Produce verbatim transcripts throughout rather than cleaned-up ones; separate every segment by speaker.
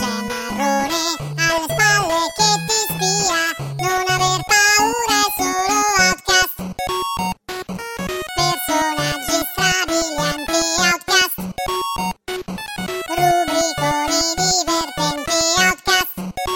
Speaker 1: c'è Marrone alle spalle che ti spia, non aver paura, è solo Outcast. Personaggi strabilianti, Outcast. Rubriconi divertenti, Outcast.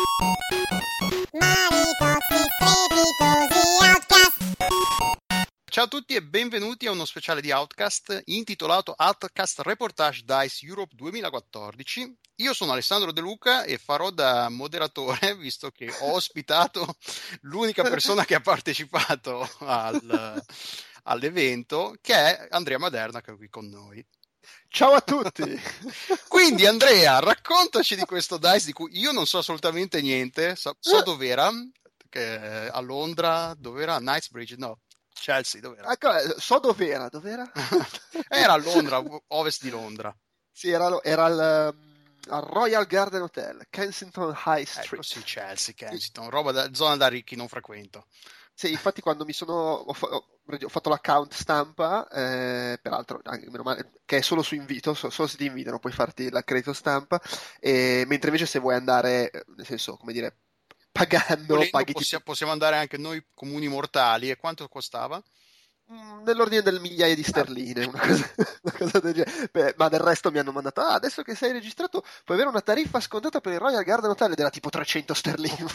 Speaker 1: Maritozzi strepitosi, Outcast.
Speaker 2: Ciao a tutti e benvenuti a uno speciale di Outcast intitolato Outcast Reportage Dice Europe duemilaquattordici. Io sono Alessandro De Luca e farò da moderatore, visto che ho ospitato l'unica persona che ha partecipato al, all'evento, che è Andrea Maderna, che è qui con noi.
Speaker 3: Ciao a tutti!
Speaker 2: Quindi Andrea, raccontaci di questo Dice di cui io non so assolutamente niente, so, so dov'era, che a Londra, dov'era? Knightsbridge, no. Chelsea, dov'era?
Speaker 3: Ecco, so dov'era, dov'era?
Speaker 2: Era a Londra, ovest di Londra.
Speaker 3: Sì, era, era al, al Royal Garden Hotel, Kensington High Street.
Speaker 2: Ecco sì, Chelsea, Kensington, roba da, zona da ricchi, non frequento.
Speaker 3: Sì, infatti quando mi sono ho, fa- ho fatto l'account stampa, eh, peraltro anche, meno male, che è solo su invito, so- solo se ti invitano puoi farti l'accredito stampa, e, mentre invece se vuoi andare, nel senso, come dire, pagando,
Speaker 2: Volendo,
Speaker 3: paghi
Speaker 2: possia-
Speaker 3: tipo,
Speaker 2: possiamo andare anche noi comuni mortali. E quanto costava?
Speaker 3: mm, nell'ordine del migliaia di sterline, una cosa, una cosa del genere. Beh, ma del resto mi hanno mandato, ah, adesso che sei registrato puoi avere una tariffa scontata per il Royal Garden Hotel, ed era tipo trecento sterline.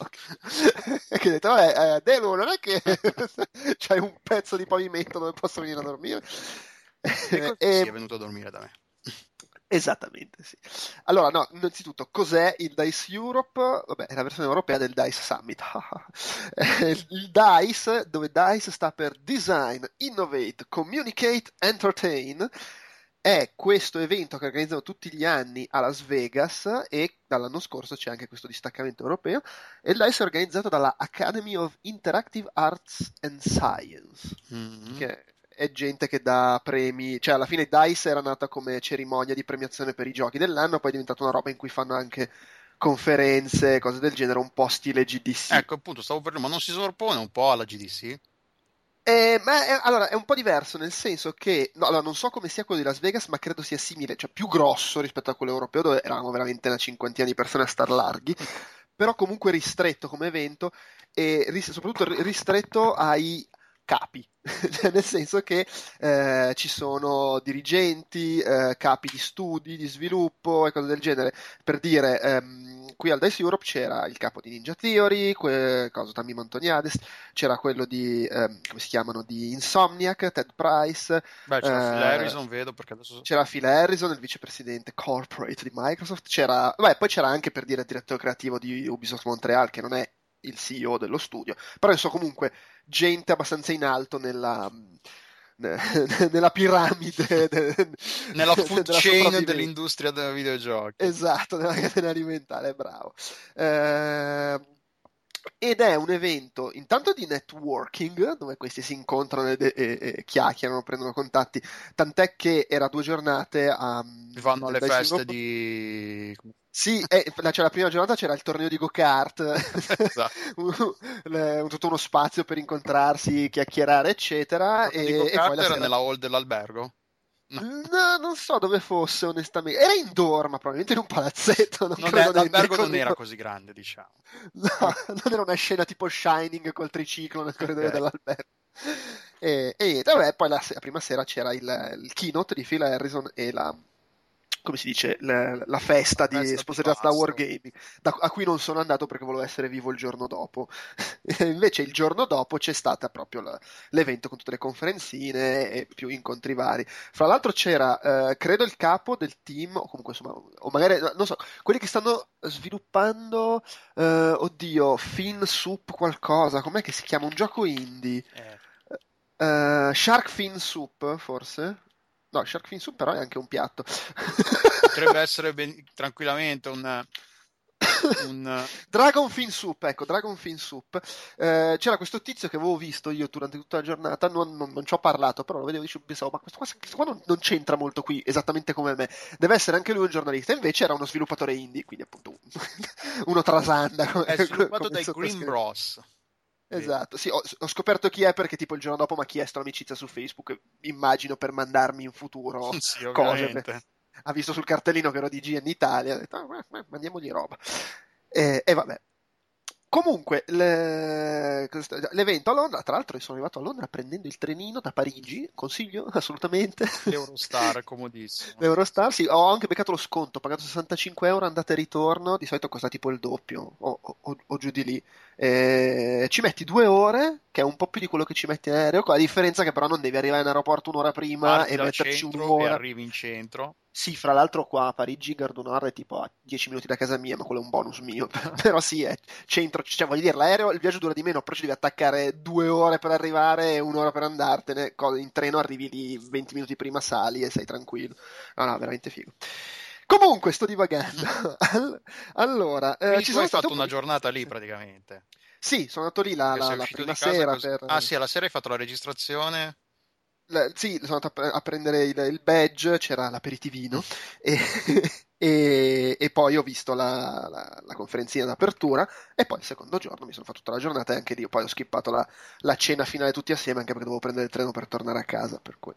Speaker 3: E che ho detto, vabbè, eh, Delu, non è che c'hai un pezzo di pavimento dove posso venire a dormire?
Speaker 2: E così
Speaker 3: E-
Speaker 2: sì, è venuto a dormire da me.
Speaker 3: Esattamente, sì. Allora, no, innanzitutto, cos'è il Dice Europe? Vabbè, è la versione europea del Dice Summit. Il Dice, dove Dice sta per Design, Innovate, Communicate, Entertain, è questo evento che organizzano tutti gli anni a Las Vegas, e dall'anno scorso c'è anche questo distaccamento europeo, e il Dice è organizzato dalla Academy of Interactive Arts and Science,
Speaker 2: Mm-hmm.
Speaker 3: che è gente che dà premi, cioè alla fine Dice era nata come cerimonia di premiazione per i giochi dell'anno, poi è diventata una roba in cui fanno anche conferenze, cose del genere, un po' stile G D C.
Speaker 2: Ecco, appunto, stavo per dire, ma non si sovrapone un po' alla G D C?
Speaker 3: Eh, ma è, allora è un po' diverso, nel senso che no, allora, non so come sia quello di Las Vegas, ma credo sia simile, cioè più grosso rispetto a quello europeo, dove eravamo veramente una cinquantina di persone a star larghi, però comunque ristretto come evento, e ris- soprattutto ri- ristretto ai capi, cioè, nel senso che eh, ci sono dirigenti, eh, capi di studi, di sviluppo e cose del genere. Per dire, ehm, qui al Dice Europe c'era il capo di Ninja Theory, que- cosa, Tammy Montoniades, c'era quello di, ehm, come si chiamano, di Insomniac, Ted Price,
Speaker 2: Beh, c'era Phil
Speaker 3: eh,
Speaker 2: Harrison, vedo, perché adesso...
Speaker 3: c'era Phil Harrison, il vicepresidente corporate di Microsoft, c'era, beh, poi c'era anche, per dire, il direttore creativo di Ubisoft Montreal, che non è il C E O dello studio, però insomma comunque gente abbastanza in alto nella, nella piramide de,
Speaker 2: Nella food
Speaker 3: della
Speaker 2: chain
Speaker 3: sopravvivenza.
Speaker 2: dell'industria dei videogiochi.
Speaker 3: Esatto, nella catena alimentare, bravo. Eh, ed è un evento intanto di networking, dove questi si incontrano e, e- e chiacchierano, prendono contatti, tant'è che era due giornate a,
Speaker 2: Vanno
Speaker 3: del
Speaker 2: alle
Speaker 3: Dice
Speaker 2: feste
Speaker 3: Europe.
Speaker 2: di...
Speaker 3: Sì, eh, la, cioè, la prima giornata c'era il torneo di go-kart,
Speaker 2: Esatto.
Speaker 3: un- un- tutto uno spazio per incontrarsi, chiacchierare, eccetera,
Speaker 2: Il di
Speaker 3: e, e poi la
Speaker 2: era
Speaker 3: sera...
Speaker 2: nella hall dell'albergo? No,
Speaker 3: No, non so dove fosse, onestamente. Era indoor, ma probabilmente in un palazzetto. Non
Speaker 2: non
Speaker 3: credo
Speaker 2: è,
Speaker 3: nei- nei
Speaker 2: l'albergo non
Speaker 3: corridoi.
Speaker 2: era così grande, diciamo.
Speaker 3: No, non era una scena tipo Shining col triciclo nel corridoio
Speaker 2: Ok.
Speaker 3: dell'albergo. E, e niente, vabbè, poi la, se- la prima sera c'era il, il keynote di Phil Harrison e la, come si dice, la, la festa di
Speaker 2: Festa di
Speaker 3: sponsorizzata da
Speaker 2: pasto.
Speaker 3: Wargaming, da- a cui non sono andato perché volevo essere vivo il giorno dopo. E invece il giorno dopo c'è stata proprio la- l'evento con tutte le conferenzine e più incontri vari. Fra l'altro c'era, eh, credo, il capo del team, o comunque insomma, o magari, non so, quelli che stanno sviluppando, eh, oddio, Fin Soup qualcosa, com'è che si chiama? Un gioco indie.
Speaker 2: Eh,
Speaker 3: Eh, Shark Fin Soup, forse? No, Shark Fin Soup però è anche un piatto.
Speaker 2: potrebbe essere ben- tranquillamente un... un
Speaker 3: Dragon Fin Soup, ecco, Dragon Fin Soup. Eh, c'era questo tizio che avevo visto io durante tutta la giornata, non, non- non ci ho parlato, però lo vedevo e dicevo, pensavo, ma questo qua, questo qua non, non c'entra molto qui, esattamente come me. Deve essere anche lui un giornalista, invece era uno sviluppatore indie, quindi appunto uno trasanda. come-
Speaker 2: è sviluppato
Speaker 3: come
Speaker 2: dai
Speaker 3: sottoscritto.
Speaker 2: Green Bros.
Speaker 3: Esatto, sì, ho, ho scoperto chi è perché tipo il giorno dopo mi ha chiesto l'amicizia su Facebook, immagino per mandarmi in futuro
Speaker 2: Sì,
Speaker 3: cose.
Speaker 2: ovviamente.
Speaker 3: ha visto sul cartellino che ero di G N Italia, ha detto, ah, ma- ma- mandiamogli roba. E, e vabbè. Comunque, le- l'evento a Londra, tra l'altro io sono arrivato a Londra prendendo il trenino da Parigi, consiglio assolutamente.
Speaker 2: L'Eurostar, comodissimo.
Speaker 3: L'Eurostar, sì, ho anche beccato lo sconto, ho pagato sessantacinque euro andata e ritorno, di solito costa tipo il doppio o, o- o- o giù di lì. Eh, ci metti due ore, che è un po' più di quello che ci metti in aereo, con la differenza che però non devi arrivare in aeroporto un'ora prima
Speaker 2: Parti
Speaker 3: e
Speaker 2: dal
Speaker 3: metterci
Speaker 2: centro e
Speaker 3: un'ora.
Speaker 2: arrivi in centro.
Speaker 3: Sì, fra l'altro qua a Parigi Gare du Nord è tipo a dieci minuti da casa mia, ma quello è un bonus mio. Però sì, è centro, cioè voglio dire, l'aereo, il viaggio dura di meno, però ci devi attaccare due ore per arrivare e un'ora per andartene. Co- In treno arrivi lì venti minuti prima, sali e sei tranquillo. No, no, veramente figo. Comunque, sto divagando. All- Allora, eh,
Speaker 2: Quindi
Speaker 3: ci
Speaker 2: tu
Speaker 3: sono
Speaker 2: hai
Speaker 3: state
Speaker 2: fatto
Speaker 3: un po'
Speaker 2: una
Speaker 3: di
Speaker 2: giornata lì
Speaker 3: conferenze.
Speaker 2: praticamente.
Speaker 3: Sì, sono andato lì la,
Speaker 2: Che
Speaker 3: la-
Speaker 2: sei
Speaker 3: la
Speaker 2: uscito di
Speaker 3: prima
Speaker 2: casa
Speaker 3: sera
Speaker 2: così. Ah
Speaker 3: per...
Speaker 2: sì, alla sera hai fatto la registrazione.
Speaker 3: la- sì, sono andato a, pre- a prendere il, il badge, c'era l'aperitivino e, e- e poi ho visto la, la, la conferenzina d'apertura e poi il secondo giorno mi sono fatto tutta la giornata e anche lì poi ho skippato la, la cena finale tutti assieme anche perché dovevo prendere il treno per tornare a casa, per cui.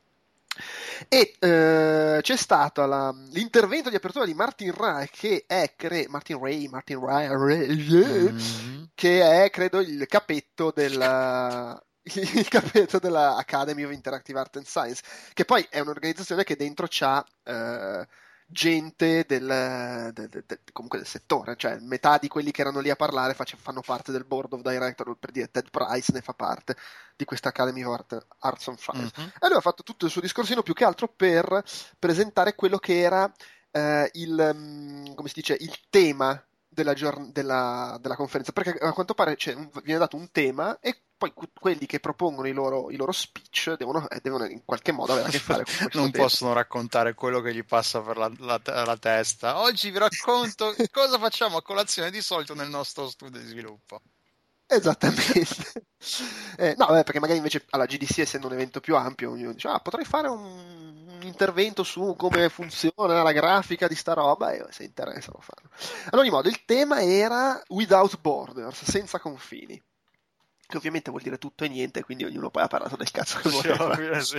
Speaker 3: E eh, c'è stato la- l'intervento di apertura di Martin Rai che è cre- Martin Ray, Martin Rai, Ray,
Speaker 2: Mhm.
Speaker 3: che è credo il capetto della il capetto della Academy of Interactive Art and Science, che poi è un'organizzazione che dentro c'ha eh, gente del, del- del- del- comunque del settore, cioè metà di quelli che erano lì a parlare face- fanno parte del board of director, per dire Ted Price ne fa parte di questa Academy of Art- Arts and Science.
Speaker 2: Mhm.
Speaker 3: E lui ha fatto tutto il suo discorsino più che altro per presentare quello che era eh, il, mm, come si dice, il tema della, giorn- della- della conferenza, perché a quanto pare c'è un- viene dato un tema e poi que- quelli che propongono i loro, i loro speech devono, eh, devono in qualche modo avere a che fare con questo
Speaker 2: Non
Speaker 3: tema.
Speaker 2: possono raccontare quello che gli passa per la, la- la testa. Oggi vi racconto cosa facciamo a colazione di solito nel nostro studio di sviluppo.
Speaker 3: Esattamente. Eh, no, beh, perché magari invece alla G D C, essendo un evento più ampio, ognuno dice, ah, potrei fare un, un intervento su come funziona la grafica di sta roba, e se interessa lo fanno. Ad ogni modo, il tema era Without Borders, senza confini. Che ovviamente vuol dire tutto e niente, quindi ognuno poi ha parlato del cazzo che
Speaker 2: Sì,
Speaker 3: voleva.
Speaker 2: ovvio, sì.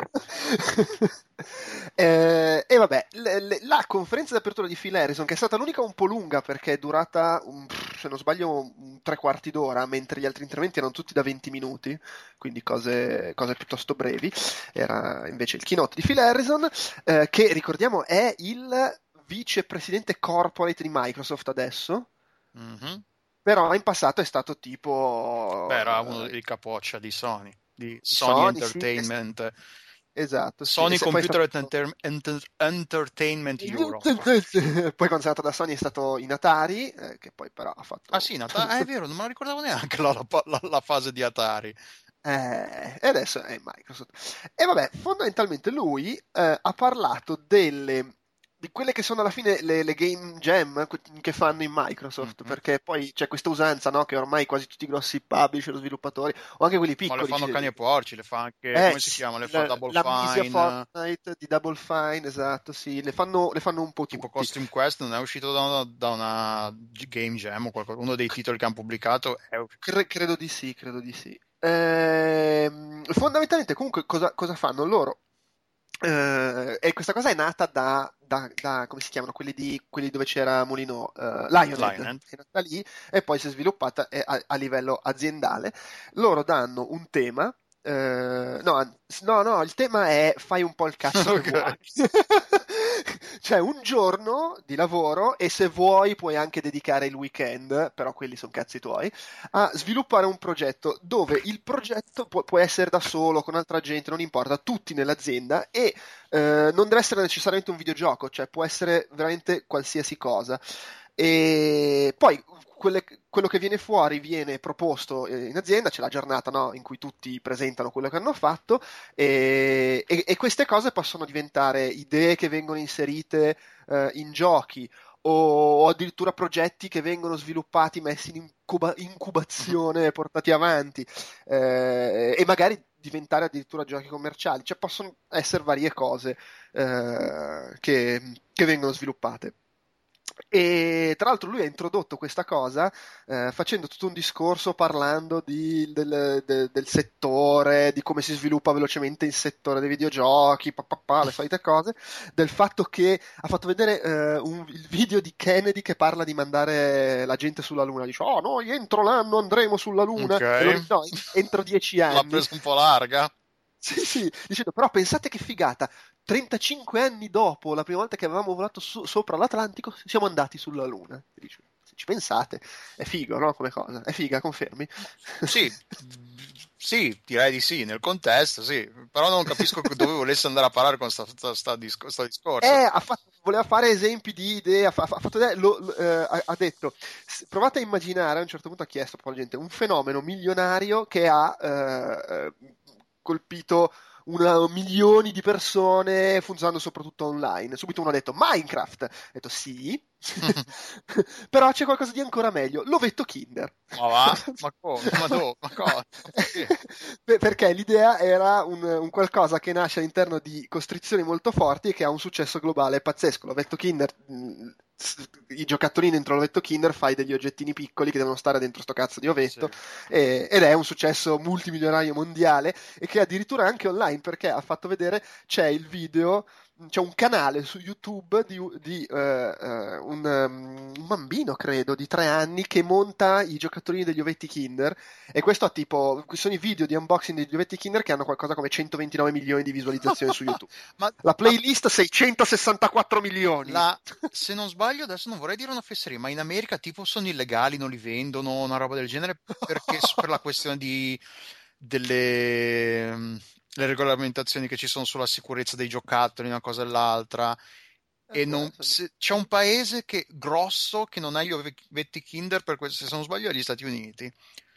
Speaker 3: Eh, e vabbè, le- le- la conferenza d'apertura di Phil Harrison, che è stata l'unica un po' lunga perché è durata, un- se non sbaglio, un tre quarti d'ora, mentre gli altri interventi erano tutti da venti minuti, quindi cose, cose piuttosto brevi. Era invece il keynote di Phil Harrison, eh, che ricordiamo è il vicepresidente corporate di Microsoft adesso.
Speaker 2: Mhm.
Speaker 3: Però in passato è stato tipo
Speaker 2: Beh, era uno
Speaker 3: eh,
Speaker 2: dei capoccia di Sony, di
Speaker 3: di
Speaker 2: Sony
Speaker 3: Sony, sì, è st-
Speaker 2: Entertainment,
Speaker 3: esatto, sì. E
Speaker 2: Sony
Speaker 3: se- poi è
Speaker 2: Computer
Speaker 3: stato...
Speaker 2: Enter- Enter- Entertainment Europe.
Speaker 3: Poi quando è andato da Sony è stato in Atari, eh, che poi però ha
Speaker 2: Ah
Speaker 3: fatto...
Speaker 2: sì, Nata- ah, è vero, non me la ricordavo neanche la, la- la- la fase di Atari.
Speaker 3: Eh, e adesso è Microsoft. E vabbè, fondamentalmente lui eh, ha parlato delle, di quelle che sono alla fine le, le game jam que- che fanno in Microsoft,
Speaker 2: Mhm.
Speaker 3: perché poi c'è questa usanza, no, che ormai quasi tutti i grossi publisher, sviluppatori, o anche quelli
Speaker 2: Ma le
Speaker 3: piccoli,
Speaker 2: fanno cani e
Speaker 3: ci-
Speaker 2: porci, le fa anche,
Speaker 3: eh,
Speaker 2: come si
Speaker 3: sì,
Speaker 2: chiama? Le fa
Speaker 3: la-
Speaker 2: Double
Speaker 3: l'amnesia
Speaker 2: Fine,
Speaker 3: Fortnite di Double Fine, esatto, sì, le fanno, le fanno un po'
Speaker 2: tipo
Speaker 3: tutti.
Speaker 2: Costume Quest, non è uscito da una, da una Game Jam o qualcosa, uno dei titoli che hanno pubblicato è...
Speaker 3: Cre- credo di sì, credo di sì. Ehm, fondamentalmente, comunque, cosa, cosa fanno loro? Eh, e questa cosa è nata da, da- da- come si chiamano, quelli, di, quelli dove c'era Molino, eh, Lionhead,
Speaker 2: Lionhead.
Speaker 3: è nata lì e poi si è sviluppata eh, a, a livello aziendale. Loro danno un tema, eh, no, an- no, no, il tema è fai un po' il cazzo che vuoi.
Speaker 2: Ok.
Speaker 3: Cioè un giorno di lavoro e se vuoi puoi anche dedicare il weekend, però quelli sono cazzi tuoi, a sviluppare un progetto dove il progetto può, può essere da solo, con altra gente, non importa, tutti nell'azienda e eh, non deve essere necessariamente un videogioco, cioè può essere veramente qualsiasi cosa. E poi quelle- quello che viene fuori viene proposto eh, in azienda, c'è la giornata, no, in cui tutti presentano quello che hanno fatto e, e- e queste cose possono diventare idee che vengono inserite eh, in giochi o, o addirittura progetti che vengono sviluppati, messi in incuba- incubazione e portati avanti eh, e magari diventare addirittura giochi commerciali, cioè possono essere varie cose eh, che, che vengono sviluppate. E tra l'altro lui ha introdotto questa cosa eh, facendo tutto un discorso parlando di- del, de- del settore, di come si sviluppa velocemente il settore dei videogiochi, pa, pa, pa, le solite cose, del fatto che ha fatto vedere eh, un- il video di Kennedy che parla di mandare la gente sulla Luna. Dice, oh, noi entro l'anno andremo sulla Luna,
Speaker 2: Ok.
Speaker 3: e loro dicono, no, entro dieci
Speaker 2: L'ha
Speaker 3: anni.
Speaker 2: preso un po' larga.
Speaker 3: Sì, sì, dicendo, però pensate che figata, trentacinque anni dopo la prima volta che avevamo volato su- sopra l'Atlantico, siamo andati sulla Luna. E dice, se ci pensate, è figo, no? Come cosa? È figa, confermi?
Speaker 2: Sì, sì, direi di sì, nel contesto, sì, però non capisco dove volesse andare a parare con sta, sta, sta disco- sta
Speaker 3: Eh,
Speaker 2: discorso.
Speaker 3: ha fatto- voleva fare esempi di idee, ha, fa- ha fatto idee, lo- lo- eh, ha, ha detto, s- provate a immaginare, a un certo punto ha chiesto proprio alla gente, un fenomeno milionario che ha eh, eh, colpito una- milioni di persone funzionando soprattutto online. Subito uno ha detto Minecraft. Ha detto sì, però c'è qualcosa di ancora meglio, l'ovetto Kinder.
Speaker 2: Ma va? Ma come? Ma dove? Ma cosa? Ma perché?
Speaker 3: Per- Perché l'idea era un, un qualcosa che nasce all'interno di costrizioni molto forti e che ha un successo globale pazzesco. L'ovetto Kinder, mh, s- i giocattolini dentro l'ovetto Kinder fai degli oggettini piccoli che devono stare dentro sto cazzo di
Speaker 2: Sì.
Speaker 3: ovetto e- ed è un successo multimilionario mondiale e che addirittura anche online perché ha fatto vedere c'è il video, c'è un canale su YouTube di, di, eh, eh, un, um, un bambino, credo, di tre anni che monta i giocattolini degli ovetti Kinder e questo ha tipo, sono i video di unboxing degli ovetti Kinder che hanno qualcosa come centoventinove milioni di visualizzazioni su YouTube.
Speaker 2: Ma,
Speaker 3: La
Speaker 2: ma
Speaker 3: playlist seicentosessantaquattro milioni.
Speaker 2: la, se non sbaglio, adesso non vorrei dire una fesseria, ma in America tipo sono illegali, non li vendono, una roba del genere, perché s- per la questione di delle mm, le regolamentazioni che ci sono sulla sicurezza dei giocattoli, una cosa e l'altra.
Speaker 3: Eh,
Speaker 2: E
Speaker 3: può
Speaker 2: non,
Speaker 3: essere.
Speaker 2: se- c'è un paese che, grosso che non ha gli ovetti Kinder, per questo, se non sbaglio, è gli Stati Uniti.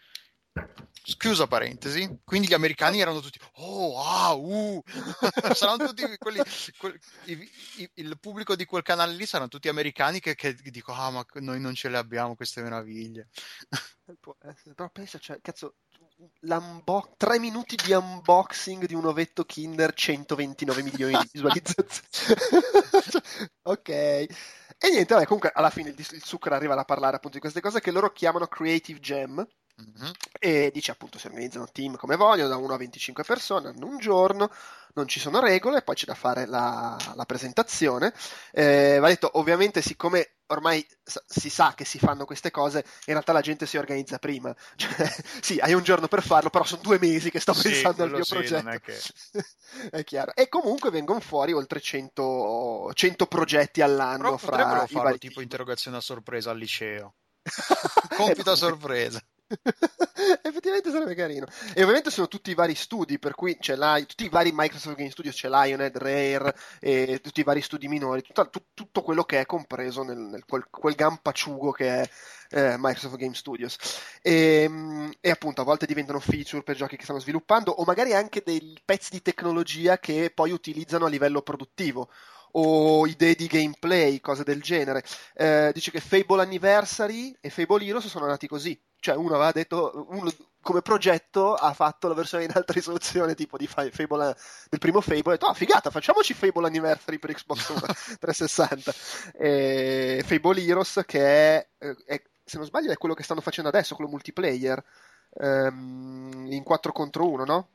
Speaker 2: Chiusa parentesi. Quindi gli americani erano tutti, oh, ah, uh. Saranno tutti quelli, que- i- i- il pubblico di quel canale lì saranno tutti americani che, che dicono, ah, ma noi non ce le abbiamo queste meraviglie.
Speaker 3: Eh, può essere. Però pensa, cioè, cazzo, l'unbo- tre minuti di unboxing di un ovetto Kinder, centoventinove milioni di visualizzazioni. Ok. E niente, vabbè, comunque alla fine il, dis- il Zucker arriva a parlare appunto di queste cose che loro chiamano Creative Jam.
Speaker 2: Mhm.
Speaker 3: E dice appunto si organizzano team come vogliono, da uno a venticinque persone, hanno un giorno, non ci sono regole, poi c'è da fare la, la presentazione. Eh, va detto, ovviamente, siccome ormai s- si sa che si fanno queste cose, in realtà la gente si organizza prima. Cioè, sì, hai un giorno per farlo, però sono due mesi che sto
Speaker 2: Sì,
Speaker 3: pensando al
Speaker 2: quello
Speaker 3: mio
Speaker 2: sì, non è
Speaker 3: progetto.
Speaker 2: che...
Speaker 3: È chiaro. E comunque vengono fuori oltre cento, cento progetti all'anno
Speaker 2: Però
Speaker 3: fra
Speaker 2: potrebbero
Speaker 3: i
Speaker 2: farlo
Speaker 3: vari
Speaker 2: tipo
Speaker 3: team.
Speaker 2: interrogazione a sorpresa al liceo.
Speaker 3: Eh,
Speaker 2: Compito a
Speaker 3: comunque,
Speaker 2: sorpresa.
Speaker 3: effettivamente sarebbe carino. E ovviamente sono tutti i vari studi, per cui ce l'hai, tutti i vari Microsoft Game Studios, c'è Lionhead, Rare, e tutti i vari studi minori, tutta- tut- tutto quello che è compreso nel, nel quel, quel gampacciugo che è eh, Microsoft Game Studios. E, mm, e appunto a volte diventano feature per giochi che stanno sviluppando, o magari anche dei pezzi di tecnologia che poi utilizzano a livello produttivo. O idee di gameplay, cose del genere. Eh, dice che Fable Anniversary e Fable Heroes sono nati così. Cioè, uno aveva detto, uno come progetto ha fatto la versione in alta risoluzione, tipo di Fa- Fable, del primo Fable, ha detto, ah, figata, facciamoci Fable Anniversary per Xbox One trecentosessanta. E Fable Heroes, che è, eh, è, se non sbaglio, è quello che stanno facendo adesso, quello multiplayer, ehm, in quattro contro uno, no?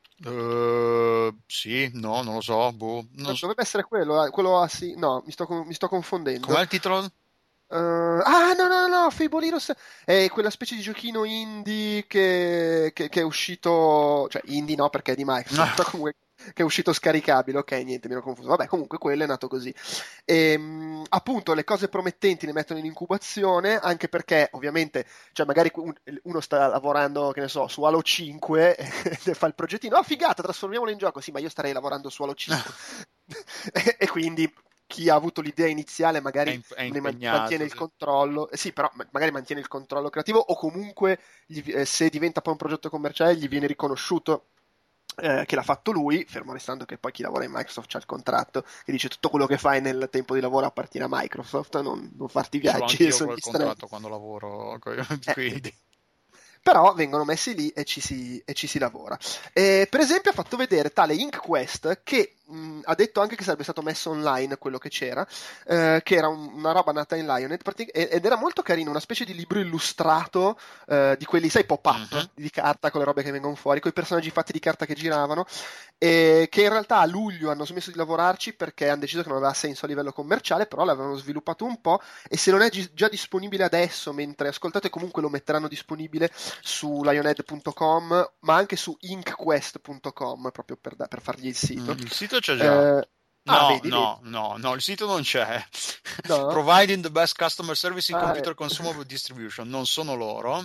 Speaker 2: Eh, sì, no, non lo so. Boh. Non so.
Speaker 3: Dovrebbe essere quello, eh, quello ah, sì, no, mi sto, con- mi sto confondendo.
Speaker 2: Com'è il titolo?
Speaker 3: Eh, ah, no, no, no, no, Fable Heroes è quella specie di giochino indie che, che- che è uscito, cioè indie no perché è di Microsoft, però comunque che è uscito scaricabile, ok, niente, mi ero confuso. Vabbè, comunque quello è nato così. E, appunto, le cose promettenti le mettono in incubazione, anche perché ovviamente, cioè magari un- uno sta lavorando, che ne so, su Halo cinque e fa il progettino, ah, figata, trasformiamolo in gioco, sì, ma io starei lavorando su Halo cinque. E, e quindi chi ha avuto l'idea iniziale
Speaker 2: È,
Speaker 3: magari
Speaker 2: imp- è
Speaker 3: ne man- mantiene
Speaker 2: impegnato,
Speaker 3: il
Speaker 2: sì.
Speaker 3: controllo, eh sì, però ma- magari mantiene il controllo creativo o comunque gli vi- eh, se diventa poi un progetto commerciale gli viene riconosciuto eh, che l'ha fatto lui, fermo restando che poi chi lavora in Microsoft c'ha il contratto che dice tutto quello che fai nel tempo di lavoro appartiene a Microsoft, non, non farti
Speaker 2: Ce l'ho
Speaker 3: viaggi e
Speaker 2: anch'io
Speaker 3: sogni
Speaker 2: quel
Speaker 3: strani.
Speaker 2: contratto quando lavoro,
Speaker 3: Eh,
Speaker 2: quindi.
Speaker 3: però vengono messi lì e ci si, e ci si lavora. Eh, per esempio ha fatto vedere tale InkQuest che mh, ha detto anche che sarebbe stato messo online quello che c'era, eh, che era un- una roba nata in Lionhead pratic- e- ed era molto carino, una specie di libro illustrato eh, di quelli, sai, pop-up
Speaker 2: Mhm.
Speaker 3: di carta con le robe che vengono fuori, con i personaggi fatti di carta che giravano, e che in realtà a luglio hanno smesso di lavorarci perché hanno deciso che non aveva senso a livello commerciale, però l'avevano sviluppato un po', e se non è gi- già disponibile adesso, mentre ascoltate, comunque lo metteranno disponibile su lionhead punto com, ma anche su inquest punto com, proprio per, da- per fargli il sito.
Speaker 2: Mm, il sito c'è già.
Speaker 3: Eh, ah,
Speaker 2: No,
Speaker 3: vedi, vedi.
Speaker 2: no, no, no, il sito non c'è.
Speaker 3: No?
Speaker 2: Providing the best customer service in
Speaker 3: Ah, eh.
Speaker 2: computer consumable distribution. Non sono loro.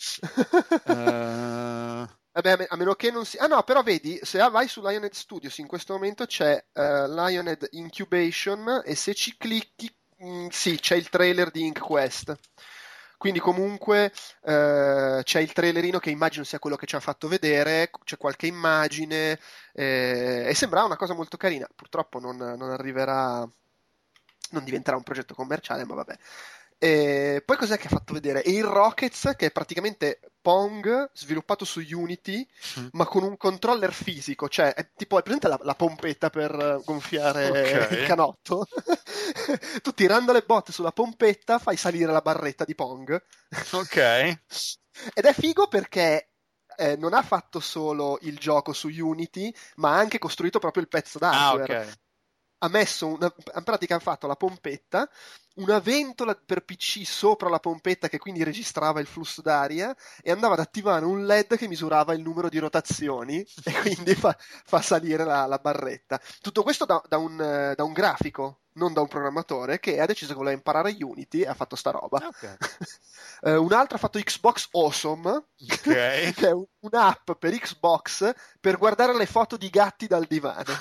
Speaker 2: Eh,
Speaker 3: Vabbè, a me- a meno che non si... Ah no, però vedi, se vai su Lionhead Studios in questo momento c'è eh, Lionhead Incubation e se ci clicchi, mm, sì, c'è il trailer di InkQuest. Quindi comunque eh, c'è il trailerino che immagino sia quello che ci ha fatto vedere, c'è qualche immagine eh, e sembrava una cosa molto carina. Purtroppo non, non arriverà, non diventerà un progetto commerciale, ma vabbè. E poi cos'è che ha fatto vedere? E il Rockets, che è praticamente Pong sviluppato su Unity, ma con un controller fisico, cioè è tipo, hai presente la, la pompetta per eh, gonfiare il
Speaker 2: ok,
Speaker 3: canotto? Tu tirando le botte sulla pompetta fai salire la barretta di Pong.
Speaker 2: ok.
Speaker 3: Ed è figo perché eh, non ha fatto solo il gioco su Unity, ma ha anche costruito proprio il pezzo
Speaker 2: Ah,
Speaker 3: d'hardware.
Speaker 2: ok.
Speaker 3: Ha messo una, in pratica ha fatto la pompetta, una ventola per P C sopra la pompetta che quindi registrava il flusso d'aria e andava ad attivare un L E D che misurava il numero di rotazioni e quindi fa, fa salire la, la barretta. Tutto questo da, da un, eh, da un grafico, non da un programmatore, che ha deciso che voleva imparare Unity e ha fatto sta roba.
Speaker 2: Ok.
Speaker 3: Eh, un altro ha fatto Xbox Awesome,
Speaker 2: Ok.
Speaker 3: che è un- un'app per Xbox per guardare le foto di gatti dal divano.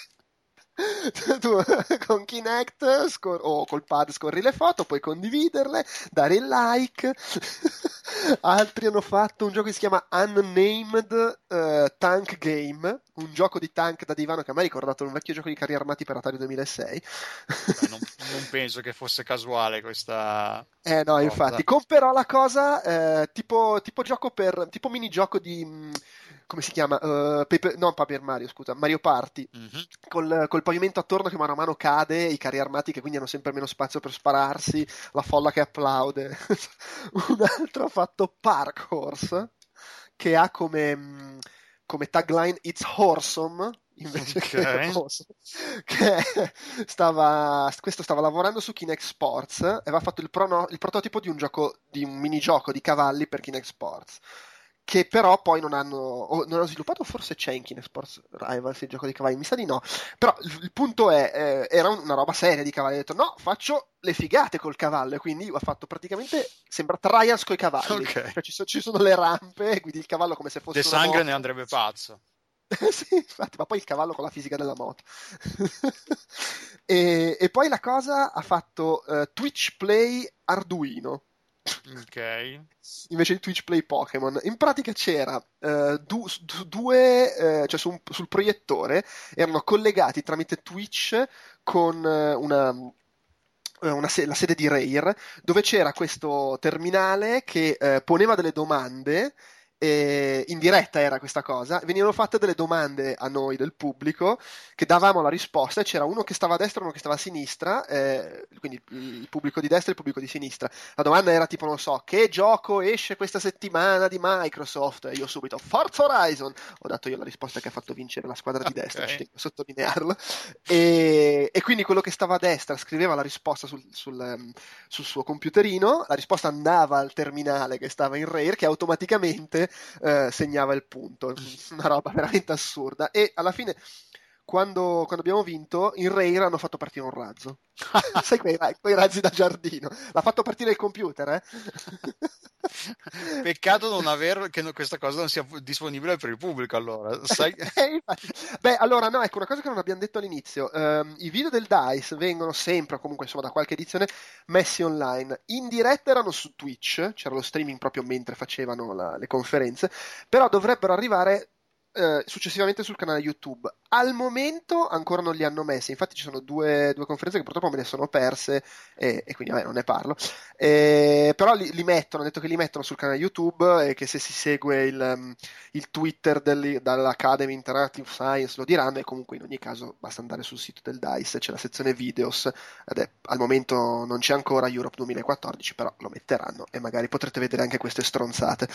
Speaker 3: Tu con Kinect scor- o col pad scorri le foto, puoi condividerle, dare il like. Altri hanno fatto un gioco che si chiama Unnamed eh, Tank Game, un gioco di tank da divano che a me ha ricordato un vecchio gioco di carri armati per Atari duemilasei.
Speaker 2: Beh, non, non penso che fosse casuale questa
Speaker 3: Eh no,
Speaker 2: cosa.
Speaker 3: infatti, comperò la cosa eh, tipo, tipo gioco per, tipo minigioco di, mh, come si chiama? Eh, Paper, no, Paper Mario, scusa, Mario Party,
Speaker 2: Mhm.
Speaker 3: col, col pavimento attorno che mano a mano cade, i carri armati che quindi hanno sempre meno spazio per spararsi, la folla che applaude. Un altro ha fatto Park Horse, che ha come, mh, come tagline It's Horsome, invece
Speaker 2: Ok.
Speaker 3: che Awesome, che stava, questo stava lavorando su Kinect Sports e aveva fatto il, prono- il prototipo di un gioco, di un minigioco di cavalli per Kinect Sports, che però poi non hanno, o non hanno sviluppato, forse c'è in Kinect Sports Rivals il gioco di cavalli, mi sa di no, però il, il punto è, eh, era una roba seria di cavalli, ha detto no, faccio le figate col cavallo, e quindi ha fatto praticamente, sembra Trials coi cavalli,
Speaker 2: Ok.
Speaker 3: cioè ci, so- ci sono le rampe, e guidi il cavallo come se
Speaker 2: De
Speaker 3: fosse una
Speaker 2: Sangre ne
Speaker 3: moto.
Speaker 2: andrebbe pazzo.
Speaker 3: Sì, infatti, ma poi il cavallo con la fisica della moto. e, e poi la cosa ha fatto eh, Twitch Play Arduino
Speaker 2: Ok.
Speaker 3: invece di Twitch Play Pokémon. In pratica c'era eh, du- du- due, eh, cioè su un- sul proiettore erano collegati tramite Twitch con eh, una, eh, una se- la sede di Rare, dove c'era questo terminale che eh, poneva delle domande. E in diretta era questa cosa, venivano fatte delle domande a noi del pubblico che davamo la risposta e c'era uno che stava a destra e uno che stava a sinistra, eh, quindi il pubblico di destra e il pubblico di sinistra. La domanda era tipo, non so, che gioco esce questa settimana di Microsoft? E io subito, Forza Horizon! Ho dato io la risposta che ha fatto vincere la squadra di destra, ci
Speaker 2: Ok.
Speaker 3: tengo a sottolinearlo. E, e quindi quello che stava a destra scriveva la risposta sul, sul, ehm, sul suo computerino, la risposta andava al terminale che stava in Rare, che automaticamente eh, segnava il punto. Una roba veramente assurda. E alla fine, quando, quando abbiamo vinto, in Rare hanno fatto partire un razzo. Sai quei, ra- quei razzi da giardino? L'ha fatto partire il computer, eh?
Speaker 2: Peccato non aver che no- questa cosa non sia disponibile per il pubblico, allora. Sai?
Speaker 3: Eh, infatti. Beh, allora, no, ecco, una cosa che non abbiamo detto all'inizio. Ehm, i video del DICE vengono sempre, o comunque insomma da qualche edizione, messi online. In diretta erano su Twitch, c'era lo streaming proprio mentre facevano la- le conferenze, però dovrebbero arrivare eh, successivamente sul canale YouTube. Al momento ancora non li hanno messi, infatti ci sono due, due conferenze che purtroppo me ne sono perse e, e quindi vabbè, non ne parlo. Eh, però li, li mettono, hanno detto che li mettono sul canale YouTube e che se si segue il, um, il Twitter del- dall'Academy Interactive Science lo diranno, e comunque in ogni caso basta andare sul sito del DICE, c'è la sezione videos, ed è- al momento non c'è ancora Europe duemilaquattordici, però lo metteranno e magari potrete vedere anche queste stronzate.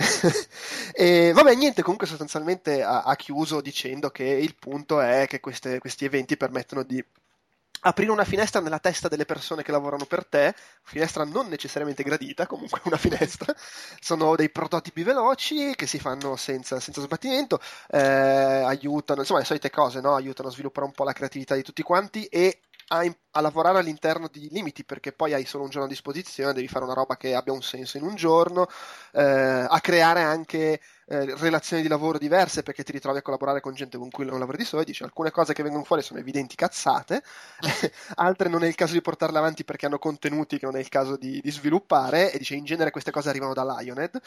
Speaker 3: E vabbè, niente, comunque sostanzialmente ha, ha chiuso dicendo che il punto è che queste- questi eventi permettono di aprire una finestra nella testa delle persone che lavorano per te, finestra non necessariamente gradita, comunque una finestra. Sono dei prototipi veloci che si fanno senza, senza sbattimento, eh, aiutano, insomma, le solite cose, no? Aiutano a sviluppare un po' la creatività di tutti quanti e a, a lavorare all'interno di limiti, perché poi hai solo un giorno a disposizione, devi fare una roba che abbia un senso in un giorno, eh, a creare anche eh, relazioni di lavoro diverse, perché ti ritrovi a collaborare con gente con cui non lavori di solito, dici alcune cose che vengono fuori sono evidenti cazzate, altre non è il caso di portarle avanti perché hanno contenuti che non è il caso di, di sviluppare, e dice in genere queste cose arrivano da Lionhead,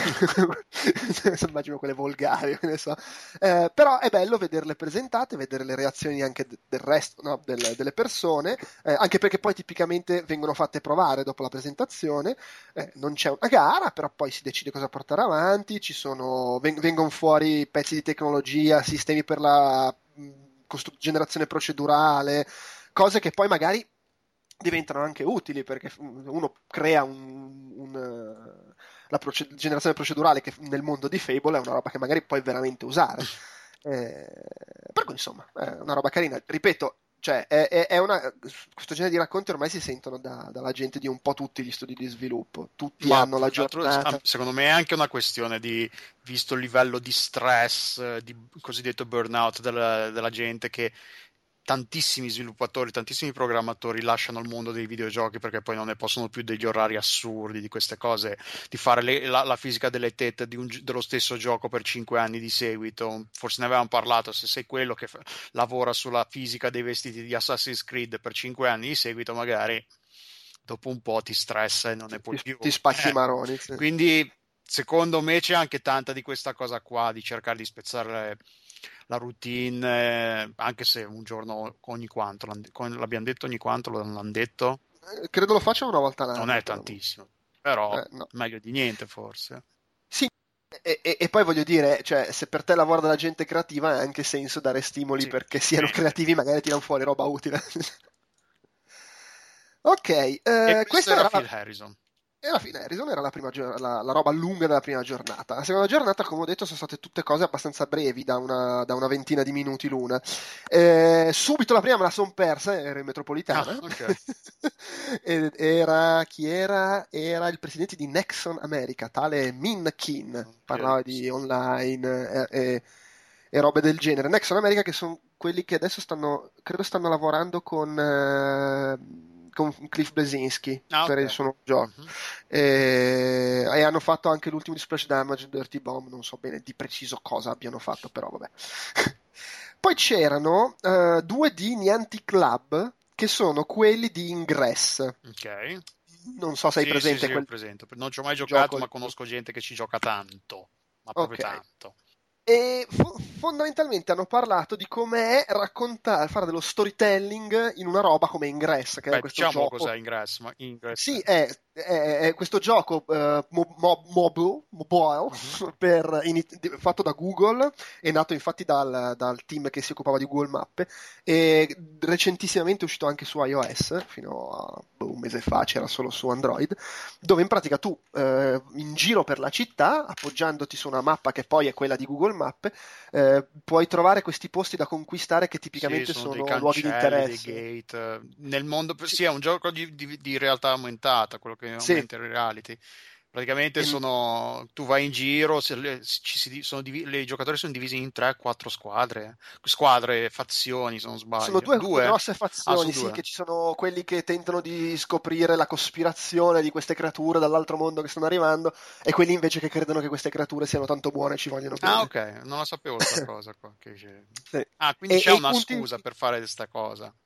Speaker 3: immagino quelle volgari, che ne so. Eh, però è bello vederle presentate, vedere le reazioni anche de- del resto, no, del- delle persone, eh, anche perché poi tipicamente vengono fatte provare dopo la presentazione, eh, non c'è una gara, però poi si decide cosa portare avanti, ci sono, veng- vengono fuori pezzi di tecnologia, sistemi per la mh, costru- generazione procedurale, cose che poi magari diventano anche utili, perché uno crea un, un, eh, la proce- generazione procedurale che nel mondo di Fable è una roba che magari puoi veramente usare. Eh, per cui insomma è una roba carina, ripeto, cioè è, è- è una, questo genere di racconti ormai si sentono da- dalla gente di un po' tutti gli studi di sviluppo, tutti
Speaker 2: Ma
Speaker 3: hanno
Speaker 2: più
Speaker 3: la
Speaker 2: che altro,
Speaker 3: giornata.
Speaker 2: secondo me è anche una questione di, visto il livello di stress, eh, di cosiddetto burnout della, della gente, che tantissimi sviluppatori, tantissimi programmatori lasciano il mondo dei videogiochi perché poi non ne possono più degli orari assurdi, di queste cose, di fare le- la, la fisica delle tette di un gi- dello stesso gioco per cinque anni di seguito. Forse ne avevamo parlato, se sei quello che fa- lavora sulla fisica dei vestiti di Assassin's Creed per cinque anni di seguito, magari dopo un po' ti stressa e non ne
Speaker 3: Ti,
Speaker 2: puoi
Speaker 3: ti-
Speaker 2: più.
Speaker 3: ti spacchi i
Speaker 2: Eh,
Speaker 3: maroni, sì.
Speaker 2: quindi secondo me c'è anche tanta di questa cosa qua, di cercare di spezzare la routine, eh, anche se un giorno ogni quanto, l'han- con- l'abbiamo detto ogni quanto, lo- l'hanno detto,
Speaker 3: Eh, credo lo faccia una volta
Speaker 2: non
Speaker 3: l'anno,
Speaker 2: è
Speaker 3: però no.
Speaker 2: tantissimo, però
Speaker 3: Eh, no.
Speaker 2: meglio di niente forse.
Speaker 3: Sì, e, e- e poi voglio dire, cioè, se per te lavora della gente creativa ha anche senso dare stimoli
Speaker 2: Sì,
Speaker 3: perché siano
Speaker 2: ovviamente.
Speaker 3: creativi, magari tirano fuori roba utile. Ok,
Speaker 2: E
Speaker 3: eh,
Speaker 2: questo
Speaker 3: questa
Speaker 2: era
Speaker 3: era la,
Speaker 2: Phil Harrison.
Speaker 3: e alla fine Harrison era la, prima gio- la, la roba lunga della prima giornata. La seconda giornata, come ho detto, sono state tutte cose abbastanza brevi, da una, da una ventina di minuti l'una. Eh, subito la prima me la son persa, era in
Speaker 2: Ah,
Speaker 3: metropolitana.
Speaker 2: ok.
Speaker 3: Ed era, chi era? Era il presidente di Nexon America, tale Min Kin,
Speaker 2: Non credo
Speaker 3: parlava
Speaker 2: di sì.
Speaker 3: di online e, e- e robe del genere. Nexon America, che sono quelli che adesso stanno, credo stanno lavorando con, eh, con Cliff Bleszinski
Speaker 2: Ah,
Speaker 3: per
Speaker 2: ok.
Speaker 3: il suo nuovo gioco.
Speaker 2: Mhm.
Speaker 3: E, e hanno fatto anche l'ultimo di Splash Damage, Dirty Bomb, non so bene di preciso cosa abbiano fatto, però vabbè. Poi c'erano eh, due di Niantic Club, che sono quelli di Ingress.
Speaker 2: Ok.
Speaker 3: Non so se hai
Speaker 2: Sì, sì,
Speaker 3: presente
Speaker 2: sì, ho
Speaker 3: quel
Speaker 2: presente. Non ci ho mai giocato,
Speaker 3: gioco
Speaker 2: ma
Speaker 3: lì.
Speaker 2: conosco gente che ci gioca tanto, ma proprio
Speaker 3: Ok.
Speaker 2: tanto.
Speaker 3: E fo- fondamentalmente hanno parlato di com'è raccontare, fare dello storytelling in una roba come Ingress, che è
Speaker 2: Beh,
Speaker 3: questo
Speaker 2: diciamolo cos'è
Speaker 3: gioco.
Speaker 2: Ingress, ma Ingress.
Speaker 3: Sì, è, è- è questo gioco eh, mo- mo- mobile, mobile
Speaker 2: Mhm.
Speaker 3: per- ini- di- fatto da Google, è nato infatti dal, dal team che si occupava di Google Mappe e recentissimamente è uscito anche su iOS, fino a boh, un mese fa c'era solo su Android, dove in pratica tu eh, in giro per la città, appoggiandoti su una mappa che poi è quella di Google Mappe, eh, puoi trovare questi posti da conquistare che
Speaker 2: Sì,
Speaker 3: tipicamente
Speaker 2: sono dei
Speaker 3: sono luoghi di
Speaker 2: cancelli, dei
Speaker 3: interesse.
Speaker 2: gate. eh, Nel mondo,
Speaker 3: Sì,
Speaker 2: sì, è un gioco di, di- di realtà aumentata, quello che
Speaker 3: sì.
Speaker 2: aumenta in reality. Praticamente
Speaker 3: E-
Speaker 2: sono, tu vai in giro, se le, ci si di- sono divi- le- i giocatori sono divisi in tre quattro squadre, squadre, fazioni, se non
Speaker 3: Sono
Speaker 2: sbaglio.
Speaker 3: due, due
Speaker 2: Due?
Speaker 3: grosse
Speaker 2: Ah,
Speaker 3: fazioni,
Speaker 2: sono
Speaker 3: sì,
Speaker 2: due.
Speaker 3: che ci sono quelli che tentano di scoprire la cospirazione di queste creature dall'altro mondo che stanno arrivando e quelli invece che credono che queste creature siano tanto buone e ci vogliono
Speaker 2: Ah,
Speaker 3: bene.
Speaker 2: ok, non la sapevo sta cosa qua. che c'è.
Speaker 3: Sì.
Speaker 2: Ah, quindi
Speaker 3: E,
Speaker 2: c'è
Speaker 3: e i
Speaker 2: una
Speaker 3: punti,
Speaker 2: scusa per fare questa cosa.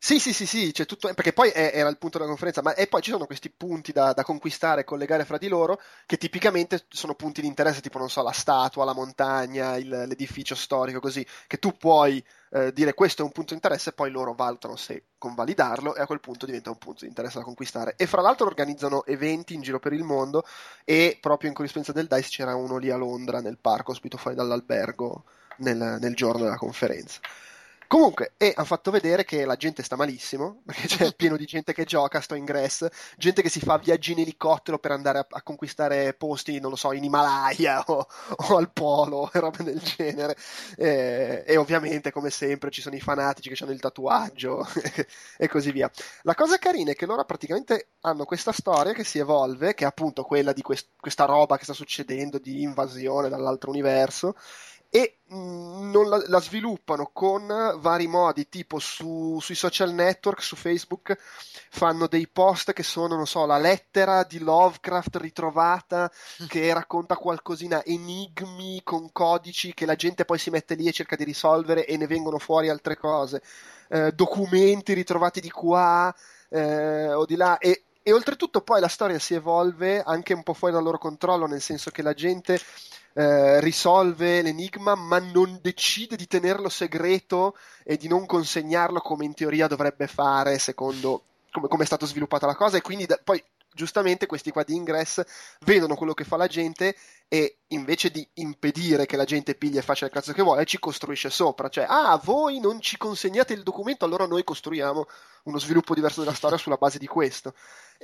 Speaker 3: Sì, sì, sì, sì, c'è tutto, perché poi è- era il punto della conferenza, ma e poi ci sono questi punti da, da conquistare e collegare fra di loro, che tipicamente sono punti di interesse, tipo, non so, la statua, la montagna, il- l'edificio storico, così, che tu puoi eh, dire questo è un punto di interesse, e poi loro valutano se convalidarlo, e a quel punto diventa un punto di interesse da conquistare. E fra l'altro organizzano eventi in giro per il mondo, e proprio in corrispondenza del DICE c'era uno lì a Londra, nel parco, ospito fuori dall'albergo, nel, nel giorno della conferenza. Comunque, e hanno fatto vedere che la gente sta malissimo, perché c'è pieno di gente che gioca a sto ingresso, gente che si fa viaggi in elicottero per andare a, a conquistare posti, non lo so, in Himalaya o, o al Polo, e robe del genere. E, e ovviamente, come sempre, ci sono i fanatici che hanno il tatuaggio e così via. La cosa carina è che loro praticamente hanno questa storia che si evolve, che è appunto quella di quest- questa roba che sta succedendo di invasione dall'altro universo, e mh, non la, la sviluppano con vari modi, tipo su- sui social network, su Facebook, fanno dei post che sono, non so, la lettera di Lovecraft ritrovata che racconta qualcosina, enigmi con codici che la gente poi si mette lì e cerca di risolvere e ne vengono fuori altre cose, eh, documenti ritrovati di qua eh, o di là. E, e oltretutto poi la storia si evolve anche un po' fuori dal loro controllo, nel senso che la gente eh, risolve l'enigma, ma non decide di tenerlo segreto e di non consegnarlo come in teoria dovrebbe fare, secondo come, come è stata sviluppata la cosa. E quindi da- poi giustamente questi qua di Ingress vedono quello che fa la gente, e invece di impedire che la gente piglia e faccia il cazzo che vuole, ci costruisce sopra. Cioè, ah, voi non ci consegnate il documento, allora noi costruiamo uno sviluppo diverso della storia sulla base di questo.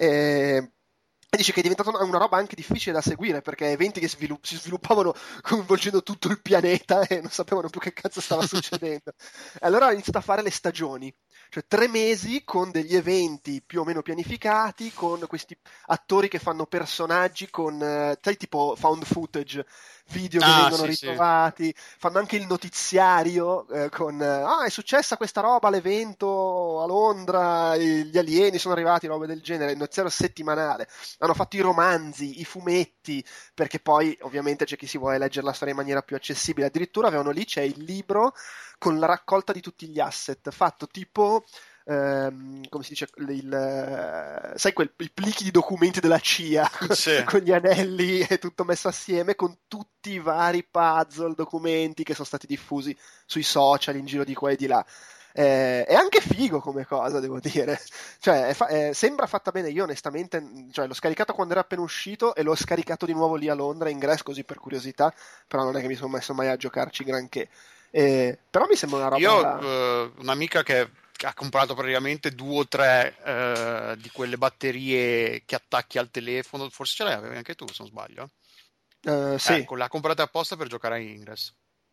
Speaker 3: E, e dice che è diventata una, una roba anche difficile da seguire, perché eventi che svilu- si sviluppavano coinvolgendo tutto il pianeta e non sapevano più che cazzo stava succedendo. E allora ha iniziato a fare le stagioni, cioè tre mesi con degli eventi più o meno pianificati, con questi attori che fanno personaggi, con, eh, sai, tipo found footage, video che
Speaker 2: Ah,
Speaker 3: vengono
Speaker 2: sì, sì.
Speaker 3: ritrovati, fanno anche il notiziario eh, con, eh, ah, è successa questa roba all'evento a Londra, e gli alieni sono arrivati, robe del genere, il notiziario settimanale. Hanno fatto i romanzi, i fumetti, perché poi ovviamente c'è chi si vuole leggere la storia in maniera più accessibile. Addirittura avevano lì, c'è il libro con la raccolta di tutti gli asset, fatto tipo ehm, come si dice, il, eh, sai, quel, i plichi di documenti della C I A
Speaker 2: Sì.
Speaker 3: con gli anelli e tutto messo assieme, con tutti i vari puzzle, documenti che sono stati diffusi sui social, in giro di qua e di là. Eh, è anche figo come cosa, devo dire. Cioè, è fa- è- sembra fatta bene. Io onestamente, cioè, l'ho scaricato quando era appena uscito e l'ho scaricato di nuovo lì a Londra, in Ingress, così per curiosità, però non è che mi sono messo mai a giocarci granché. Eh, però mi sembra una
Speaker 2: Io,
Speaker 3: roba.
Speaker 2: eh, un'amica che, che ha comprato praticamente due o tre eh, di quelle batterie che attacchi al telefono, forse ce l'avevi anche tu, se non sbaglio.
Speaker 3: Eh, sì.
Speaker 2: Ecco, l'ha comprata apposta per giocare a Ingress.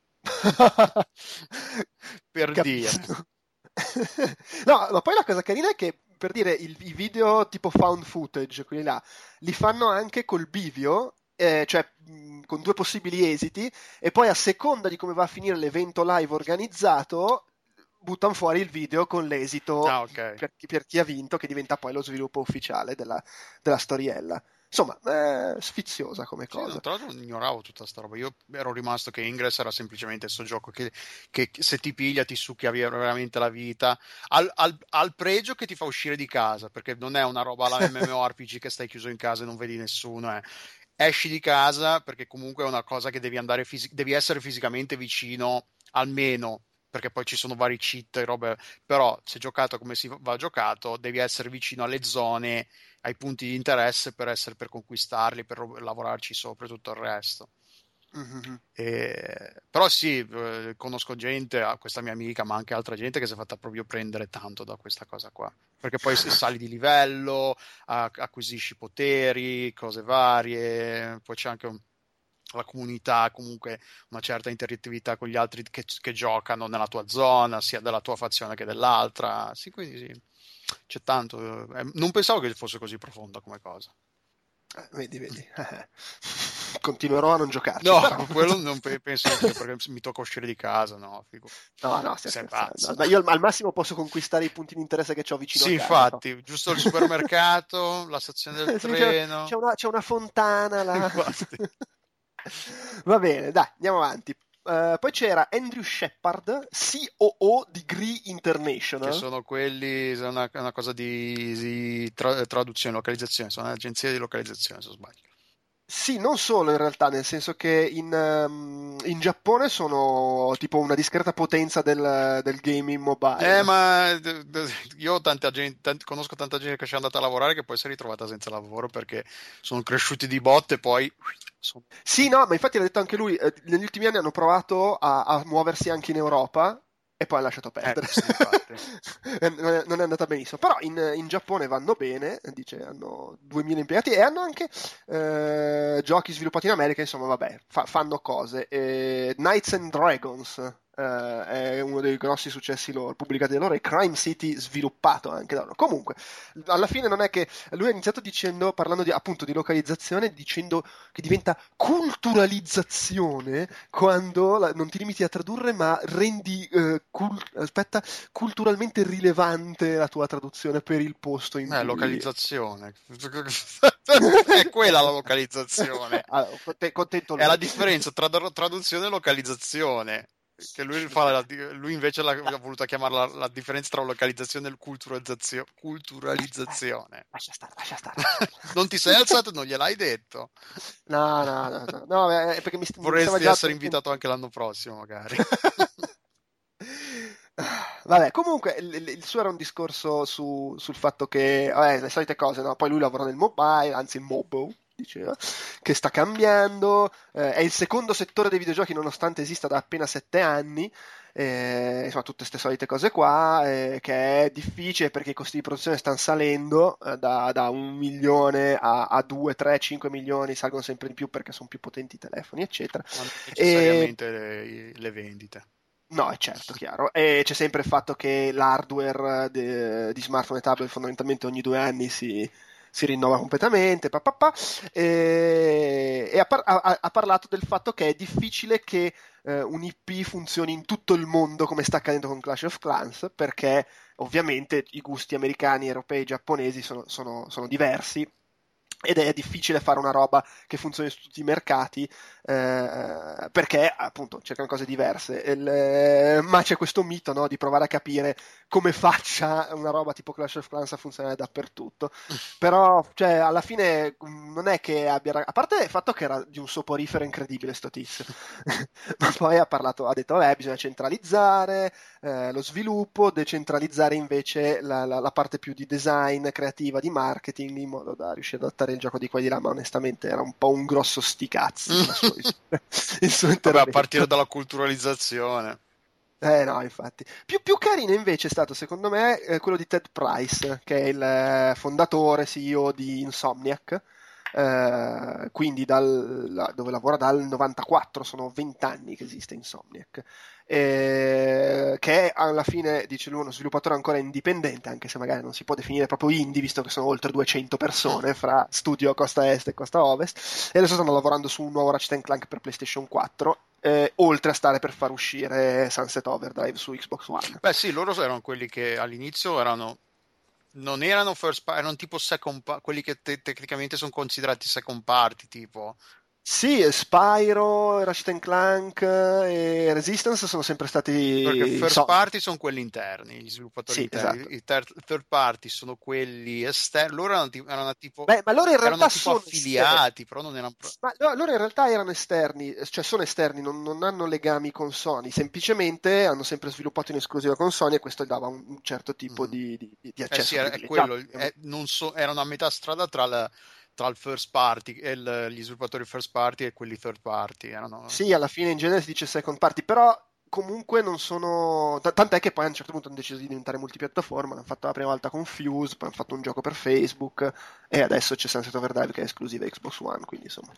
Speaker 2: Per dire.
Speaker 3: Capisco. No, ma poi la cosa carina è che, per dire, il- i video tipo found footage, quelli là, li fanno anche col bivio, eh, cioè mh, con due possibili esiti, e poi a seconda di come va a finire l'evento live organizzato, buttano fuori il video con l'esito
Speaker 2: Ah, ok.
Speaker 3: per chi, per chi ha vinto, che diventa poi lo sviluppo ufficiale della, della storiella. Insomma, eh, sfiziosa come
Speaker 2: Sì, no,
Speaker 3: cosa.
Speaker 2: tra l'altro ignoravo tutta sta roba. Io ero rimasto che Ingress era semplicemente questo gioco che, che se ti piglia ti succhia via veramente la vita. Al, al- al pregio che ti fa uscire di casa, perché non è una roba alla MMORPG che stai chiuso in casa e non vedi nessuno. eh. Esci di casa perché comunque è una cosa che devi andare fisi- devi essere fisicamente vicino, almeno. Perché poi ci sono vari cheat e robe, però se giocato come si va giocato, devi essere vicino alle zone, ai punti di interesse per essere, per conquistarli, per ro- lavorarci sopra e tutto il resto.
Speaker 3: Mhm.
Speaker 2: E- però sì, eh, conosco gente, ah, questa mia amica, ma anche altra gente che si è fatta proprio prendere tanto da questa cosa qua. Perché poi se sali di livello, a- acquisisci poteri, cose varie, poi c'è anche un- la comunità, comunque una certa interattività con gli altri che, che giocano nella tua zona, sia della tua fazione che dell'altra. Sì, quindi sì, c'è tanto. eh, non pensavo che fosse così profonda come cosa.
Speaker 3: Eh, Vedi, vedi. Continuerò a non giocarci,
Speaker 2: No,
Speaker 3: però.
Speaker 2: quello non pe- penso anch'io perché mi tocca uscire di casa, no, figo.
Speaker 3: No, no, stai
Speaker 2: Sei
Speaker 3: scherzando.
Speaker 2: pazzo.
Speaker 3: Ma io al, al massimo posso conquistare i punti di interesse che ho vicino a
Speaker 2: Sì,
Speaker 3: casa. Toh.
Speaker 2: infatti, giusto il supermercato, la stazione del
Speaker 3: Sì, c'è, c'è
Speaker 2: treno.
Speaker 3: una, c'è una fontana là.
Speaker 2: Infatti.
Speaker 3: Va bene, dai, andiamo avanti. Uh, poi c'era Andrew Shepard, C O O di Gree International.
Speaker 2: Che sono quelli, è una, una cosa di, di tra, traduzione, localizzazione, sono un'agenzia di localizzazione, se non sbaglio.
Speaker 3: Sì, non solo in realtà, nel senso che in, um, in Giappone sono tipo una discreta potenza del, del gaming mobile.
Speaker 2: Eh, ma d- d- io ho tanta gente, tant- conosco tanta gente che ci è andata a lavorare che poi si è ritrovata senza lavoro perché sono cresciuti di botte e poi sono...
Speaker 3: Sì, no, ma infatti l'ha detto anche lui, eh, negli ultimi anni hanno provato a, a muoversi anche in Europa e poi hanno lasciato
Speaker 2: Eh,
Speaker 3: perdere.
Speaker 2: sì, infatti.
Speaker 3: Eh, non è, non è andata benissimo, però in, in Giappone vanno bene, dice, hanno duemila impiegati e hanno anche eh, giochi sviluppati in America, insomma, vabbè, fa- fanno cose. Eh, Knights and Dragons eh, è uno dei grossi successi loro, pubblicati da loro, e Crime City sviluppato anche da loro. Comunque, alla fine non è che lui ha iniziato dicendo, parlando di, appunto di localizzazione, dicendo che diventa culturalizzazione quando la- non ti limiti a tradurre, ma rendi eh, cul- aspetta, culturalmente rilevante la tua traduzione per il posto in
Speaker 2: Eh,
Speaker 3: cui...
Speaker 2: localizzazione. È quella la localizzazione.
Speaker 3: Allora, conte- contento
Speaker 2: È la
Speaker 3: lui.
Speaker 2: differenza tra tra- traduzione e localizzazione. Che lui, fa la- lui invece l'ha, ha voluto chiamarla la differenza tra localizzazione e culturalizzazione. culturalizzazione.
Speaker 3: Lascia stare, lascia stare, lascia stare.
Speaker 2: Non ti sei alzato e non gliel'hai detto.
Speaker 3: No, no, no, no, no, eh, perché mi, st- mi stava
Speaker 2: Vorresti
Speaker 3: già...
Speaker 2: essere invitato anche l'anno prossimo, magari.
Speaker 3: Vabbè, comunque il, il- il suo era un discorso su- sul fatto che, vabbè, le solite cose, no? Poi lui lavora nel mobile, anzi il mobo, diceva, che sta cambiando, eh, è il secondo settore dei videogiochi nonostante esista da appena sette anni, eh, insomma tutte queste solite cose qua, eh, che è difficile perché i costi di produzione stanno salendo eh, da, da un milione a, a due, tre, cinque milioni, salgono sempre di più perché sono più potenti i telefoni, eccetera.
Speaker 2: Ma non
Speaker 3: E
Speaker 2: necessariamente le, le vendite.
Speaker 3: no, è certo, chiaro. E c'è sempre il fatto che l'hardware de- di smartphone e tablet fondamentalmente ogni due anni si, si rinnova completamente. Pa, pa, pa. E, e ha, par- ha- ha parlato del fatto che è difficile che eh, un I P funzioni in tutto il mondo come sta accadendo con Clash of Clans, perché ovviamente i gusti americani, europei, giapponesi sono, sono- sono diversi. Ed è difficile fare una roba che funzioni su tutti i mercati eh, perché appunto cercano cose diverse. Il, eh, ma c'è questo mito, no, di provare a capire come faccia una roba tipo Clash of Clans a funzionare dappertutto. Però cioè, alla fine mh, non è che abbia... A parte il fatto che era di un soporifero incredibile sto tizio, ma poi ha parlato, ha detto vabbè bisogna centralizzare eh, lo sviluppo, decentralizzare invece la, la- la parte più di design, creativa, di marketing, in modo da riuscire ad adattare il gioco di qua e di là, ma onestamente era un po' un grosso sti cazzi il suo, il suo
Speaker 2: Vabbè, a
Speaker 3: intervento.
Speaker 2: partire dalla culturalizzazione.
Speaker 3: Eh no, infatti. Più, più carino invece è stato, secondo me, eh, quello di Ted Price, che è il eh, fondatore, C E O di Insomniac, eh, quindi dal- la- dove lavora dal novantaquattro, sono venti anni che esiste Insomniac, eh, che è alla fine, dice lui, uno sviluppatore ancora indipendente, anche se magari non si può definire proprio indie, visto che sono oltre duecento persone fra studio costa est e costa ovest, e adesso stanno lavorando su un nuovo Ratchet and Clank per PlayStation quattro, eh, oltre a stare per far uscire Sunset Overdrive su Xbox One.
Speaker 2: Beh, sì, loro erano quelli che all'inizio erano. Non erano first party, erano tipo second party, quelli che te- tecnicamente sono considerati second party, tipo.
Speaker 3: Sì, Spyro, Ratchet and Clank e Resistance sono sempre
Speaker 2: Perché
Speaker 3: stati
Speaker 2: first
Speaker 3: Sony.
Speaker 2: party sono quelli interni, gli sviluppatori
Speaker 3: Sì,
Speaker 2: interni,
Speaker 3: esatto.
Speaker 2: i ter- third party sono quelli esterni, loro erano, tipo, erano tipo,
Speaker 3: Beh, ma loro in
Speaker 2: erano
Speaker 3: realtà
Speaker 2: tipo
Speaker 3: sono esterni.
Speaker 2: affiliati, però non erano... pro-
Speaker 3: Ma no, loro in realtà erano esterni, cioè sono esterni, non, non hanno legami con Sony, semplicemente hanno sempre sviluppato in esclusiva con Sony e questo dava un, un certo tipo
Speaker 2: Mhm.
Speaker 3: di, di- di
Speaker 2: Eh sì,
Speaker 3: accesso
Speaker 2: è, è
Speaker 3: privilegiato.
Speaker 2: quello, è- non so, erano a metà strada tra, la- tra il first party e il- gli sviluppatori first party e quelli third party, erano...
Speaker 3: Sì, alla fine in genere si dice second party, però comunque non sono... t- Tant'è che poi a un certo punto hanno deciso di diventare multipiattaforma, l'hanno fatto la prima volta con Fuse, poi hanno fatto un gioco per Facebook e adesso c'è Sunset Overdrive che è esclusiva Xbox One, quindi insomma...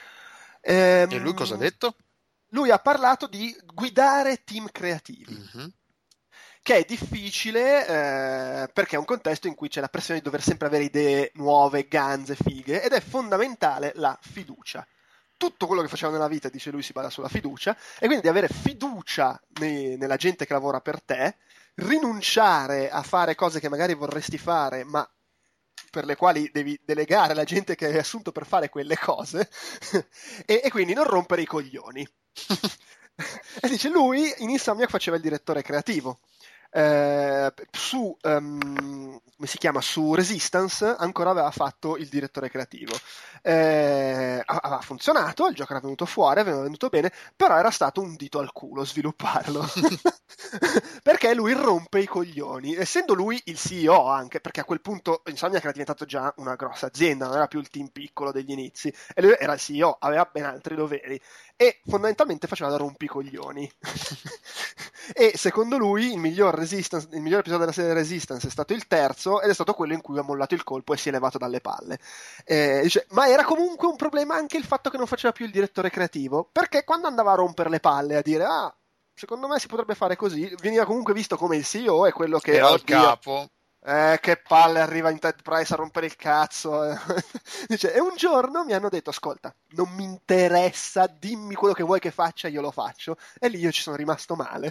Speaker 2: E lui cosa ha
Speaker 3: Ehm,
Speaker 2: detto?
Speaker 3: lui ha parlato di guidare team creativi,
Speaker 2: Mhm.
Speaker 3: che è difficile eh, perché è un contesto in cui c'è la pressione di dover sempre avere idee nuove, ganze, fighe, ed è fondamentale la fiducia. Tutto quello che facciamo nella vita, dice lui, si basa sulla fiducia, e quindi di avere fiducia nei- nella gente che lavora per te, rinunciare a fare cose che magari vorresti fare, ma per le quali devi delegare la gente che hai assunto per fare quelle cose, e, e quindi non rompere i coglioni. E dice, lui in Insomniac faceva il direttore creativo. Eh, su um, come si chiama su Resistance ancora aveva fatto il direttore creativo, eh, aveva funzionato, il gioco era venuto fuori, aveva venuto bene, però era stato un dito al culo svilupparlo perché lui rompe i coglioni, essendo lui il C E O anche, perché a quel punto Insomniac era diventato già una grossa azienda, non era più il team piccolo degli inizi, e lui era il C E O, aveva ben altri doveri e fondamentalmente faceva da rompicoglioni. E secondo lui il miglior, Resistance, il miglior episodio della serie Resistance è stato il terzo ed è stato quello in cui ha mollato il colpo e si è levato dalle palle. Eh, dice, ma era comunque un problema anche il fatto che non faceva più il direttore creativo, perché quando andava a rompere le palle a dire ah, secondo me si potrebbe fare così, veniva comunque visto come il C E O e quello che
Speaker 2: era il
Speaker 3: oddio,
Speaker 2: capo.
Speaker 3: Eh, che palle, arriva in Ted Price a rompere il cazzo. Dice, e un giorno mi hanno detto, ascolta, non mi interessa, dimmi quello che vuoi che faccia, io lo faccio. E lì io ci sono rimasto male.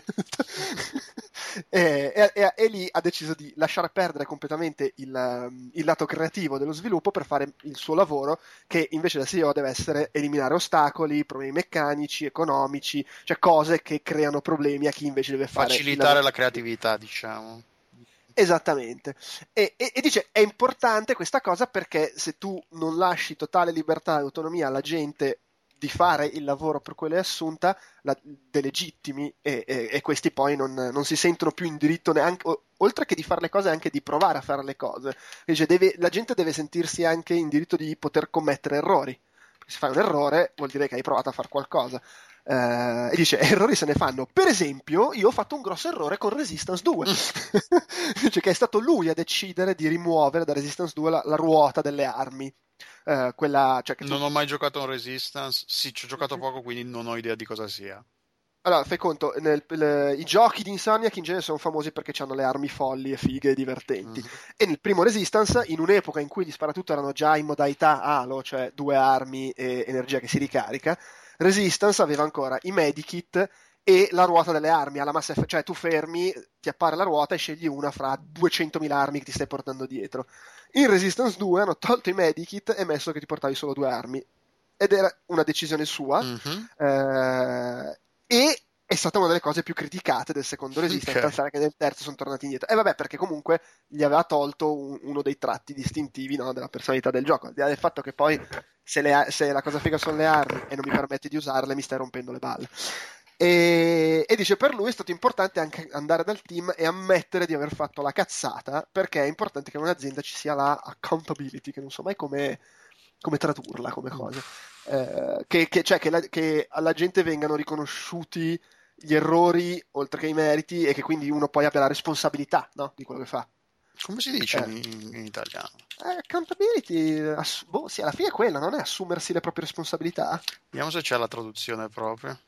Speaker 3: e, e, e, e lì ha deciso di lasciare perdere completamente il, il lato creativo dello sviluppo per fare il suo lavoro, che invece da C E O deve essere eliminare ostacoli, problemi meccanici, economici, cioè cose che creano problemi a chi invece deve fare
Speaker 2: facilitare la creatività, diciamo.
Speaker 3: Esattamente, e, e, e dice è importante questa cosa perché se tu non lasci totale libertà e autonomia alla gente di fare il lavoro per cui è assunta, la delegittimi e, e, e questi poi non, non si sentono più in diritto neanche, o, oltre che di fare le cose, anche di provare a fare le cose. Dice, deve, la gente deve sentirsi anche in diritto di poter commettere errori. Perché se fai un errore vuol dire che hai provato a fare qualcosa. Uh, e dice, errori se ne fanno. Per esempio, io ho fatto un grosso errore con Resistance due. Dice che è stato lui a decidere di rimuovere da Resistance due la, la ruota delle armi. Uh, quella, cioè che tu...
Speaker 2: Non ho mai giocato in Resistance, sì, ci ho giocato poco, quindi non ho idea di cosa sia.
Speaker 3: Allora, fai conto, nel, le, i giochi di Insomniac in genere sono famosi perché hanno le armi folli e fighe e divertenti. Mm-hmm. E nel primo Resistance, in un'epoca in cui gli sparatutto erano già in modalità Halo, cioè due armi e energia che si ricarica, Resistance aveva ancora i medikit e la ruota delle armi alla massa F, cioè tu fermi, ti appare la ruota e scegli una fra duecentomila armi che ti stai portando dietro. In Resistance due hanno tolto i medikit e messo che ti portavi solo due armi. Ed era una decisione sua. Mm-hmm. Eh, e è stata una delle cose più criticate del secondo Resistance, okay. Pensare che nel terzo sono tornati indietro. E vabbè, perché comunque gli aveva tolto un, uno dei tratti distintivi, no, della personalità del gioco. Al di là del fatto che poi se, le, se la cosa figa sono le armi e non mi permetti di usarle, mi stai rompendo le balle. E, e dice, per lui è stato importante anche andare dal team e ammettere di aver fatto la cazzata, perché è importante che in un'azienda ci sia la accountability, che non so mai come, come tradurla come cosa. Eh, che, che, cioè che, la, che alla gente vengano riconosciuti gli errori oltre che i meriti e che quindi uno poi abbia la responsabilità, no, di quello che fa.
Speaker 2: Come si dice
Speaker 3: eh.
Speaker 2: in, in italiano?
Speaker 3: Eh, accountability, ass- boh, sì, alla fine è quella, non è assumersi le proprie responsabilità.
Speaker 2: Vediamo se c'è la traduzione proprio.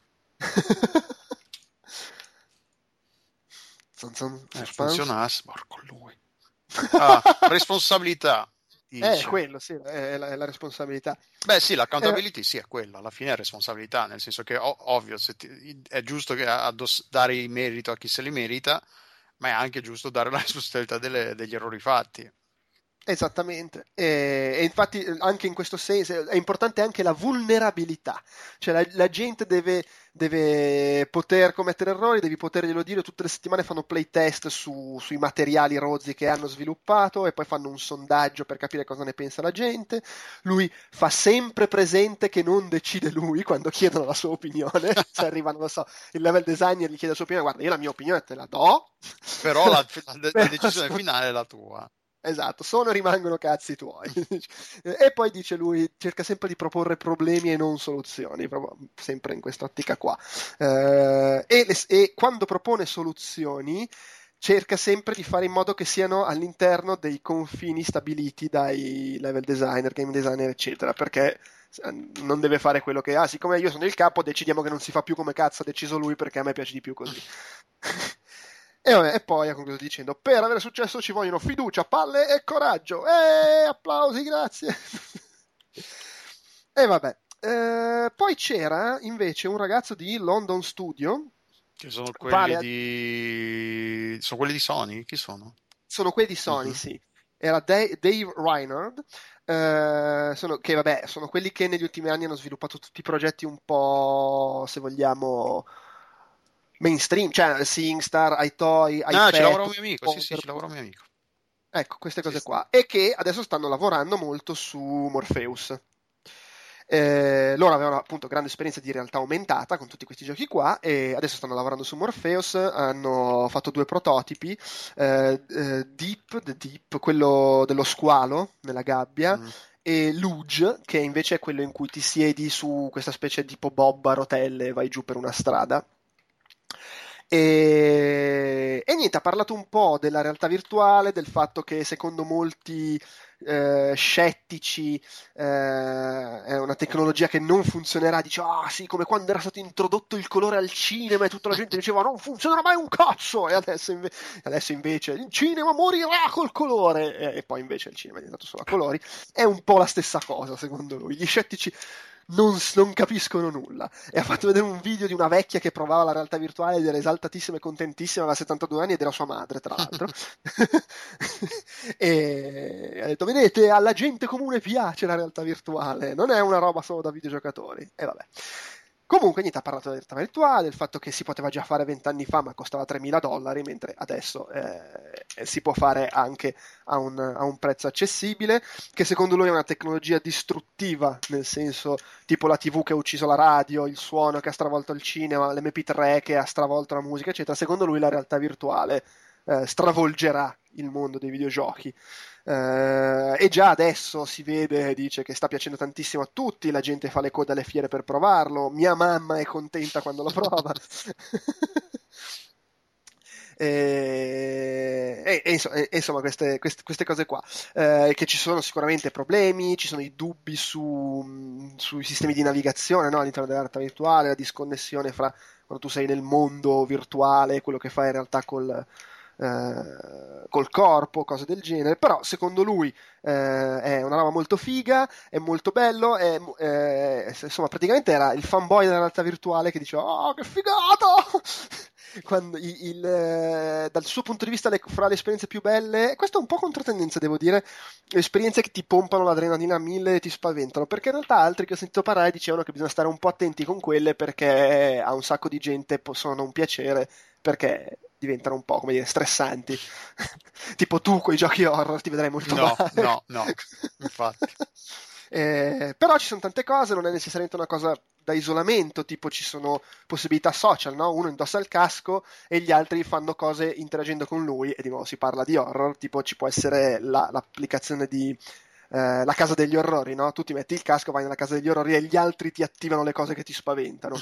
Speaker 3: zon, zon,
Speaker 2: eh, funzionasse, porco lui. Ah, responsabilità.
Speaker 3: Dice. Eh, quello, sì, è la, è la responsabilità.
Speaker 2: Beh, sì, l'accountability eh. sì, è quella, alla fine è responsabilità, nel senso che ov- ovvio, se ti, è giusto che addoss- dare il merito a chi se li merita, ma è anche giusto dare la responsabilità delle, degli errori fatti.
Speaker 3: Esattamente, e, e infatti anche in questo senso è importante anche la vulnerabilità, cioè la, la gente deve, deve poter commettere errori, devi poterglielo dire, tutte le settimane fanno playtest su, sui materiali rozzi che hanno sviluppato e poi fanno un sondaggio per capire cosa ne pensa la gente. Lui fa sempre presente che non decide lui quando chiedono la sua opinione, se arriva, non lo so, il level designer gli chiede la sua opinione, guarda io la mia opinione te la do,
Speaker 2: però la, la, la decisione finale è la tua.
Speaker 3: Esatto, sono e rimangono cazzi tuoi. E poi dice lui, cerca sempre di proporre problemi e non soluzioni, proprio sempre in quest'ottica qua. Eh, e, le, e quando propone soluzioni cerca sempre di fare in modo che siano all'interno dei confini stabiliti dai level designer, game designer, eccetera, perché non deve fare quello che, ah, siccome io sono il capo, decidiamo che non si fa più come cazzo ha deciso lui perché a me piace di più così. E, vabbè, e poi ha concluso dicendo, per avere successo ci vogliono fiducia, palle e coraggio. E applausi, grazie. E vabbè. Eh, poi c'era invece un ragazzo di London Studio.
Speaker 2: Che sono quelli vale a... di... Sono quelli di Sony? Chi sono?
Speaker 3: Sono quelli di Sony, uh-huh. Sì. Era Dave, Dave Reinhardt. Eh, sono, che vabbè, sono quelli che negli ultimi anni hanno sviluppato tutti i progetti un po', se vogliamo... mainstream, cioè SingStar, iToy,
Speaker 2: No, ci lavora un
Speaker 3: iPad,
Speaker 2: mio amico, sì, sì, ci
Speaker 3: Wonderboy.
Speaker 2: lavora un mio amico.
Speaker 3: Ecco, queste
Speaker 2: Sì,
Speaker 3: cose
Speaker 2: sì.
Speaker 3: qua. E che adesso stanno lavorando molto su Morpheus. Eh, loro avevano appunto grande esperienza di realtà aumentata con tutti questi giochi qua e adesso stanno lavorando su Morpheus, hanno fatto due prototipi, eh, eh, Deep, The Deep, quello dello squalo nella gabbia,
Speaker 2: Mm.
Speaker 3: e Luge, che invece è quello in cui ti siedi su questa specie di tipo bob a rotelle e vai giù per una strada. E, e niente, ha parlato un po' della realtà virtuale, del fatto che secondo molti eh, scettici eh, è una tecnologia che non funzionerà. Dice, ah sì, come quando era stato introdotto il colore al cinema e tutta la gente diceva non funzionerà mai un cazzo, e adesso, inve- adesso invece il cinema morirà col colore, e, e poi invece il cinema è diventato solo a colori. È un po' la stessa cosa secondo lui. Gli scettici non, non capiscono nulla, e ha fatto vedere un video di una vecchia che provava la realtà virtuale ed era esaltatissima e contentissima, aveva settantadue anni ed era sua madre, tra l'altro. E ha detto, vedete, alla gente comune piace la realtà virtuale, non è una roba solo da videogiocatori. E vabbè. Comunque, niente, ha parlato della realtà virtuale, del fatto che si poteva già fare vent'anni fa, ma costava tremila dollari, mentre adesso eh, si può fare anche a un, a un prezzo accessibile, che secondo lui è una tecnologia distruttiva, nel senso tipo la tivù che ha ucciso la radio, il suono che ha stravolto il cinema, l'emme pi tre che ha stravolto la musica, eccetera. Secondo lui la realtà virtuale eh, stravolgerà il mondo dei videogiochi. Eh, e già adesso si vede, dice che sta piacendo tantissimo a tutti, la gente fa le code alle fiere per provarlo, mia mamma è contenta quando lo prova. E, e- e inso- e- insomma, queste, queste- queste cose qua, eh, che ci sono sicuramente problemi, ci sono i dubbi su, mh, sui sistemi di navigazione, no, all'interno della realtà virtuale, la disconnessione fra quando tu sei nel mondo virtuale e quello che fai in realtà col, eh, col corpo, cose del genere. Però secondo lui eh, è una roba molto figa, è molto bello, è, eh, insomma praticamente era il fanboy della realtà virtuale che diceva oh che figata! Quando il, il, eh, dal suo punto di vista le, fra le esperienze più belle, questo è un po' controtendenza devo dire, le esperienze che ti pompano l'adrenalina a mille e ti spaventano, perché in realtà altri che ho sentito parlare dicevano che bisogna stare un po' attenti con quelle perché a un sacco di gente possono non piacere perché diventano un po' come dire stressanti. Tipo tu con i giochi horror ti vedrai molto
Speaker 2: No,
Speaker 3: male.
Speaker 2: no, no, infatti.
Speaker 3: Eh, però ci sono tante cose, non è necessariamente una cosa da isolamento, tipo ci sono possibilità social, no? Uno indossa il casco e gli altri fanno cose interagendo con lui, e di nuovo si parla di horror, tipo ci può essere la- l'applicazione di eh, la casa degli orrori, no? Tu ti metti il casco, vai nella casa degli orrori e gli altri ti attivano le cose che ti spaventano.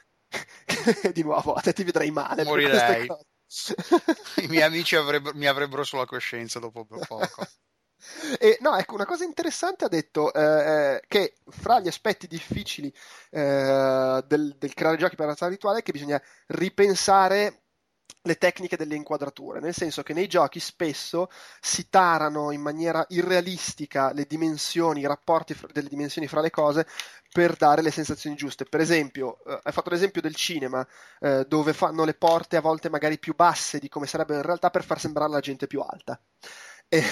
Speaker 3: Di nuovo, a te ti vedrai male per queste
Speaker 2: Morirei.
Speaker 3: cose.
Speaker 2: I miei amici avrebbero- mi avrebbero sulla coscienza dopo poco.
Speaker 3: E, no, ecco, una cosa interessante ha detto eh, eh, che fra gli aspetti difficili eh, del, del creare giochi per la realtà virtuale è che bisogna ripensare le tecniche delle inquadrature, nel senso che nei giochi spesso si tarano in maniera irrealistica le dimensioni, i rapporti fra- delle dimensioni fra le cose per dare le sensazioni giuste. Per esempio, eh, hai fatto l'esempio del cinema, eh, dove fanno le porte a volte magari più basse di come sarebbero in realtà per far sembrare la gente più alta. E,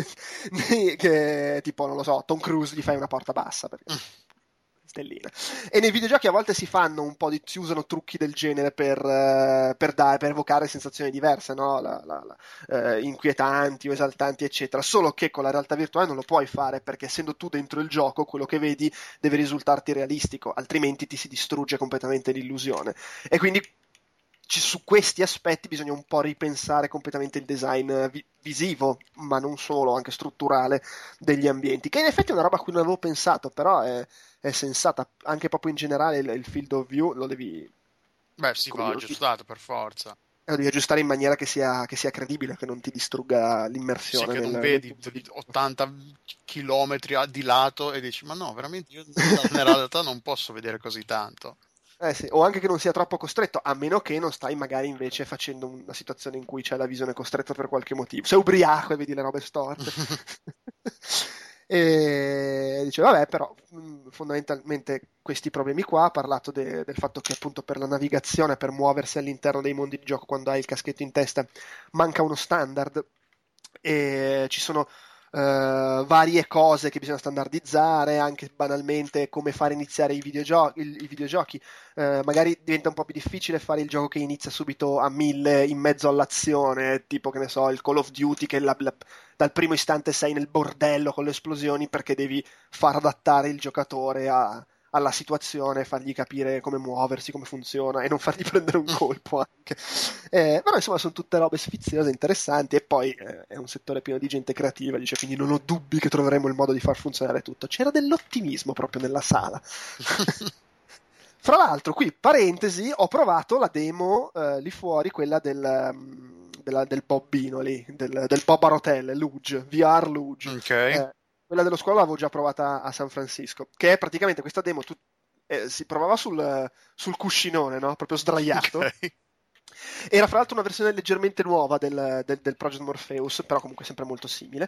Speaker 3: che, tipo, non lo so, Tom Cruise gli fai una porta bassa perché stellina. E nei videogiochi a volte si fanno un po' di, si usano trucchi del genere per, eh, per, dare, per evocare sensazioni diverse, no? La, la, la, eh, inquietanti o esaltanti, eccetera. Solo che con la realtà virtuale non lo puoi fare perché essendo tu dentro il gioco, quello che vedi deve risultarti realistico, altrimenti ti si distrugge completamente l'illusione. E quindi ci- su questi aspetti bisogna un po' ripensare completamente il design eh, vi- visivo, ma non solo, anche strutturale degli ambienti, che in effetti è una roba a cui non avevo pensato, però è, è sensata, anche proprio in generale il, il field of view lo devi,
Speaker 2: Beh, si
Speaker 3: come
Speaker 2: va
Speaker 3: dire, lo devi,
Speaker 2: aggiustato per forza.
Speaker 3: lo devi aggiustare in maniera che sia, che sia credibile, che non ti distrugga
Speaker 2: Sì,
Speaker 3: l'immersione
Speaker 2: che
Speaker 3: nel,
Speaker 2: non
Speaker 3: nel
Speaker 2: vedi
Speaker 3: punto di gioco.
Speaker 2: ottanta chilometri a- di lato e dici, ma no, veramente io nella realtà non posso vedere così tanto.
Speaker 3: Eh sì, o anche che non sia troppo costretto, a meno che non stai magari invece facendo una situazione in cui c'è la visione costretta per qualche motivo. Sei ubriaco e vedi le robe storte. E dice, vabbè, però mh, fondamentalmente questi problemi qua, ha parlato de- del fatto che appunto per la navigazione, per muoversi all'interno dei mondi di gioco quando hai il caschetto in testa, manca uno standard e ci sono eh, varie cose che bisogna standardizzare, anche banalmente come fare iniziare i videogiochi, i videogiochi. Eh, magari diventa un po' più difficile fare il gioco che inizia subito a mille in mezzo all'azione, tipo che ne so, il Call of Duty che la, la, dal primo istante sei nel bordello con le esplosioni perché devi far adattare il giocatore a alla situazione, fargli capire come muoversi, come funziona e non fargli prendere un colpo anche. Eh, però insomma sono tutte robe sfiziose, interessanti e poi eh, è un settore pieno di gente creativa, dice, quindi non ho dubbi che troveremo il modo di far funzionare tutto. C'era dell'ottimismo proprio nella sala. Fra l'altro, qui, parentesi, ho provato la demo eh, lì fuori, quella del, um, della, del Bobbino lì, del, del Bob a rotelle, Luge, V R Luge.
Speaker 2: Ok.
Speaker 3: Eh, quella dello scuola l'avevo già provata a San Francisco, che è praticamente questa demo, tu, eh, si provava sul, sul cuscinone, no? Proprio sdraiato.
Speaker 2: Ok.
Speaker 3: Era fra l'altro una versione leggermente nuova del, del, del Project Morpheus, però comunque sempre molto simile.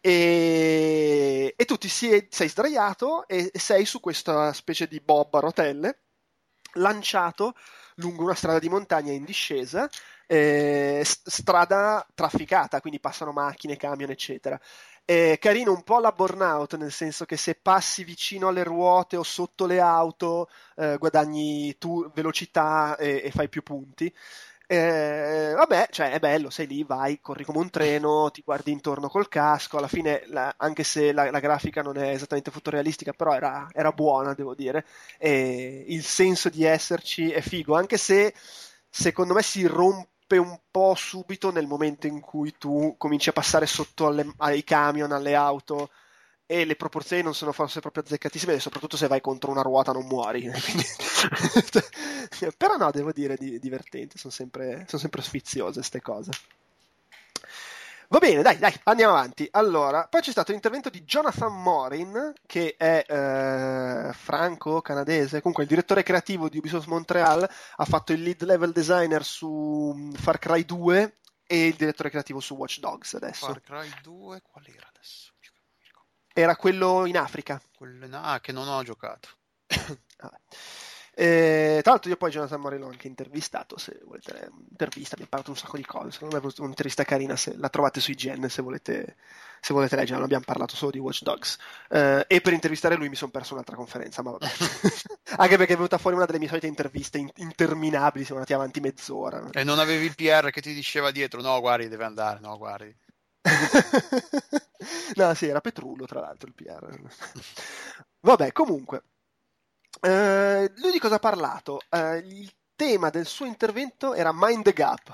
Speaker 3: E, e tu ti sei, sei sdraiato e sei su questa specie di bob a rotelle, lanciato lungo una strada di montagna in discesa, eh, strada trafficata, quindi passano macchine, camion, eccetera. È carino un po' alla Burnout, nel senso che se passi vicino alle ruote o sotto le auto eh, guadagni tu velocità e, e fai più punti. Eh, vabbè, cioè è bello, sei lì, vai, corri come un treno, ti guardi intorno col casco, alla fine la, anche se la, la grafica non è esattamente fotorealistica, però era, era buona, devo dire, e il senso di esserci è figo, anche se secondo me si rompe un po' subito nel momento in cui tu cominci a passare sotto alle, ai camion, alle auto, e le proporzioni non sono forse proprio azzeccatissime, e soprattutto se vai contro una ruota non muori. Quindi... Però no, devo dire, di, divertente, sono sempre, sono sempre sfiziose queste cose. Va bene, dai, dai, andiamo avanti. Allora, poi c'è stato l'intervento di Jonathan Morin, che è eh, franco-canadese, comunque il direttore creativo di Ubisoft Montreal, ha fatto il lead level designer su Far Cry due e il direttore creativo su Watch Dogs adesso.
Speaker 2: Far Cry due, qual era adesso?
Speaker 3: Era quello in Africa.
Speaker 2: Quello... Ah, che non ho giocato.
Speaker 3: Eh, tra l'altro io poi Jonathan Morin l'ho anche intervistato, se volete, intervista, mi ha parlato un sacco di cose, secondo me è un'intervista carina, se la trovate su I G N se volete, se volete leggere, non abbiamo parlato solo di Watch Dogs, eh, e per intervistare lui mi sono perso un'altra conferenza, ma vabbè. Anche perché è venuta fuori una delle mie solite interviste in- interminabili, siamo andati avanti mezz'ora.
Speaker 2: E non avevi il P R che ti diceva dietro, no guardi deve andare, no guardi.
Speaker 3: No, sì, era Petrullo tra l'altro il P R. Vabbè, comunque Uh, lui di cosa ha parlato? Uh, il tema del suo intervento era Mind the Gap.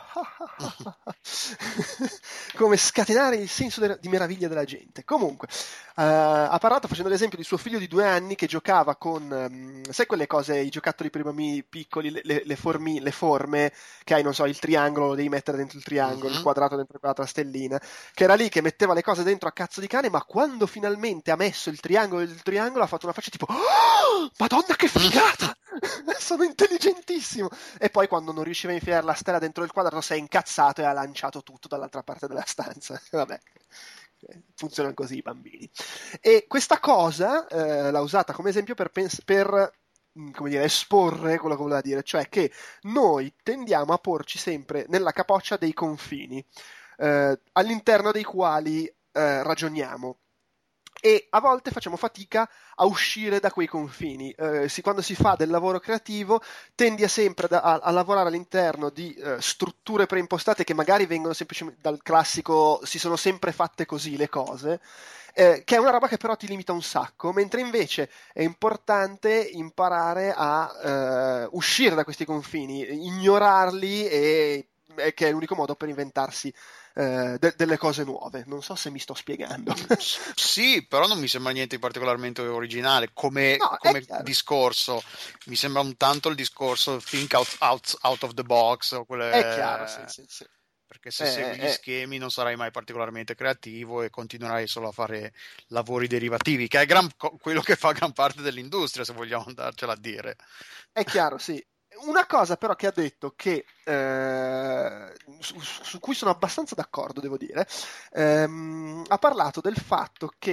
Speaker 3: Come scatenare il senso de- di meraviglia della gente. Comunque, uh, ha parlato facendo l'esempio di suo figlio di due anni che giocava con, um, sai quelle cose, i giocattoli per i bambini piccoli, le, le, le, formi, le forme che hai, non so, il triangolo lo devi mettere dentro il triangolo,
Speaker 2: Mm-hmm.
Speaker 3: il quadrato dentro quella stellina, che era lì che metteva le cose dentro a cazzo di cane, ma quando finalmente ha messo il triangolo il triangolo ha fatto una faccia tipo oh, Madonna che figata! Sono intelligentissimo! E poi quando non riusciva a infilare la stella dentro il quadrato si è incazzato e ha lanciato tutto dall'altra parte della stanza. Vabbè, funzionano così i bambini. E questa cosa eh, l'ha usata come esempio per, pens- per come dire, esporre quello che voleva dire, cioè che noi tendiamo a porci sempre nella capoccia dei confini eh, all'interno dei quali eh, ragioniamo. E a volte facciamo fatica a uscire da quei confini. Eh, si, quando si fa del lavoro creativo tendi a sempre da, a, a lavorare all'interno di eh, strutture preimpostate che magari vengono semplicemente dal classico si sono sempre fatte così le cose, eh, che è una roba che però ti limita un sacco, mentre invece è importante imparare a eh, uscire da questi confini, ignorarli e, e che è l'unico modo per inventarsi Eh, de- delle cose nuove. Non so se mi sto spiegando.
Speaker 2: Sì, però non mi sembra niente di particolarmente originale come,
Speaker 3: No,
Speaker 2: come
Speaker 3: è chiaro.
Speaker 2: discorso. Mi sembra un tanto il discorso think out, out, out of the box o quelle...
Speaker 3: È chiaro, sì, sì, sì.
Speaker 2: Perché se
Speaker 3: Eh,
Speaker 2: segui gli
Speaker 3: eh.
Speaker 2: schemi non sarai mai particolarmente creativo e continuerai solo a fare lavori derivativi, che è gran, quello che fa gran parte dell'industria, se vogliamo andarcela a dire.
Speaker 3: È chiaro, sì. Una cosa però che ha detto che eh, su, su cui sono abbastanza d'accordo, devo dire, ehm, ha parlato del fatto che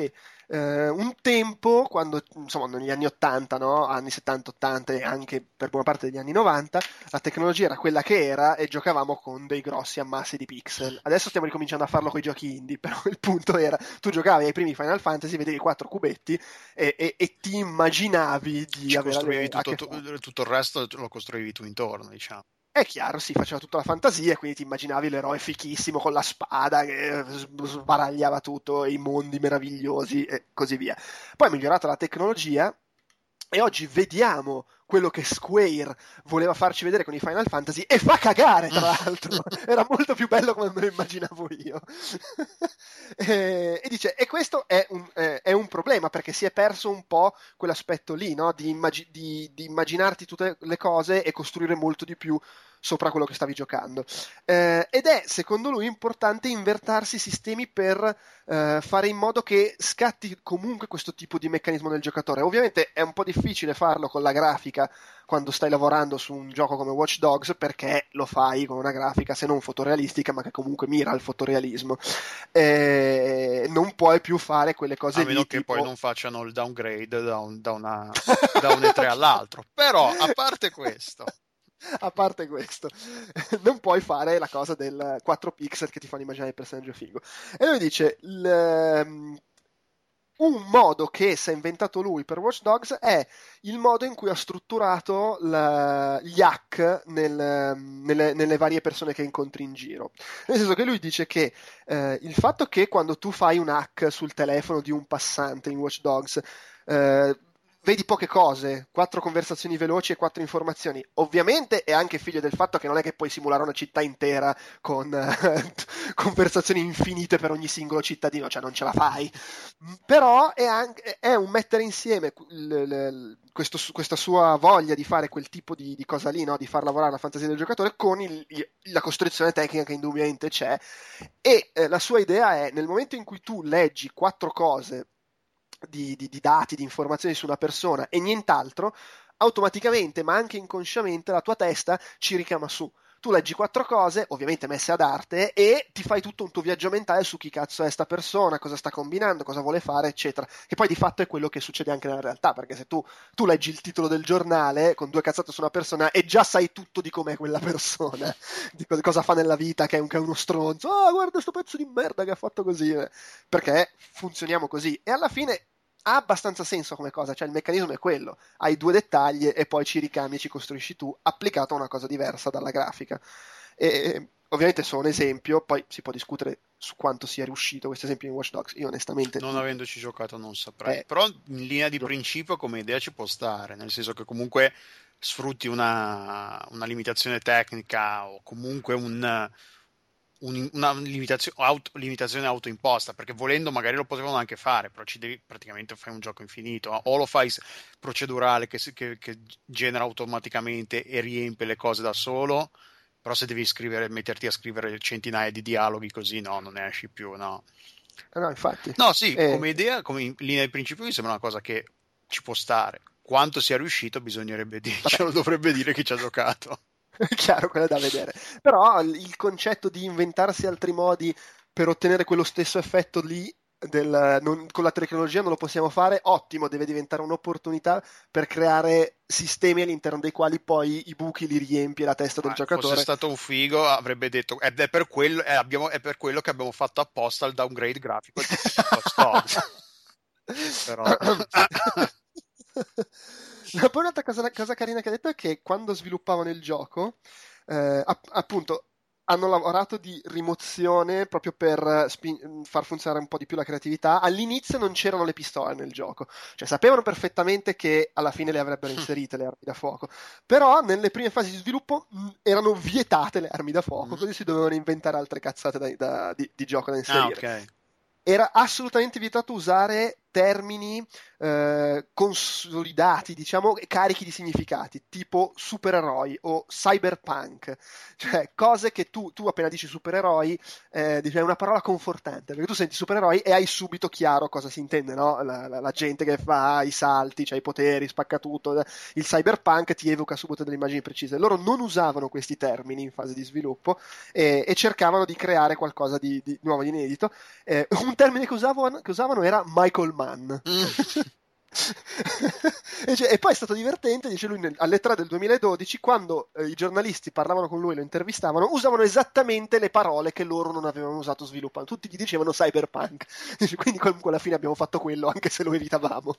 Speaker 3: eh, un tempo, quando, insomma, negli anni ottanta, no? Anni settanta ottanta e anche per buona parte degli anni novanta, la tecnologia era quella che era e giocavamo con dei grossi ammassi di pixel. Adesso stiamo ricominciando a farlo con i giochi indie, però il punto era, tu giocavi ai primi Final Fantasy, vedevi quattro cubetti e, e, e ti immaginavi di
Speaker 2: Ci
Speaker 3: avere
Speaker 2: costruivi
Speaker 3: a che
Speaker 2: tutto,
Speaker 3: fare.
Speaker 2: tu- tutto il resto lo costruivi tu intorno, diciamo.
Speaker 3: È chiaro, sì, faceva tutta la fantasia, quindi ti immaginavi l'eroe fichissimo con la spada che s- sbaragliava tutto, i mondi meravigliosi e così via. Poi è migliorata la tecnologia e oggi vediamo quello che Square voleva farci vedere con i Final Fantasy e fa cagare, tra l'altro. Era molto più bello come me lo immaginavo io. e, e dice, e questo è un, eh, è un problema perché si è perso un po' quell'aspetto lì, no? Di, immagi- di- di immaginarti tutte le cose e costruire molto di più sopra quello che stavi giocando. Eh, ed è, secondo lui, importante invertarsi i sistemi per eh, fare in modo che scatti comunque questo tipo di meccanismo nel giocatore. Ovviamente è un po' difficile farlo con la grafica quando stai lavorando su un gioco come Watch Dogs, perché lo fai con una grafica se non fotorealistica, ma che comunque mira al fotorealismo. Eh, non puoi più fare quelle cose
Speaker 2: A meno
Speaker 3: lì
Speaker 2: che
Speaker 3: tipo
Speaker 2: poi non facciano il downgrade da un, da una, da un E tre all'altro. Però, a parte questo,
Speaker 3: A parte questo, non puoi fare la cosa del quattro pixel che ti fanno immaginare il personaggio figo. E lui dice: il, ehm, un modo che si è inventato lui per Watch Dogs è il modo in cui ha strutturato la- gli hack nel- nelle, nelle varie persone che incontri in giro. Nel senso che lui dice che eh, il fatto che quando tu fai un hack sul telefono di un passante in Watch Dogs, eh, vedi poche cose, quattro conversazioni veloci e quattro informazioni. Ovviamente è anche figlio del fatto che non è che puoi simulare una città intera con eh, conversazioni infinite per ogni singolo cittadino, cioè non ce la fai. Però è, anche, è un mettere insieme l- l- questo- questa sua voglia di fare quel tipo di, di cosa lì, no? Di far lavorare la fantasia del giocatore con il- il- la costruzione tecnica che indubbiamente c'è. E eh, la sua idea è nel momento in cui tu leggi quattro cose di, di- di dati, di informazioni su una persona e nient'altro, automaticamente, ma anche inconsciamente, la tua testa ci richiama su. Tu leggi quattro cose, ovviamente messe ad arte, e ti fai tutto un tuo viaggio mentale su chi cazzo è sta persona, cosa sta combinando, cosa vuole fare, eccetera. Che poi di fatto è quello che succede anche nella realtà, perché se tu, tu leggi il titolo del giornale con due cazzate su una persona e già sai tutto di com'è quella persona, di co- cosa fa nella vita, che è, un, che è uno stronzo, ah, guarda sto pezzo di merda che ha fatto così, perché funzioniamo così. E alla fine ha abbastanza senso come cosa, cioè il meccanismo è quello, hai due dettagli e poi ci ricambi e ci costruisci tu, applicato a una cosa diversa dalla grafica. E ovviamente sono un esempio, poi si può discutere su quanto sia riuscito questo esempio in Watch Dogs, io onestamente
Speaker 2: non avendoci giocato non saprei.
Speaker 3: è...
Speaker 2: Però in linea di principio come idea ci può stare, nel senso che comunque sfrutti una, una limitazione tecnica o comunque un, un- una limitazione, auto, limitazione autoimposta, perché volendo magari lo potevano anche fare, però ci devi praticamente fare un gioco infinito, o lo fai s- procedurale che, si- che- che genera automaticamente e riempie le cose da solo, però se devi scrivere, metterti a scrivere centinaia di dialoghi così, no, non ne esci più, no.
Speaker 3: eh no, infatti.
Speaker 2: No, sì,
Speaker 3: Eh,
Speaker 2: come idea, come in linea di principio mi sembra una cosa che ci può stare. Quanto sia riuscito bisognerebbe
Speaker 3: vabbè,
Speaker 2: dircelo, dovrebbe dire chi ci ha giocato.
Speaker 3: è chiaro, quello è da vedere. Però il il concetto di inventarsi altri modi per ottenere quello stesso effetto lì, del, non- con la tecnologia non lo possiamo fare, ottimo, deve diventare un'opportunità per creare sistemi all'interno dei quali poi i buchi li riempie la testa del
Speaker 2: Ma fosse
Speaker 3: giocatore.
Speaker 2: stato un figo, avrebbe detto ed è per quello, eh, abbiamo- è per quello che abbiamo fatto apposta il downgrade grafico di Watch Dogs. Però
Speaker 3: No, poi un'altra cosa, cosa carina che ha detto è che quando sviluppavano il gioco, eh, app- appunto, hanno lavorato di rimozione proprio per eh, spin- far funzionare un po' di più la creatività. All'inizio non c'erano le pistole nel gioco, cioè sapevano perfettamente che alla fine le avrebbero inserite le armi da fuoco, però nelle prime fasi di sviluppo mh, erano vietate le armi da fuoco,
Speaker 2: Mhm.
Speaker 3: così si dovevano inventare altre cazzate da- da- di, di gioco da
Speaker 2: Ah,
Speaker 3: inserire.
Speaker 2: ok.
Speaker 3: Era assolutamente vietato usare termini eh, consolidati, diciamo, carichi di significati, tipo supereroi o cyberpunk, cioè cose che tu, tu appena dici supereroi, eh, dici, è una parola confortante, perché tu senti supereroi e hai subito chiaro cosa si intende, no? La, la- la gente che fa i salti, c'ha i poteri, spacca tutto. Il cyberpunk ti evoca subito delle immagini precise. Loro non usavano questi termini in fase di sviluppo e, e cercavano di creare qualcosa di, di nuovo, di inedito. Eh, un termine che usavano, che usavano era Michael Man.
Speaker 2: Mm.
Speaker 3: e, cioè, e poi è stato divertente, dice lui, nel, alle tre del duemiladodici, quando eh, i giornalisti parlavano con lui e lo intervistavano, usavano esattamente le parole che loro non avevano usato sviluppando. Tutti gli dicevano cyberpunk. Dice, quindi comunque alla fine abbiamo fatto quello, anche se lo evitavamo.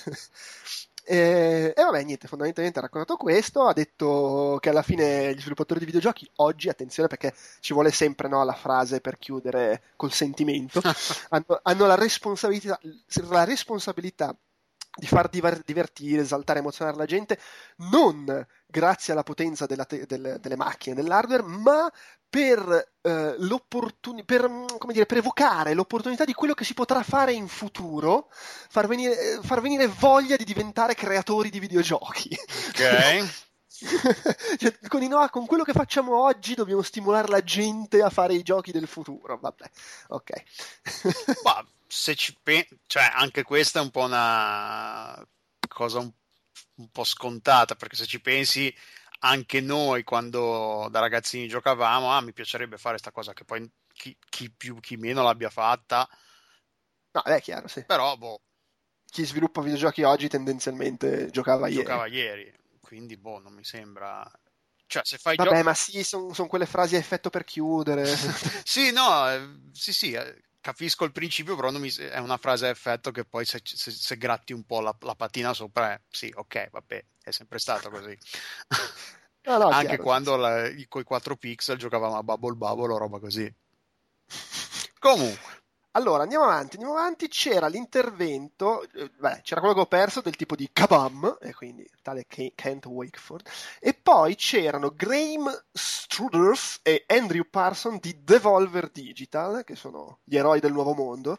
Speaker 3: E, e vabbè, niente, fondamentalmente ha raccontato questo, ha detto che alla fine gli sviluppatori di videogiochi oggi, attenzione perché ci vuole sempre, no, la frase per chiudere col sentimento, hanno, hanno la responsabilità, la responsabilità di far diver- divertire, esaltare, emozionare la gente, non grazie alla potenza della te- del- delle macchine, dell'hardware, ma per, eh, l'opportun- per, mm, come dire, per evocare l'opportunità di quello che si potrà fare in futuro, far venire, eh, far venire voglia di diventare creatori di videogiochi.
Speaker 2: Ok.
Speaker 3: Cioè, con, i no- con quello che facciamo oggi dobbiamo stimolare la gente a fare i giochi del futuro. Vabbè, ok.
Speaker 2: Ma se ci pe- cioè anche questa è un po' una cosa un, un po' scontata, perché se ci pensi anche noi quando da ragazzini giocavamo, ah, mi piacerebbe fare sta cosa, che poi chi, chi più chi meno l'abbia fatta,
Speaker 3: No, è chiaro, sì.
Speaker 2: però boh,
Speaker 3: Chi sviluppa videogiochi oggi tendenzialmente giocava ieri.
Speaker 2: giocava ieri, quindi boh, non mi sembra, cioè se fai
Speaker 3: Vabbè,
Speaker 2: gioco.
Speaker 3: ma sì, sono son quelle frasi a effetto per chiudere.
Speaker 2: Sì, no, eh, sì, sì, eh, capisco il principio, però non mi- è una frase a effetto che poi se, se- se gratti un po' la, la patina sopra, eh, sì, ok, vabbè, è sempre stato così.
Speaker 3: No, no,
Speaker 2: Anche
Speaker 3: chiaro, sì,
Speaker 2: quando la, i- coi quattro pixel giocavamo a Bubble Bubble o roba così. Comunque,
Speaker 3: Allora, andiamo avanti, andiamo avanti. C'era l'intervento, eh, beh, c'era quello che ho perso del tipo di Kabam, e quindi tale Ke- Kent Wakeford, e poi c'erano Graham Struders e Andrew Parson di Devolver Digital, che sono gli eroi del nuovo mondo,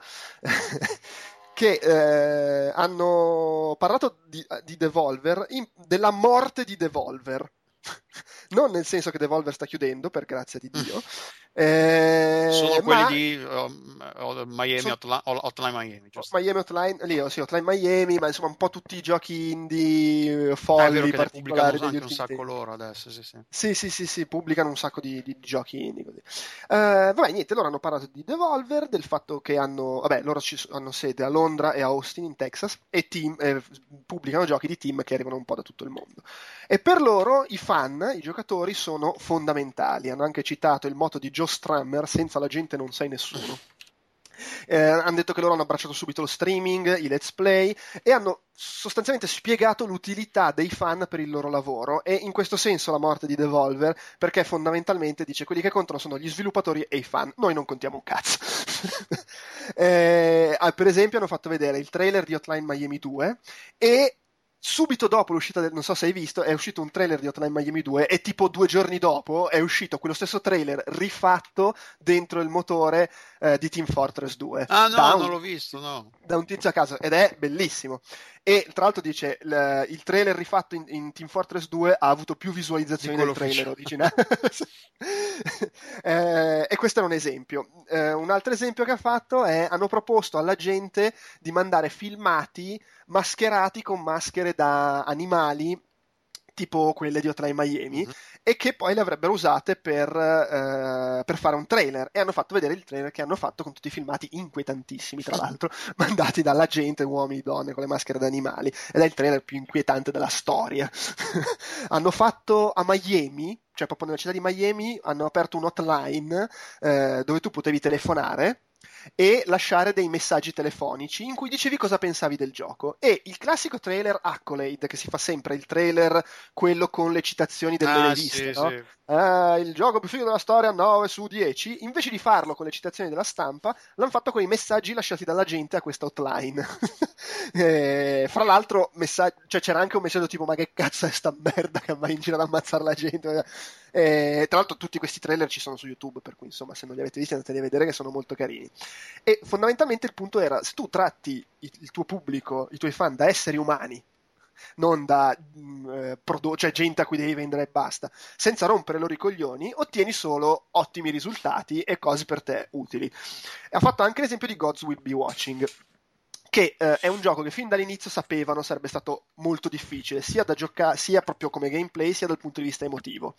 Speaker 3: che eh, hanno parlato di, di Devolver, in- della morte di Devolver. Non nel senso che Devolver sta chiudendo, per grazia di Dio,
Speaker 2: sono
Speaker 3: eh,
Speaker 2: quelli
Speaker 3: ma
Speaker 2: di um, oh, Miami,
Speaker 3: sono
Speaker 2: Hotline, Hotline Miami, giusto?
Speaker 3: Miami Hotline, lì, oh, sì, Hotline Miami, ma insomma un po' tutti i giochi indie eh,
Speaker 2: Ah, è vero
Speaker 3: folli,
Speaker 2: che ne pubblicano
Speaker 3: particolari degli
Speaker 2: anche un
Speaker 3: ultimi
Speaker 2: sacco
Speaker 3: tempi.
Speaker 2: loro adesso, sì, sì.
Speaker 3: Sì, sì, sì, sì, pubblicano un sacco di, di- di giochi indie così. Eh, vabbè, niente, loro hanno parlato di Devolver, del fatto che hanno, vabbè, loro ci, hanno sede a Londra e a Austin in Texas e team, eh, pubblicano giochi di team che arrivano un po' da tutto il mondo. E per loro i fan, i giocatori sono fondamentali. Hanno anche citato il motto di Joe Strummer: senza la gente non sei nessuno. Eh, hanno detto che loro hanno abbracciato subito lo streaming, i let's play e hanno sostanzialmente spiegato l'utilità dei fan per il loro lavoro, e in questo senso la morte di Devolver, perché fondamentalmente dice quelli che contano sono gli sviluppatori e i fan, noi non contiamo un cazzo. eh, ah, per esempio hanno fatto vedere il trailer di Hotline Miami due e subito dopo l'uscita del, non so se hai visto, è uscito un trailer di Hotline Miami due e tipo due giorni dopo è uscito quello stesso trailer rifatto dentro il motore eh, di Team Fortress due
Speaker 2: Ah
Speaker 3: da
Speaker 2: no,
Speaker 3: un,
Speaker 2: non l'ho visto, no.
Speaker 3: da un tizio a caso, ed è bellissimo. E tra l'altro dice il, il trailer rifatto in, in Team Fortress due ha avuto più
Speaker 2: Di
Speaker 3: visualizzazioni
Speaker 2: quello
Speaker 3: del trailer
Speaker 2: ufficiale.
Speaker 3: originale. Eh, e questo era un esempio. Eh, un altro esempio che ha fatto è hanno proposto alla gente di mandare filmati mascherati con maschere da animali tipo quelle di Hotline Miami,
Speaker 2: Mhm.
Speaker 3: e che poi le avrebbero usate per, eh, per fare un trailer, e hanno fatto vedere il trailer che hanno fatto con tutti i filmati inquietantissimi, tra l'altro, mandati dalla gente, uomini, donne con le maschere da animali, ed è il trailer più inquietante della storia. Hanno fatto a Miami, cioè proprio nella città di Miami, hanno aperto un hotline eh, dove tu potevi telefonare e lasciare dei messaggi telefonici in cui dicevi cosa pensavi del gioco. E il classico trailer Accolade, che si fa sempre, il trailer quello con le citazioni delle
Speaker 2: Ah,
Speaker 3: riviste,
Speaker 2: sì,
Speaker 3: no?
Speaker 2: sì.
Speaker 3: Eh, il gioco più figo della storia, nove su dieci. Invece di farlo con le citazioni della stampa, l'hanno fatto con i messaggi lasciati dalla gente a questa hotline. eh, fra l'altro, messa- cioè, c'era anche un messaggio tipo: ma che cazzo è sta merda che vai in giro ad ammazzare la gente? Eh, tra l'altro tutti questi trailer ci sono su YouTube, per cui insomma se non li avete visti andate a vedere, che sono molto carini. E fondamentalmente il punto era: se tu tratti il, il tuo pubblico, i tuoi fan, da esseri umani, non da mh, eh, prodo- cioè gente a cui devi vendere e basta, senza rompere loro i coglioni, ottieni solo ottimi risultati e cose per te utili. E ha fatto anche l'esempio di Gods Will Be Watching, che eh, è un gioco che fin dall'inizio sapevano sarebbe stato molto difficile, sia da giocare, sia proprio come gameplay, sia dal punto di vista emotivo.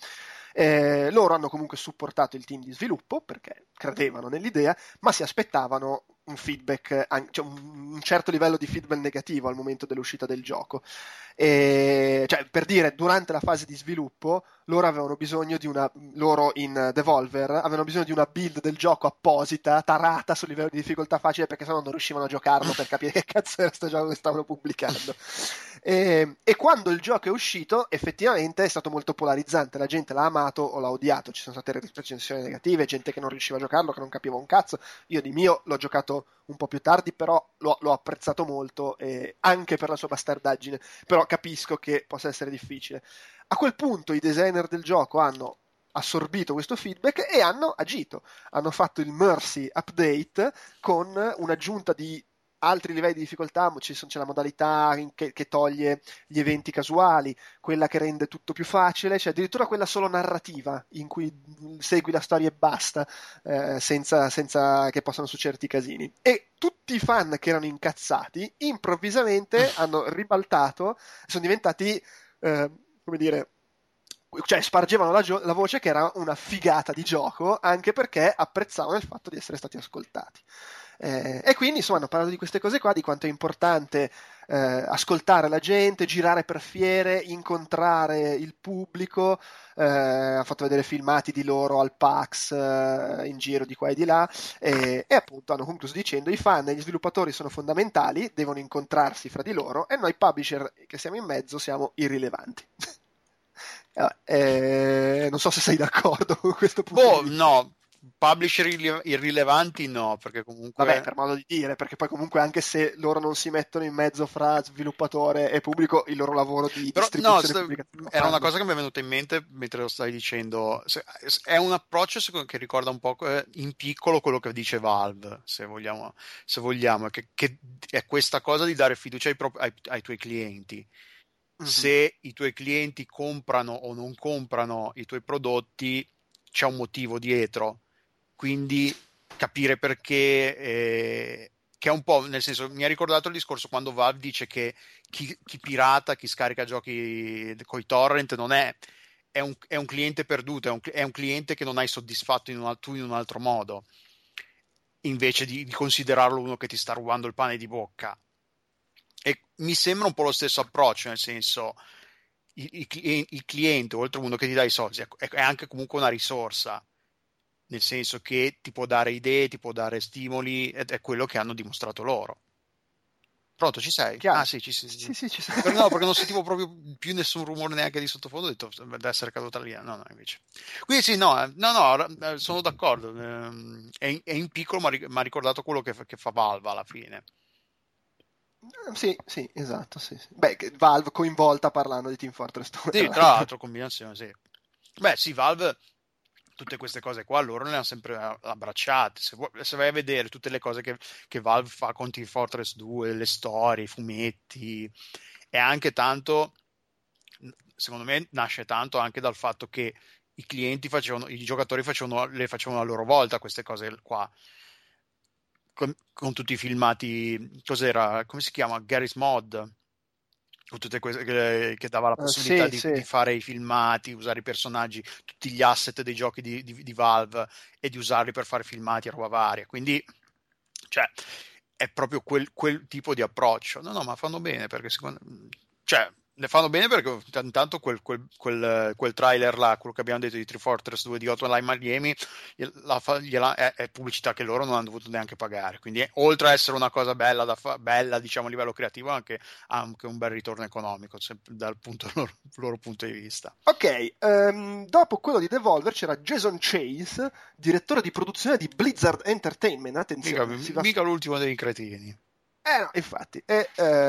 Speaker 3: Eh, loro hanno comunque supportato il team di sviluppo perché credevano nell'idea, ma si aspettavano un feedback, cioè un, un certo livello di feedback negativo al momento dell'uscita del gioco. E, cioè, per dire, durante la fase di sviluppo loro avevano bisogno di una loro in Devolver avevano bisogno di una build del gioco apposita, tarata sul livello di difficoltà facile, perché sennò non riuscivano a giocarlo per capire che cazzo era sto gioco che stavano pubblicando. E, e quando il gioco è uscito effettivamente è stato molto polarizzante, la gente l'ha amato o l'ha odiato, ci sono state recensioni negative, gente che non riusciva a giocarlo, che non capiva un cazzo. Io di mio l'ho giocato un po' più tardi, però l'ho, l'ho apprezzato molto, eh, anche per la sua bastardaggine, però capisco che possa essere difficile. A quel punto i designer del gioco hanno assorbito questo feedback e hanno agito, hanno fatto il Mercy Update con un'aggiunta di altri livelli di difficoltà, c'è la modalità che, che toglie gli eventi casuali, quella che rende tutto più facile, c'è addirittura quella solo narrativa in cui segui la storia e basta, eh, senza, senza che possano succederti casini. E tutti i fan che erano incazzati improvvisamente hanno ribaltato, sono diventati eh, come dire, cioè spargevano la, gio- la voce che era una figata di gioco, anche perché apprezzavano il fatto di essere stati ascoltati. Eh, e quindi insomma hanno parlato di queste cose qua, di quanto è importante eh, ascoltare la gente, girare per fiere, incontrare il pubblico, eh, ha fatto vedere filmati di loro al PAX, eh, in giro di qua e di là, e, e appunto hanno concluso dicendo: i fan e gli sviluppatori sono fondamentali, devono incontrarsi fra di loro, e noi publisher che siamo in mezzo siamo irrilevanti. Eh, non so se sei d'accordo con questo punto
Speaker 2: Boh,
Speaker 3: di vista.
Speaker 2: no, publisher irri- irrilevanti no, perché comunque...
Speaker 3: Vabbè, per modo di dire, perché poi comunque anche se loro non si mettono in mezzo fra sviluppatore e pubblico, il loro lavoro di
Speaker 2: Però no,
Speaker 3: distribuzione
Speaker 2: st-
Speaker 3: pubblica lo
Speaker 2: era una
Speaker 3: fanno.
Speaker 2: cosa che mi è venuta in mente mentre lo stai dicendo. Se- È un approccio secondo- che ricorda un po' eh, in piccolo quello che dice Valve, se vogliamo, se vogliamo, che, che è questa cosa di dare fiducia ai, pro- ai- ai tuoi clienti.
Speaker 3: Mhm.
Speaker 2: Se i tuoi clienti comprano o non comprano i tuoi prodotti, c'è un motivo dietro. Quindi capire perché, eh, che è un po', nel senso, mi ha ricordato il discorso quando Valve dice che chi, chi pirata, chi scarica giochi coi torrent non è, è un, è un cliente perduto, è un, è un cliente che non hai soddisfatto in un, tu in un altro modo, invece di, di considerarlo uno che ti sta rubando il pane di bocca. E mi sembra un po' lo stesso approccio, nel senso, il, il, il cliente, oltre a uno che ti dà i soldi, è, è anche comunque una risorsa, nel senso che ti può dare idee, ti può dare stimoli, ed è quello che hanno dimostrato loro. Pronto, ci sei? Ah
Speaker 3: Chiaro?
Speaker 2: sì, ci sei.
Speaker 3: Sì,
Speaker 2: Sì.
Speaker 3: sì, ci
Speaker 2: Per, no, perché
Speaker 3: sono.
Speaker 2: non sentivo proprio più nessun rumore neanche di sottofondo, ho detto deve essere caduta lì. No, no, invece. Quindi sì, no, eh, no, no, eh, sono d'accordo. ehm, È in, è in piccolo, ma mi ha ricordato quello che fa, che fa Valve alla fine.
Speaker 3: Sì, sì, esatto, sì, sì. Beh, che Valve coinvolta parlando di Team Fortress due,
Speaker 2: Sì,
Speaker 3: tra
Speaker 2: tra
Speaker 3: l'altro.
Speaker 2: l'altro, combinazione, sì. Beh, sì, Valve, tutte queste cose qua, loro le hanno sempre a- abbracciate. Se, vuoi- se vai a vedere tutte le cose che, che Valve fa con Team Fortress due, le storie, i fumetti, è anche tanto, secondo me, nasce tanto anche dal fatto che i clienti facevano, i giocatori facevano, le facevano a loro volta queste cose qua. Con, con tutti i filmati, cos'era, come si chiama? Garry's Mod, con tutte queste che, che dava la
Speaker 3: Eh,
Speaker 2: possibilità
Speaker 3: sì,
Speaker 2: di,
Speaker 3: sì.
Speaker 2: di fare i filmati, usare i personaggi, tutti gli asset dei giochi di, di, di Valve e di usarli per fare filmati e roba varia. Quindi, cioè, è proprio quel, quel tipo di approccio. No, no, ma fanno bene perché secondo cioè, ne fanno bene perché intanto quel, quel, quel, quel trailer là, quello che abbiamo detto di Tree Fortress due di Hotline Miami, la fa, gliela, è, è pubblicità che loro non hanno dovuto neanche pagare. Quindi, oltre a essere una cosa bella, da fa, bella diciamo a livello creativo, anche, anche un bel ritorno economico dal punto, loro, loro punto di vista.
Speaker 3: Ok, ehm, dopo quello di Devolver c'era Jason Chase, direttore di produzione di Blizzard Entertainment.
Speaker 2: Mica,
Speaker 3: Attenzione, si va.
Speaker 2: mica l'ultimo dei cretini.
Speaker 3: Eh no, infatti. E,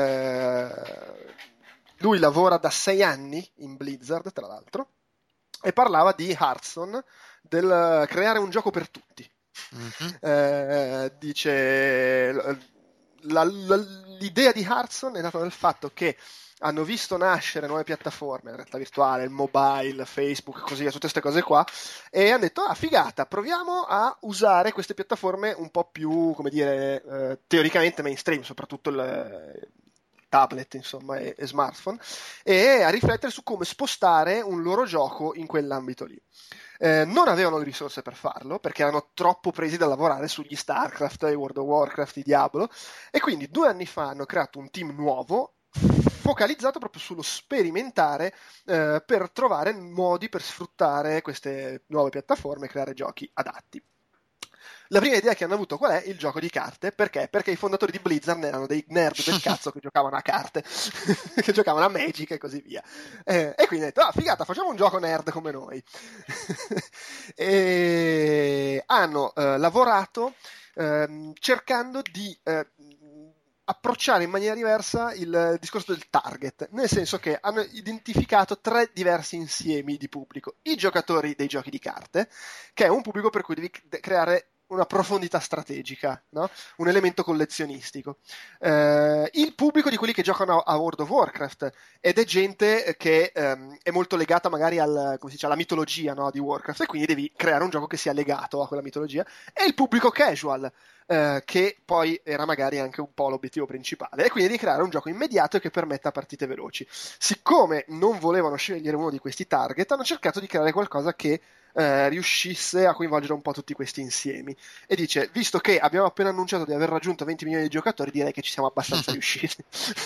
Speaker 3: eh, lui lavora da sei anni in Blizzard, tra l'altro, e parlava di Hearthstone, del creare un gioco per tutti.
Speaker 2: Mm-hmm.
Speaker 3: Eh, dice la- la- l'idea di Hearthstone è nata dal fatto che hanno visto nascere nuove piattaforme, la realtà virtuale, il mobile, Facebook, così, tutte queste cose qua, e hanno detto, ah, figata, proviamo a usare queste piattaforme un po' più, come dire, eh, teoricamente mainstream, soprattutto il tablet, insomma, e, e smartphone, e a riflettere su come spostare un loro gioco in quell'ambito lì. Eh, non avevano le risorse per farlo perché erano troppo presi da lavorare sugli StarCraft, i World of Warcraft, i Diablo, e quindi due anni fa hanno creato un team nuovo focalizzato proprio sullo sperimentare eh, per trovare modi per sfruttare queste nuove piattaforme e creare giochi adatti. La prima idea che hanno avuto qual è? Il gioco di carte. Perché? Perché i fondatori di Blizzard erano dei nerd del cazzo che giocavano a carte, che giocavano a Magic e così via. Eh, e quindi hanno detto, ah figata, facciamo un gioco nerd come noi. E hanno eh, lavorato ehm, cercando di eh, approcciare in maniera diversa il discorso del target, nel senso che hanno identificato tre diversi insiemi di pubblico. I giocatori dei giochi di carte, che è un pubblico per cui devi creare una profondità strategica, no? Un elemento collezionistico. Eh, il pubblico di quelli che giocano a World of Warcraft, ed è gente che ehm, è molto legata magari al, come si dice, alla mitologia, no? Di Warcraft, e quindi devi creare un gioco che sia legato a quella mitologia, e il pubblico casual, eh, che poi era magari anche un po' l'obiettivo principale, e quindi di creare un gioco immediato e che permetta partite veloci. Siccome non volevano scegliere uno di questi target, hanno cercato di creare qualcosa che Eh, riuscisse a coinvolgere un po' tutti questi insiemi, e dice, visto che abbiamo appena annunciato di aver raggiunto venti milioni di giocatori, direi che ci siamo abbastanza riusciti.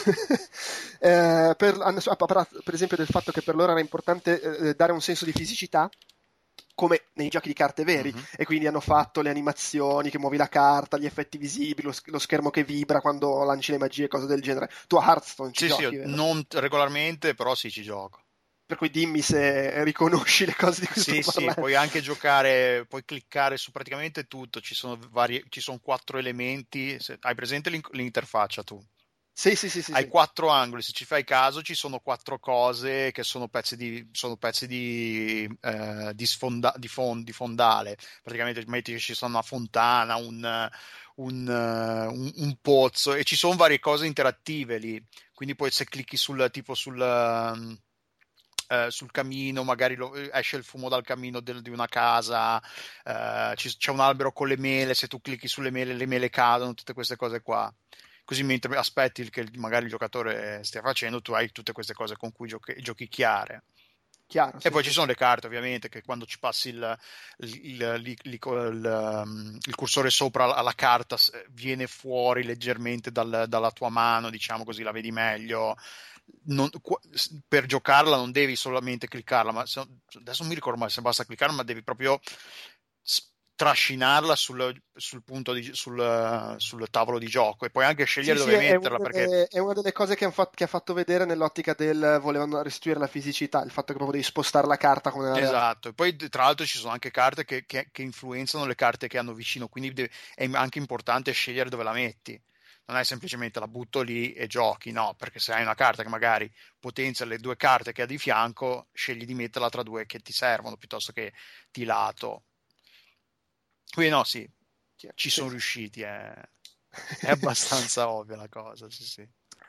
Speaker 3: eh, per, hanno parlato per esempio del fatto che per loro era importante eh, dare un senso di fisicità come nei giochi di carte veri,
Speaker 2: Mhm.
Speaker 3: e quindi hanno fatto le animazioni che muovi la carta, gli effetti visibili, lo, lo schermo che vibra quando lanci le magie e cose del genere. Tu a Hearthstone ci
Speaker 2: Sì, sì,
Speaker 3: giochi,
Speaker 2: io
Speaker 3: vero?
Speaker 2: non regolarmente, però sì, ci gioco.
Speaker 3: Per cui dimmi se riconosci le cose di cui sto
Speaker 2: Sì, sì,
Speaker 3: parlando.
Speaker 2: puoi anche giocare, puoi cliccare su praticamente tutto, ci sono vari, ci sono quattro elementi, se- hai presente l'in- l'interfaccia tu?
Speaker 3: Sì, sì, sì, sì,
Speaker 2: Hai
Speaker 3: sì.
Speaker 2: quattro angoli, se ci fai caso ci sono quattro cose che sono pezzi di, sono pezzi di, eh, di, sfonda- di fon- di fondale, praticamente metti che ci sono una fontana, un, un, eh, un- un pozzo, e ci sono varie cose interattive lì, quindi poi se clicchi sul tipo sul... ehm, eh, sul camino, magari lo- esce il fumo dal camino del- di una casa, eh, ci- c'è un albero con le mele, se tu clicchi sulle mele le mele cadono, tutte queste cose qua. Così mentre aspetti che il- magari il giocatore stia facendo, tu hai tutte queste cose con cui giochi, giochicchiare.
Speaker 3: Chiaro,
Speaker 2: E
Speaker 3: sì,
Speaker 2: poi ci
Speaker 3: sì.
Speaker 2: sono le carte, ovviamente, che quando ci passi il, il- il- il- il- il, um, il cursore sopra alla carta s- viene fuori leggermente dal- dalla tua mano, diciamo così la vedi meglio. Non- qu- s- per giocarla non devi solamente cliccarla, ma se- adesso non mi ricordo mai se basta cliccarla, ma devi proprio s- trascinarla sul, sul punto di- sul, sul tavolo di gioco, e puoi anche
Speaker 3: Sì,
Speaker 2: scegliere
Speaker 3: sì,
Speaker 2: dove
Speaker 3: è una
Speaker 2: metterla, perché
Speaker 3: delle, è una delle cose che, han fatto- che ha fatto vedere nell'ottica del volevano restituire la fisicità, il fatto che proprio devi spostare la carta come nella realtà.
Speaker 2: esatto, e poi tra l'altro ci sono anche carte che, che- che influenzano le carte che hanno vicino, quindi deve- è anche importante scegliere dove la metti. Non è semplicemente la butto lì e giochi, no, perché se hai una carta che magari potenzia le due carte che ha di fianco, scegli di metterla tra due che ti servono piuttosto che di lato. Quindi no, sì,
Speaker 3: Chi-
Speaker 2: ci
Speaker 3: Sì,
Speaker 2: sono
Speaker 3: sì.
Speaker 2: riusciti, è, è abbastanza ovvia la cosa, sì, sì.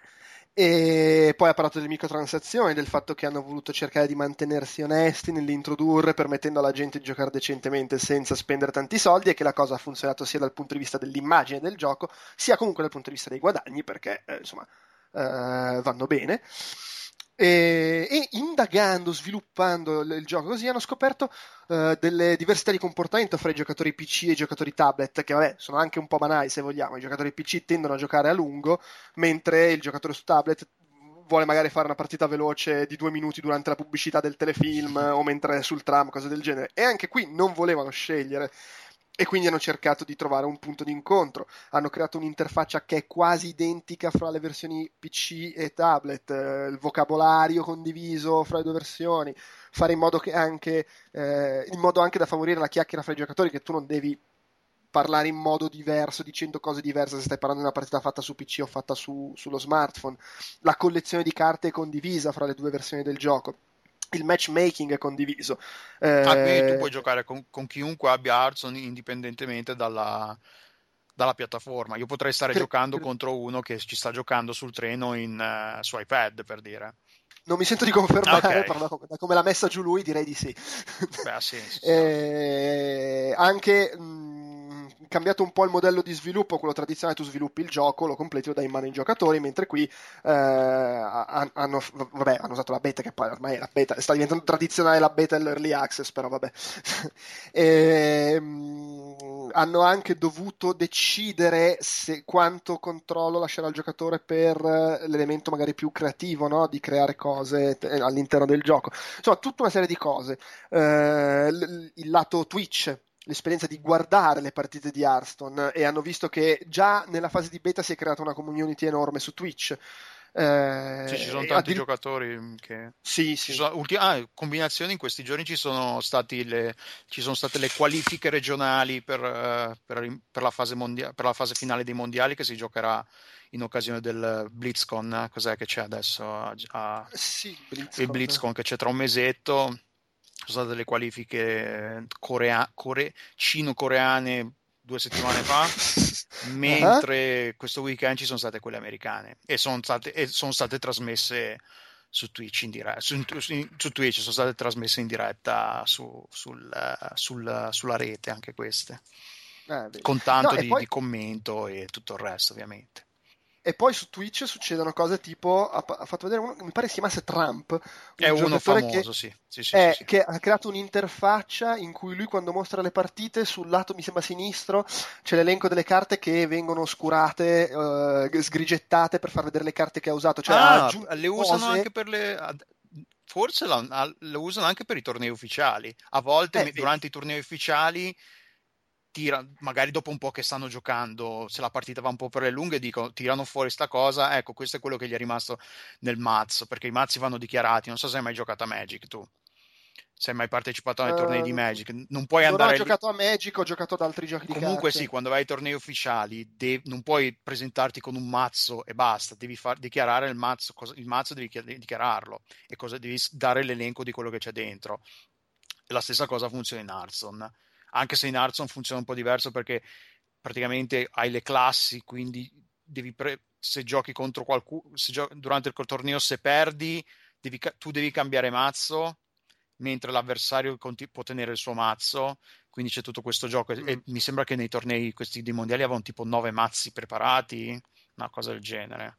Speaker 3: E poi ha parlato delle microtransazioni, del fatto che hanno voluto cercare di mantenersi onesti nell'introdurre, permettendo alla gente di giocare decentemente senza spendere tanti soldi, e che la cosa ha funzionato sia dal punto di vista dell'immagine del gioco, sia comunque dal punto di vista dei guadagni, perché eh, insomma eh, vanno bene. E, e indagando, sviluppando il, il gioco così, hanno scoperto eh, delle diversità di comportamento fra i giocatori P C e i giocatori tablet, che vabbè sono anche un po' banali se vogliamo. I giocatori P C tendono a giocare a lungo, mentre il giocatore su tablet vuole magari fare una partita veloce di due minuti durante la pubblicità del telefilm o mentre è sul tram, cose del genere. E anche qui non volevano scegliere, e quindi hanno cercato di trovare un punto di incontro. Hanno creato un'interfaccia che è quasi identica fra le versioni P C e tablet, eh, il vocabolario condiviso fra le due versioni, fare in modo che anche eh, in modo anche da favorire la chiacchiera fra i giocatori, che tu non devi parlare in modo diverso, dicendo cose diverse se stai parlando di una partita fatta su P C o fatta su, sullo smartphone. La collezione di carte è condivisa fra le due versioni del gioco. Il matchmaking è condiviso.
Speaker 2: Ah, quindi tu puoi
Speaker 3: Eh,
Speaker 2: giocare con, con chiunque abbia Hearthstone indipendentemente dalla, dalla piattaforma. Io potrei stare
Speaker 3: cre-
Speaker 2: giocando
Speaker 3: cre-
Speaker 2: contro uno che ci sta giocando sul treno in, eh, su iPad, per dire.
Speaker 3: Non mi sento di
Speaker 2: Ah,
Speaker 3: confermare,
Speaker 2: ok,
Speaker 3: però da come, da come l'ha messa giù lui direi di sì.
Speaker 2: beh, ha senso, sì.
Speaker 3: Eh, anche mh, cambiato un po' il modello di sviluppo, quello tradizionale, tu sviluppi il gioco, lo completi, lo dai in mano ai giocatori, mentre qui eh, hanno, vabbè, hanno usato la beta, che poi ormai la beta sta diventando tradizionale, la beta e l'early access, però vabbè. e, mh, hanno anche dovuto decidere se, quanto controllo lasciare al giocatore per l'elemento magari più creativo, no? Di creare cose all'interno del gioco, insomma tutta una serie di cose. Eh, il lato Twitch, l'esperienza di guardare le partite di Hearthstone, e hanno visto che già nella fase di beta si è creata una community enorme su Twitch. Eh,
Speaker 2: Sì, ci sono
Speaker 3: e
Speaker 2: tanti
Speaker 3: addir-
Speaker 2: giocatori che
Speaker 3: Sì,
Speaker 2: ci
Speaker 3: sì.
Speaker 2: sono ulti- ah, combinazioni in questi giorni ci sono stati le, ci sono state le qualifiche regionali per, eh, per, per la fase mondia- per la fase finale dei mondiali che si giocherà in occasione del BlizzCon. Cos'è che c'è adesso? A- a-
Speaker 3: Sì,
Speaker 2: il
Speaker 3: BlizzCon.
Speaker 2: BlizzCon che c'è tra un mesetto. Sono state delle qualifiche corea- core- cino-coreane due settimane fa,
Speaker 3: Ah,
Speaker 2: mentre questo weekend ci sono state quelle americane e sono state, e sono state trasmesse su Twitch in diretta, su, su- su Twitch sono state trasmesse in diretta su- sul, eh, sul- sulla rete anche queste,
Speaker 3: eh, vedi.
Speaker 2: con
Speaker 3: No,
Speaker 2: tanto
Speaker 3: e
Speaker 2: di,
Speaker 3: poi
Speaker 2: di commento e tutto il resto, ovviamente.
Speaker 3: E poi su Twitch succedono cose tipo, ha, ha fatto vedere uno, mi pare si chiamasse Trump,
Speaker 2: È
Speaker 3: un
Speaker 2: uno
Speaker 3: giocatore che,
Speaker 2: famoso, sì, sì, sì, sì,
Speaker 3: è-
Speaker 2: sì.
Speaker 3: che ha creato un'interfaccia in cui lui quando mostra le partite sul lato, mi sembra sinistro, c'è l'elenco delle carte che vengono oscurate, eh, sgrigettate per far vedere le carte che ha usato, cioè ha
Speaker 2: Ah,
Speaker 3: aggiunto
Speaker 2: le usano
Speaker 3: cose,
Speaker 2: anche per le... ad- Forse la- a- le usano anche per i tornei ufficiali. A volte
Speaker 3: eh,
Speaker 2: me-
Speaker 3: vedi,
Speaker 2: durante i tornei ufficiali, tira, magari dopo un po' che stanno giocando, se la partita va un po' per le lunghe, dicono, tirano fuori sta cosa, ecco, questo è quello che gli è rimasto nel mazzo, perché i mazzi vanno dichiarati. Non so se hai mai giocato a Magic tu, se hai mai partecipato ai tornei di
Speaker 3: eh,
Speaker 2: Magic. Non puoi
Speaker 3: non ho
Speaker 2: andare lì.
Speaker 3: giocato a Magic, ho giocato ad altri giochi di
Speaker 2: Comunque sì,
Speaker 3: carte.
Speaker 2: quando vai ai tornei ufficiali de- non puoi presentarti con un mazzo e basta, devi far dichiarare il mazzo, cosa- il mazzo devi chi- dichiararlo e cosa, devi s- dare l'elenco di quello che c'è dentro. E la stessa cosa funziona in Hearthstone, anche se in Hearthstone funziona un po' diverso perché praticamente hai le classi, quindi devi pre- se giochi contro qualcuno, se gio- durante il torneo se perdi, devi ca- tu devi cambiare mazzo, mentre l'avversario conti- può tenere il suo mazzo, quindi c'è tutto questo gioco e,
Speaker 3: Mm.
Speaker 2: e mi sembra che nei tornei questi dei mondiali avevano tipo nove mazzi preparati, una cosa del genere.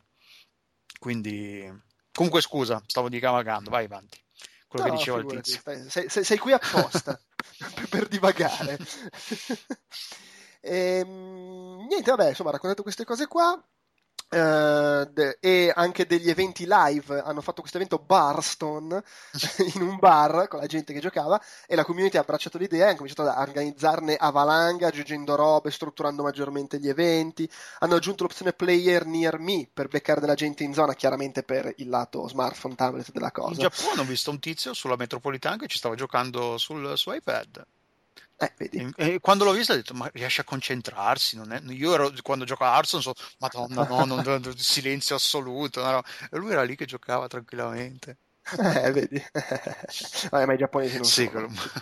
Speaker 2: Quindi comunque scusa, stavo divagando, vai avanti. Quello
Speaker 3: No,
Speaker 2: che
Speaker 3: no,
Speaker 2: diceva il
Speaker 3: figurati,
Speaker 2: tizio.
Speaker 3: stai- sei, sei- sei qui apposta per, per divagare. Ehm, niente, vabbè, insomma, ha raccontato queste cose qua. Eh, de- e anche degli eventi live. Hanno fatto questo evento Barstone in un bar con la gente che giocava, e la community ha abbracciato l'idea e ha cominciato a organizzarne a valanga, aggiungendo robe, strutturando maggiormente gli eventi. Hanno aggiunto l'opzione Player Near Me per beccare della gente in zona, chiaramente per il lato smartphone, tablet della
Speaker 2: In
Speaker 3: cosa.
Speaker 2: Giappone ho visto un tizio sulla metropolitana che ci stava giocando sul, su iPad.
Speaker 3: Eh, vedi.
Speaker 2: E, e quando l'ho visto ho detto, ma riesce a concentrarsi? Non è- Io ero, quando gioco a Hearthstone, so, Madonna, no, non, non- silenzio assoluto. No, no. E lui era lì che giocava tranquillamente.
Speaker 3: Eh, vedi. Vabbè, ma i giapponesi non
Speaker 2: Sì,
Speaker 3: sono
Speaker 2: quello-
Speaker 3: matti.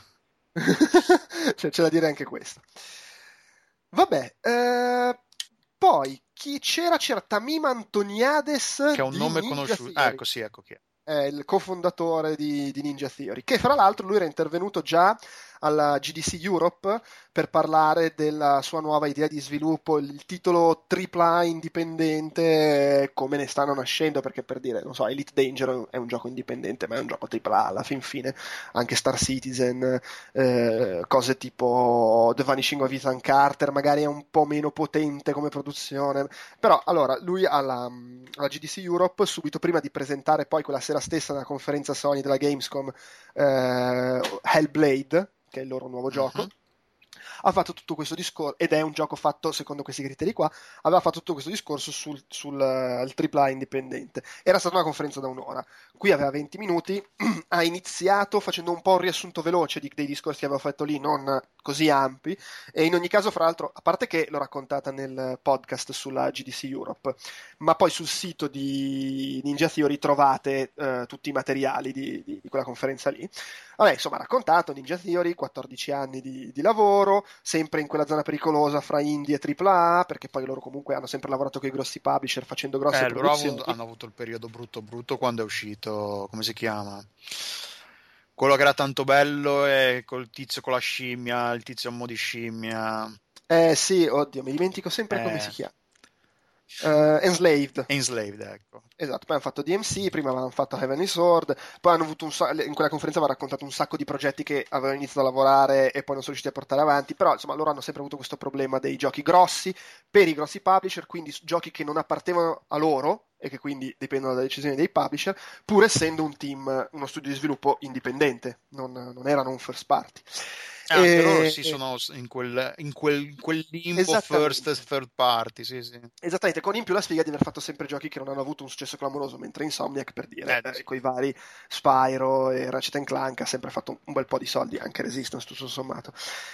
Speaker 3: Cioè, c'è da dire anche questo. Vabbè, eh, poi chi c'era? C'era Tamim Antoniades
Speaker 2: che ha un
Speaker 3: di
Speaker 2: nome
Speaker 3: Ninja
Speaker 2: conosciuto. Ah,
Speaker 3: Theory,
Speaker 2: ecco, sì, ecco chi è.
Speaker 3: è il cofondatore di, di Ninja Theory, che fra l'altro lui era intervenuto già alla G D C Europe per parlare della sua nuova idea di sviluppo, il titolo tripla A indipendente, eh, come ne stanno nascendo, perché per dire, non so, Elite Danger è un gioco indipendente, ma è un gioco tripla A alla fin fine, anche Star Citizen, eh, cose tipo The Vanishing of Ethan Carter, magari è un po' meno potente come produzione, però allora lui alla, alla G D C Europe, subito prima di presentare poi quella sera stessa nella conferenza Sony della Gamescom, eh, Hellblade, che è il loro nuovo gioco,
Speaker 2: Mhm.
Speaker 3: ha fatto tutto questo discorso, ed è un gioco fatto secondo questi criteri qua, aveva fatto tutto questo discorso sul, sul eh, il tripla A indipendente. Era stata una conferenza da un'ora, qui aveva venti minuti, ha iniziato facendo un po' un riassunto veloce di- dei discorsi che aveva fatto lì, non così ampi, e in ogni caso, fra l'altro, a parte che l'ho raccontata nel podcast sulla G D C Europe, ma poi sul sito di Ninja Theory trovate eh, tutti i materiali di, di- di quella conferenza lì. Vabbè, insomma, ha raccontato Ninja Theory, quattordici anni di, di lavoro, sempre in quella zona pericolosa fra indie e tripla A, perché poi loro comunque hanno sempre lavorato con i grossi publisher facendo grosse
Speaker 2: Eh, loro hanno
Speaker 3: produzioni.
Speaker 2: avuto, hanno avuto il periodo brutto brutto quando è uscito, come si chiama? Quello che era tanto bello è col tizio con la scimmia, il tizio a mo' di scimmia.
Speaker 3: Eh sì, oddio, mi dimentico sempre come si
Speaker 2: Eh,
Speaker 3: chiama. Eh, Enslaved.
Speaker 2: Enslaved, ecco.
Speaker 3: Esatto, poi hanno fatto D M C, prima avevano fatto Heavenly Sword, poi hanno avuto un sa- in quella conferenza avevano raccontato un sacco di progetti che avevano iniziato a lavorare e poi non sono riusciti a portare avanti, però insomma loro hanno sempre avuto questo problema dei giochi grossi per i grossi publisher, quindi s- giochi che non appartengono a loro e che quindi dipendono dalle decisioni dei publisher, pur essendo un team, uno studio di sviluppo indipendente, non, non erano un first party.
Speaker 2: Eh, anche loro
Speaker 3: E-
Speaker 2: sì sono in quel, in quel, in quel limbo first e
Speaker 3: Esattamente.
Speaker 2: third party, sì, sì.
Speaker 3: Esattamente, con in più la sfiga di aver fatto sempre giochi che non hanno avuto un successo clamoroso, mentre Insomniac, per dire,
Speaker 2: Eh,
Speaker 3: eh,
Speaker 2: sì.
Speaker 3: coi vari Spyro e Ratchet and Clank ha sempre fatto un, un bel po' di soldi, anche Resistance tutto sommato.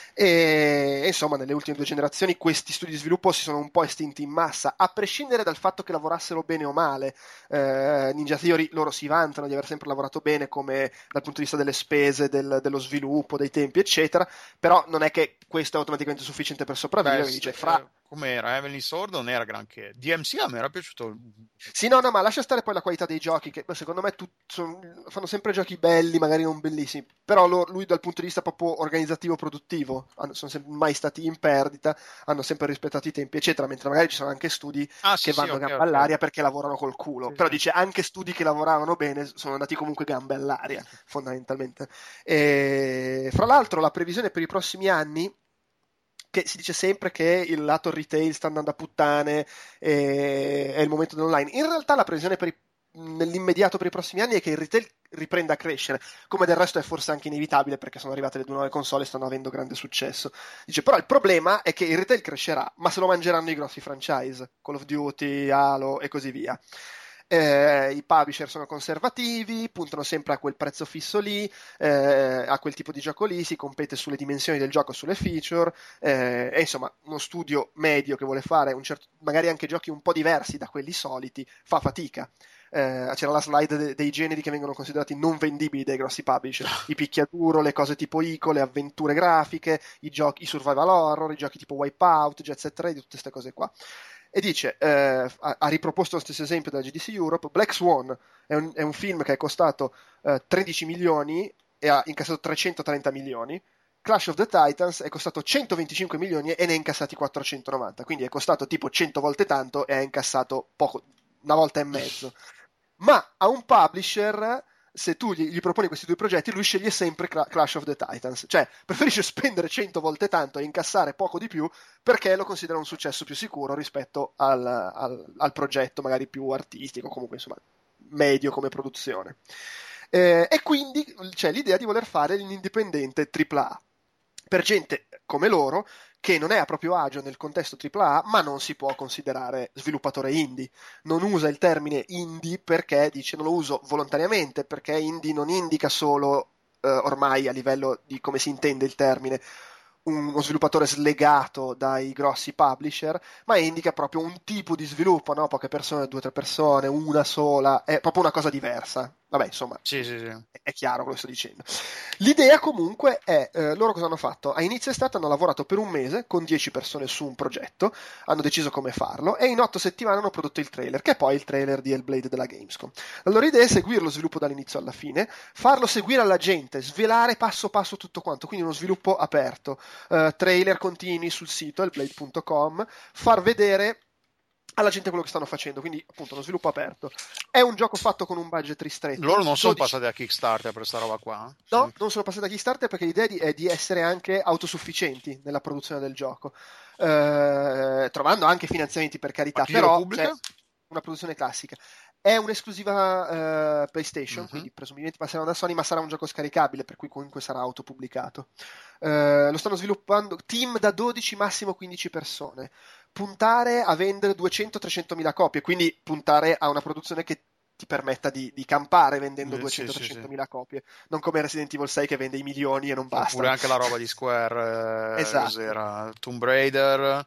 Speaker 3: E e insomma, nelle ultime due generazioni questi studi di sviluppo si sono un po' estinti in massa, a prescindere dal fatto che lavorassero bene o male. Eh, Ninja Theory loro si vantano di aver sempre lavorato bene come dal punto di vista delle spese, del- dello sviluppo, dei tempi, eccetera, però non è che questo è automaticamente sufficiente per
Speaker 2: Beh,
Speaker 3: sopravvivere,
Speaker 2: s-
Speaker 3: dice fra.
Speaker 2: eh, com'era? Heavenly Sword non era granché. D M C a me era piaciuto.
Speaker 3: Sì, no, no, ma lascia stare poi la qualità dei giochi, che beh, secondo me tut- son- fanno sempre giochi belli, magari non bellissimi, però lo- lui dal punto di vista proprio organizzativo-produttivo hanno- sono sempre mai stati in perdita, hanno sempre rispettato i tempi, eccetera, mentre magari ci sono anche studi
Speaker 2: Ah, sì,
Speaker 3: che
Speaker 2: sì,
Speaker 3: vanno
Speaker 2: ok,
Speaker 3: gamba
Speaker 2: ok.
Speaker 3: all'aria perché lavorano col culo,
Speaker 2: Sì,
Speaker 3: però
Speaker 2: sì.
Speaker 3: dice anche studi che lavoravano bene sono andati comunque gambe all'aria, fondamentalmente. E, fra l'altro la previsione per i prossimi anni che si dice sempre che il lato retail sta andando a puttane e è il momento dell'online. In realtà la previsione per i- nell'immediato per i prossimi anni è che il retail riprenda a crescere, come del resto è forse anche inevitabile perché sono arrivate le due nuove console e stanno avendo grande successo. Dice, però il problema è che il retail crescerà, ma se lo mangeranno i grossi franchise, Call of Duty, Halo e così via. Eh, I publisher sono conservativi, puntano sempre a quel prezzo fisso lì, eh, a quel tipo di gioco lì, si compete sulle dimensioni del gioco, sulle feature, eh, e insomma uno studio medio che vuole fare un certo, magari anche giochi un po' diversi da quelli soliti fa fatica. Eh, c'era la slide de- dei generi che vengono considerati non vendibili dai grossi publisher, i picchiaduro, le cose tipo Ico, le avventure grafiche, i giochi, i survival horror, i giochi tipo Wipeout, Jet Set tre, di tutte queste cose qua. E dice, eh, ha, ha riproposto lo stesso esempio della G D C Europe, Black Swan è un, è un film che è costato eh, tredici milioni e ha incassato trecentotrenta milioni. Clash of the Titans è costato centoventicinque milioni e ne ha incassati quattrocentonovanta, quindi è costato tipo cento volte tanto e ha incassato poco, una volta e mezzo. Ma a un publisher, se tu gli, gli proponi questi due progetti, lui sceglie sempre Cla- Clash of the Titans, cioè preferisce spendere cento volte tanto e incassare poco di più perché lo considera un successo più sicuro rispetto al, al- al progetto magari più artistico, comunque insomma medio come produzione. Eh, e quindi c'è l'idea di voler fare l'indipendente tripla A per gente come loro che non è a proprio agio nel contesto tripla A, ma non si può considerare sviluppatore indie. Non usa il termine indie perché dice non lo uso volontariamente, perché indie non indica solo eh, ormai a livello di come si intende il termine uno sviluppatore slegato dai grossi publisher, ma indica proprio un tipo di sviluppo, no? Poche persone, due o tre persone, una sola, è proprio una cosa diversa. Vabbè, insomma,
Speaker 2: Sì, sì, sì.
Speaker 3: è chiaro quello che sto dicendo. L'idea comunque è, eh, loro cosa hanno fatto? A inizio estate hanno lavorato per un mese con dieci persone su un progetto, hanno deciso come farlo e in otto settimane hanno prodotto il trailer, che è poi il trailer di Hellblade della Gamescom. La loro idea è seguire lo sviluppo dall'inizio alla fine, farlo seguire alla gente, svelare passo passo tutto quanto, quindi uno sviluppo aperto, eh, trailer continui sul sito hellblade punto com, far vedere alla gente quello che stanno facendo, quindi appunto uno sviluppo aperto. È un gioco fatto con un budget
Speaker 2: Loro
Speaker 3: ristretto,
Speaker 2: non sono
Speaker 3: dodici.
Speaker 2: passati a Kickstarter per sta roba qua. Sì.
Speaker 3: No, non sono passati da Kickstarter perché l'idea è di, è di essere anche autosufficienti nella produzione del gioco, eh, trovando anche finanziamenti per
Speaker 2: Ma
Speaker 3: carità,
Speaker 2: chi glielo
Speaker 3: però c'è
Speaker 2: pubblica?
Speaker 3: una produzione classica. È un'esclusiva eh, PlayStation,
Speaker 2: Mhm.
Speaker 3: quindi presumibilmente passerà da Sony, ma sarà un gioco scaricabile, per cui comunque sarà autopubblicato. Eh, lo stanno sviluppando team da dodici, massimo quindici persone. Puntare a vendere duecento trecento mila copie, quindi puntare a una produzione che ti permetta di, di campare vendendo
Speaker 2: Eh, Sì,
Speaker 3: duecento
Speaker 2: sì, sì.
Speaker 3: trecento mila copie, non come Resident Evil sei che vende i milioni e non
Speaker 2: Oppure
Speaker 3: bastano.
Speaker 2: anche la roba di Square, eh,
Speaker 3: Esatto.
Speaker 2: cos'era? Tomb Raider,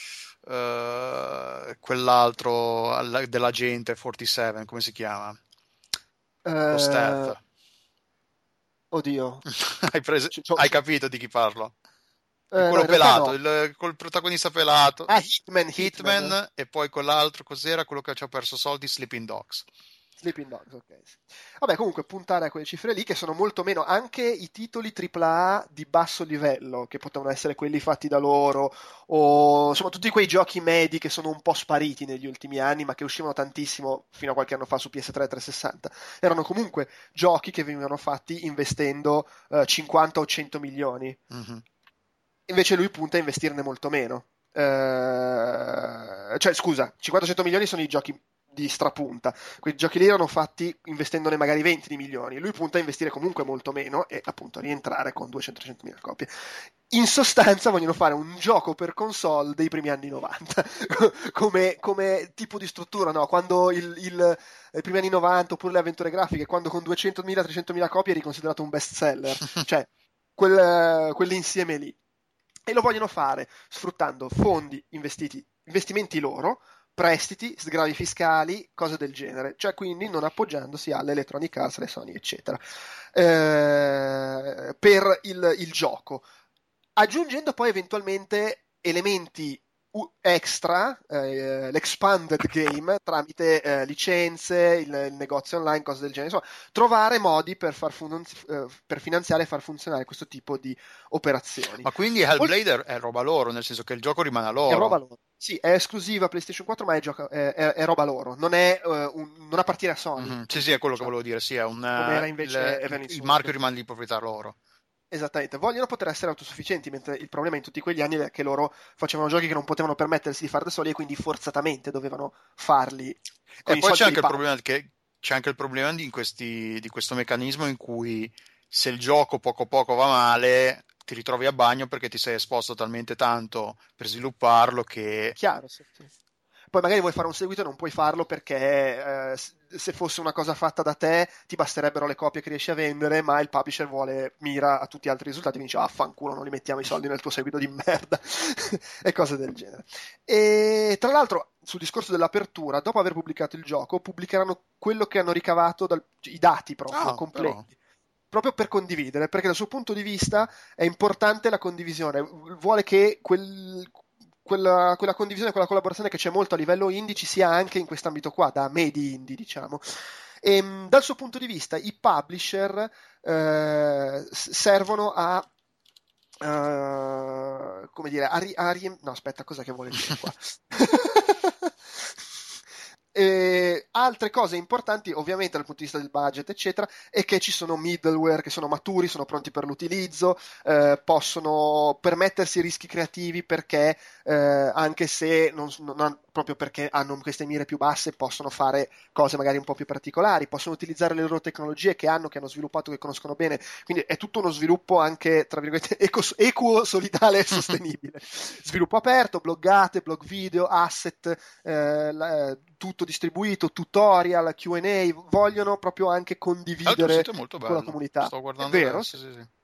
Speaker 2: eh, quell'altro alla- dell'agente quarantasette, come si chiama? Lo
Speaker 3: Eh,
Speaker 2: stealth.
Speaker 3: oddio.
Speaker 2: Hai, preso-
Speaker 3: Ci- c'ho-
Speaker 2: hai
Speaker 3: c'ho-
Speaker 2: capito di chi parlo? Di
Speaker 3: eh, no,
Speaker 2: quello
Speaker 3: in realtà
Speaker 2: pelato,
Speaker 3: no.
Speaker 2: il, col protagonista pelato.
Speaker 3: Ah, Hitman, Hitman.
Speaker 2: Hitman e poi quell'altro, cos'era? Quello che ci ha perso soldi, Sleeping Dogs.
Speaker 3: Sleeping Dogs, ok. Sì. Vabbè, comunque puntare a quelle cifre lì che sono molto meno anche i titoli tripla A di basso livello, che potevano essere quelli fatti da loro, o insomma tutti quei giochi medi che sono un po' spariti negli ultimi anni, ma che uscivano tantissimo fino a qualche anno fa su P S tre e trecentosessanta. Erano comunque giochi che venivano fatti investendo eh, cinquanta o cento milioni.
Speaker 2: Mhm.
Speaker 3: Invece lui punta a investirne molto meno. Eh, cioè, scusa, cinquanta cento milioni sono i giochi di strapunta. Quei giochi lì erano fatti investendone magari venti di milioni. Lui punta a investire comunque molto meno e appunto a rientrare con duecento trecentomila copie. In sostanza vogliono fare un gioco per console dei primi anni novanta come, come tipo di struttura, no? Quando il, il, i primi anni novanta oppure le avventure grafiche, quando con duecentomila trecentomila copie eri considerato un best seller, cioè quel, quell'insieme lì. E lo vogliono fare sfruttando fondi investiti, investimenti loro, prestiti, sgravi fiscali, cose del genere, cioè quindi non appoggiandosi alle Electronic Arts, alle Sony, eccetera, eh, per il, il gioco, aggiungendo poi eventualmente elementi u- extra, eh, l'expanded game, tramite eh, licenze, il, il negozio online, cose del genere, insomma, trovare modi per, far fun- eh, per finanziare e far funzionare questo tipo di operazioni.
Speaker 2: Ma quindi Hellblade è roba loro, nel senso che il gioco rimane a loro.
Speaker 3: È roba loro. Sì, è esclusiva PlayStation quattro, ma è, gioca- è, è- è roba loro. Non è uh, un- non appartiene a Sony.
Speaker 2: Mhm. Sì, sì, è quello che volevo dire. Sì, è un,
Speaker 3: Come era
Speaker 2: eh,
Speaker 3: invece
Speaker 2: il,
Speaker 3: Evelyn
Speaker 2: il
Speaker 3: Sword.
Speaker 2: marchio rimane di proprietà loro.
Speaker 3: Esattamente, vogliono poter essere autosufficienti, mentre il problema in tutti quegli anni è che loro facevano giochi che non potevano permettersi di fare da soli e quindi forzatamente dovevano farli con
Speaker 2: E
Speaker 3: i
Speaker 2: poi
Speaker 3: soldi
Speaker 2: c'è
Speaker 3: che
Speaker 2: anche
Speaker 3: li
Speaker 2: il
Speaker 3: pagano.
Speaker 2: problema che c'è anche il problema di, questi, di questo meccanismo in cui se il gioco poco poco va male, ti ritrovi a bagno perché ti sei esposto talmente tanto per svilupparlo che...
Speaker 3: Chiaro, sì, sì. Poi magari vuoi fare un seguito e non puoi farlo perché eh, se fosse una cosa fatta da te ti basterebbero le copie che riesci a vendere, ma il publisher vuole mira a tutti gli altri risultati, quindi dice ah, fanculo, non li mettiamo i soldi nel tuo seguito di merda e cose del genere. E tra l'altro sul discorso dell'apertura, dopo aver pubblicato il gioco, pubblicheranno quello che hanno ricavato, dal, i dati proprio
Speaker 2: Ah, però...
Speaker 3: completi. Proprio per condividere, perché dal suo punto di vista è importante la condivisione, vuole che quel, quella, quella condivisione, quella collaborazione che c'è molto a livello indie ci sia anche in quest'ambito qua, da medi indie, diciamo. E, dal suo punto di vista, i publisher eh, servono a, uh, come dire, a, ri- a ri- no, aspetta, cos'è che vuole dire qua? E altre cose importanti, ovviamente dal punto di vista del budget, eccetera, è che ci sono middleware che sono maturi, sono pronti per l'utilizzo, eh, possono permettersi rischi creativi perché, eh, anche se non, non, proprio perché hanno queste mire più basse, possono fare cose magari un po' più particolari, possono utilizzare le loro tecnologie che hanno, che hanno sviluppato, che conoscono bene. Quindi è tutto uno sviluppo anche, tra virgolette, eco, equo, solidale e sostenibile. Sviluppo aperto, bloggate, blog video, asset, eh, la, tutto distribuito, tutorial, Q and A, vogliono proprio anche condividere
Speaker 2: L'altro sito è molto
Speaker 3: con la
Speaker 2: bello,
Speaker 3: comunità.
Speaker 2: sto
Speaker 3: È
Speaker 2: guardando
Speaker 3: vero?
Speaker 2: adesso, sì, sì.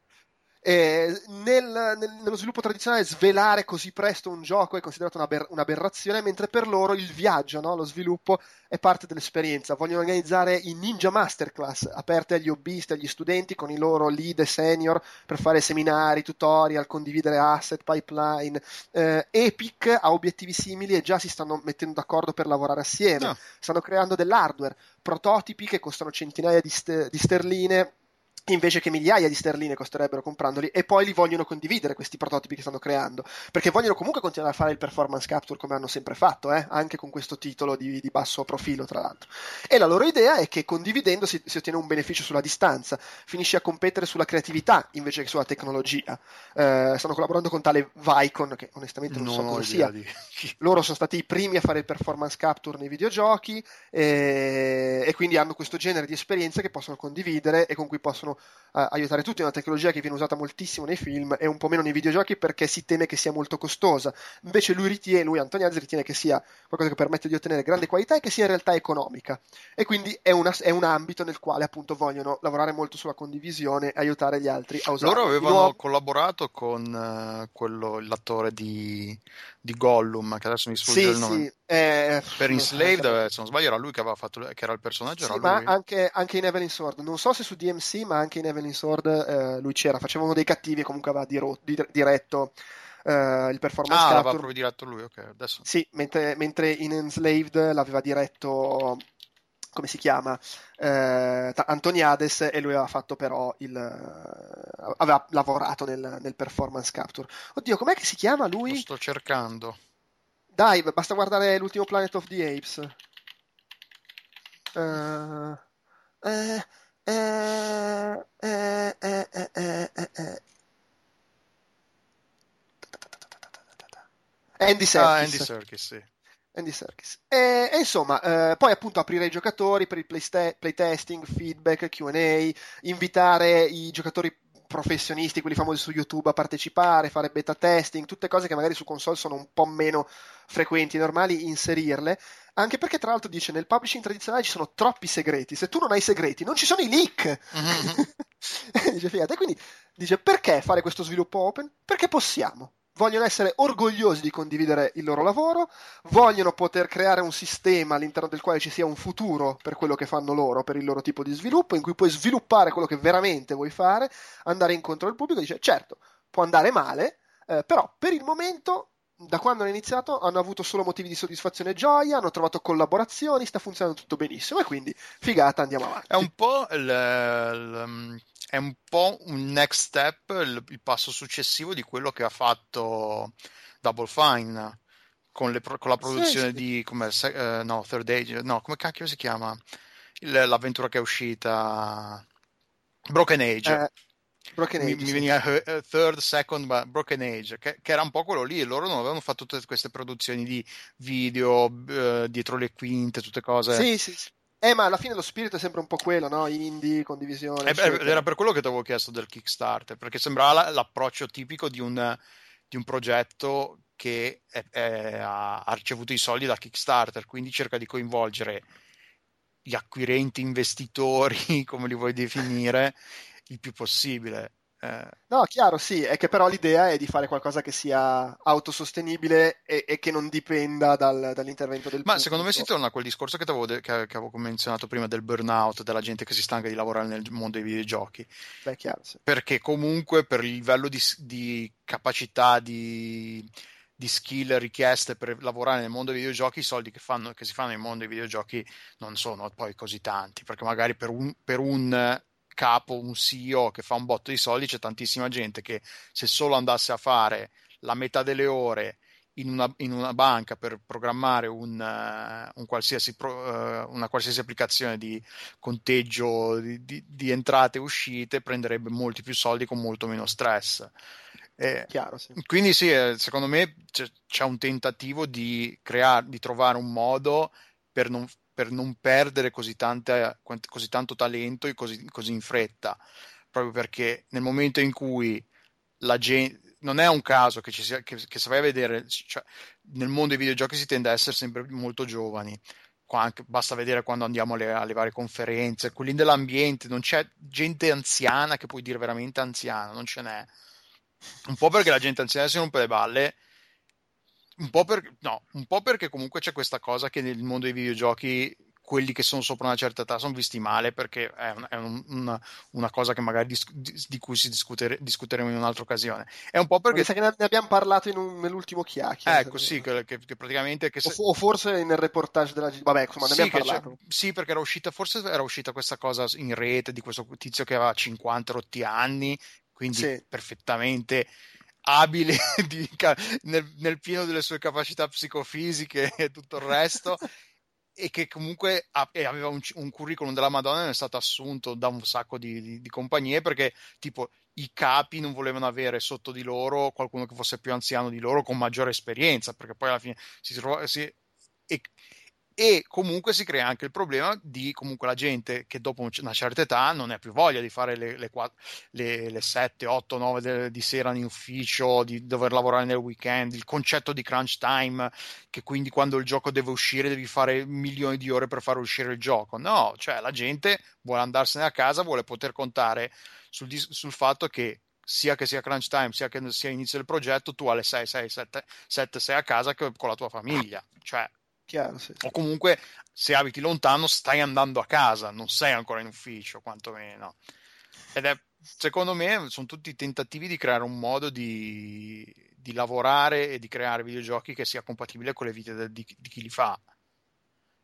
Speaker 3: Eh, nel, nel, nello sviluppo tradizionale svelare così presto un gioco è considerato un'aber- un'aberrazione, mentre per loro il viaggio, no? Lo sviluppo è parte dell'esperienza. Vogliono organizzare i Ninja Masterclass aperte agli hobbisti, agli studenti con i loro lead e senior per fare seminari, tutorial, condividere asset, pipeline. Eh, Epic ha obiettivi simili e già si stanno mettendo d'accordo per lavorare assieme.
Speaker 2: No.
Speaker 3: Stanno creando dell'hardware, prototipi che costano centinaia di, st- di sterline invece che migliaia di sterline costerebbero comprandoli, e poi li vogliono condividere questi prototipi che stanno creando, perché vogliono comunque continuare a fare il performance capture come hanno sempre fatto, eh? Anche con questo titolo di, di basso profilo, tra l'altro. E la loro idea è che condividendo si, si ottiene un beneficio sulla distanza, finisci a competere sulla creatività invece che sulla tecnologia. Eh, stanno collaborando con tale Vicon, che onestamente non,
Speaker 2: Non
Speaker 3: so
Speaker 2: ho
Speaker 3: cosa
Speaker 2: idea
Speaker 3: sia.
Speaker 2: di...
Speaker 3: Loro sono stati i primi a fare il performance capture nei videogiochi e, e quindi hanno questo genere di esperienze che possono condividere e con cui possono uh, aiutare tutti. È una tecnologia che viene usata moltissimo nei film e un po' meno nei videogiochi perché si teme che sia molto costosa. Invece lui ritiene, lui Antoniazzi ritiene che sia qualcosa che permette di ottenere grande qualità e che sia in realtà economica. E quindi è, una, è un ambito nel quale appunto vogliono lavorare molto sulla condivisione e aiutare gli altri a usarlo.
Speaker 2: Loro
Speaker 3: Di
Speaker 2: avevano
Speaker 3: nuovo,
Speaker 2: collaborato con uh, quello, l'attore di, di Gollum, che adesso mi sfugge
Speaker 3: sì,
Speaker 2: il nome.
Speaker 3: sì, eh,
Speaker 2: Per
Speaker 3: non so,
Speaker 2: Enslaved, eh, se non sbaglio, era lui che aveva fatto, che era il personaggio, era
Speaker 3: sì, ma
Speaker 2: lui.
Speaker 3: anche, anche in Evelyn Sword, non so se su D M C, ma anche in Evelyn Sword eh, lui c'era, faceva uno dei cattivi e comunque aveva diro- di- diretto eh, il performance
Speaker 2: Ah, l'aveva
Speaker 3: capture.
Speaker 2: proprio diretto lui, ok, adesso.
Speaker 3: Sì, mentre, mentre in Enslaved l'aveva diretto come si chiama, eh, Ta- Antoniades, e lui aveva fatto però il, eh, aveva lavorato nel, nel performance capture. Oddio, com'è che si chiama
Speaker 2: Lo
Speaker 3: lui?
Speaker 2: sto cercando.
Speaker 3: Dai, basta guardare l'ultimo Planet of the Apes. Eh, eh, eh, eh, eh, eh, eh, eh, eh. Andy
Speaker 2: Ah, Andy
Speaker 3: Serkis.
Speaker 2: Serkis, sì.
Speaker 3: Andy Serkis. E, e insomma, eh, poi appunto aprire i giocatori per il playste- playtesting, feedback, Q and A, invitare i giocatori professionisti, quelli famosi su YouTube, a partecipare, fare beta testing, tutte cose che magari su console sono un po' meno frequenti, normali, inserirle. Anche perché, tra l'altro, dice nel publishing tradizionale ci sono troppi segreti. Se tu non hai segreti, non ci sono i leak.
Speaker 2: Mhm.
Speaker 3: Dice, figata. E quindi dice perché fare questo sviluppo open? Perché possiamo. Vogliono essere orgogliosi di condividere il loro lavoro, vogliono poter creare un sistema all'interno del quale ci sia un futuro per quello che fanno loro, per il loro tipo di sviluppo, in cui puoi sviluppare quello che veramente vuoi fare, andare incontro al pubblico. Dice, certo, può andare male, eh, però per il momento, da quando hanno iniziato, hanno avuto solo motivi di soddisfazione e gioia, hanno trovato collaborazioni, sta funzionando tutto benissimo e quindi figata, andiamo
Speaker 2: È
Speaker 3: avanti.
Speaker 2: un po' il, il- è un po' un next step, il, il passo successivo di quello che ha fatto Double Fine con, le pro- con la
Speaker 3: Sì,
Speaker 2: produzione
Speaker 3: sì.
Speaker 2: di come, se- eh, no, Third Age, no, come cacchio si chiama? Il- l'avventura che è uscita Broken Age.
Speaker 3: Eh, Broken
Speaker 2: Mi,
Speaker 3: Age,
Speaker 2: mi
Speaker 3: sì.
Speaker 2: veniva eh, eh, Third, Second, ma Broken Age, che, che era un po' quello lì, e loro non avevano fatto tutte queste produzioni di video eh, dietro le quinte, tutte cose.
Speaker 3: Sì, sì, sì. Eh, ma alla fine lo spirito è sempre un po' quello, no? Indie, condivisione,
Speaker 2: Eh, beh,
Speaker 3: eccetera.
Speaker 2: Era per quello che ti avevo chiesto del Kickstarter, perché sembrava la- l'approccio tipico di un, di un progetto che è- è- ha, ha ricevuto i soldi da Kickstarter, quindi cerca di coinvolgere gli acquirenti investitori, come li vuoi definire, il più possibile. Eh,
Speaker 3: No, chiaro, sì, è che però l'idea è di fare qualcosa che sia autosostenibile e, e che non dipenda dal- dall'intervento del
Speaker 2: Ma secondo me si
Speaker 3: pubblico.
Speaker 2: torna a quel discorso che, t'avevo de- che- che avevo menzionato prima del burnout, della gente che si stanca di lavorare nel mondo dei videogiochi.
Speaker 3: Beh, chiaro, sì.
Speaker 2: Perché comunque per il livello di, di capacità, di, di skill richieste per lavorare nel mondo dei videogiochi, i soldi che, fanno, che si fanno nel mondo dei videogiochi non sono poi così tanti, perché magari per un, per un capo, un C E O che fa un botto di soldi, c'è tantissima gente che se solo andasse a fare la metà delle ore in una, in una banca per programmare un, eh, un qualsiasi pro- eh, una qualsiasi applicazione di conteggio di, di- di entrate e uscite, prenderebbe molti più soldi con molto meno stress. Eh,
Speaker 3: Chiaro, sì.
Speaker 2: quindi sì, eh, secondo me c'è, c'è un tentativo di creare, di trovare un modo per non, per non perdere così, tante, così tanto talento e così, così in fretta, proprio perché nel momento in cui la gente, non è un caso che, ci sia, che, che se vai a vedere, cioè, nel mondo dei videogiochi si tende a essere sempre molto giovani. Qua anche- basta vedere quando andiamo alle, alle varie conferenze, quelli dell'ambiente, non c'è gente anziana che puoi dire veramente anziana, non ce n'è. Un po' perché la gente anziana si rompe le balle, un po' per, no, un po' perché comunque c'è questa cosa che nel mondo dei videogiochi quelli che sono sopra una certa età sono visti male perché è, un- è un- una, una cosa che magari dis- di, di cui si discutere- discuteremo in un'altra occasione. È un po'
Speaker 3: Ma mi
Speaker 2: perché,
Speaker 3: sa che ne ne abbiamo parlato in un- nell'ultimo chiacchiere, se
Speaker 2: ecco,
Speaker 3: non
Speaker 2: sì,
Speaker 3: ricordo.
Speaker 2: che, che- che praticamente che
Speaker 3: O,
Speaker 2: se-
Speaker 3: fo- o forse nel reportage della G. Vabbè, insomma, ne
Speaker 2: sì,
Speaker 3: abbiamo
Speaker 2: che c'è-
Speaker 3: parlato.
Speaker 2: sì, perché era uscita, forse era uscita questa cosa in rete di questo tizio che aveva cinquanta rotti anni, quindi
Speaker 3: Sì,
Speaker 2: perfettamente abile di ca- nel, nel pieno delle sue capacità psicofisiche e tutto il resto, e che comunque ha- e aveva un, un curriculum della Madonna, è stato assunto da un sacco di, di- di compagnie perché tipo i capi non volevano avere sotto di loro qualcuno che fosse più anziano di loro con maggiore esperienza, perché poi alla fine si trova, si, e, e comunque si crea anche il problema di comunque la gente che dopo una certa età non ha più voglia di fare le, le, quattro, le, le sette, otto, nove de, di sera in ufficio, di dover lavorare nel weekend, il concetto di crunch time, che quindi quando il gioco deve uscire devi fare milioni di ore per far uscire il gioco. No, cioè la gente vuole andarsene a casa, vuole poter contare sul, sul fatto che sia che sia crunch time, sia che sia inizio del progetto, tu alle sei, sei, sette, sette sei a casa con la tua famiglia. Cioè,
Speaker 3: chiaro, sì,
Speaker 2: o
Speaker 3: sì.
Speaker 2: comunque se abiti lontano stai andando a casa, non sei ancora in ufficio, quantomeno. Ed è, secondo me, sono tutti tentativi di creare un modo di, di lavorare e di creare videogiochi che sia compatibile con le vite de- di, di chi li fa.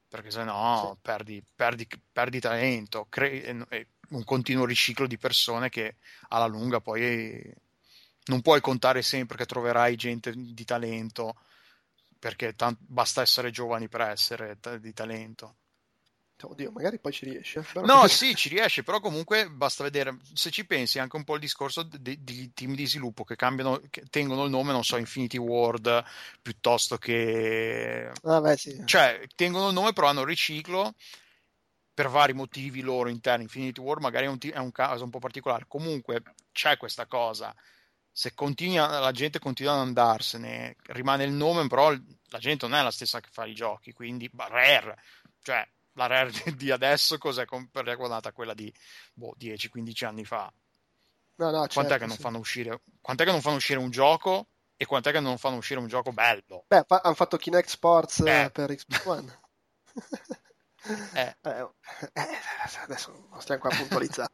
Speaker 2: perché se
Speaker 3: Sì.
Speaker 2: no perdi, perdi, perdi talento, cre- è un continuo riciclo di persone che alla lunga poi non puoi contare sempre che troverai gente di talento, perché tan- basta essere giovani per essere ta- di talento.
Speaker 3: Oddio, magari poi ci riesce, però
Speaker 2: No, sì, ci riesce, però comunque basta vedere, se ci pensi anche un po' il discorso di, di team di sviluppo che cambiano, che tengono il nome, non so, Infinity Ward, piuttosto che...
Speaker 3: vabbè, sì.
Speaker 2: Cioè, tengono il nome però hanno il riciclo per vari motivi loro interni. Infinity Ward magari è un, ti- è un caso un po' particolare. Comunque c'è questa cosa. Se continua, la gente continua ad andarsene, rimane il nome, però la gente non è la stessa che fa i giochi, quindi bah, Rare, cioè la Rare di adesso cos'è com- paragonata a quella di boh, dieci quindici anni fa?
Speaker 3: No, no,
Speaker 2: Quant'è che
Speaker 3: certo,
Speaker 2: non
Speaker 3: sì.
Speaker 2: fanno uscire, quant'è che non fanno uscire un gioco e quant'è che non fanno uscire un gioco bello?
Speaker 3: Beh, fa- hanno fatto Kinect Sports
Speaker 2: Eh,
Speaker 3: eh, per Xbox One.
Speaker 2: eh.
Speaker 3: Eh, eh, adesso non stiamo qua a puntualizzare.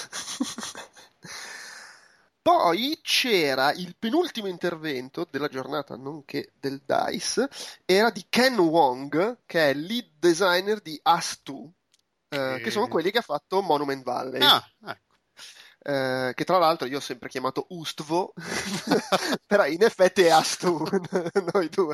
Speaker 3: Poi c'era il penultimo intervento della giornata, nonché del DICE, era di Ken Wong, che è lead designer di Us due, eh, che sono
Speaker 2: Che...
Speaker 3: quelli che ha fatto Monument Valley.
Speaker 2: Ah, ecco.
Speaker 3: Eh, che tra l'altro io ho sempre chiamato Ustvo, però in effetti è Astu, noi due.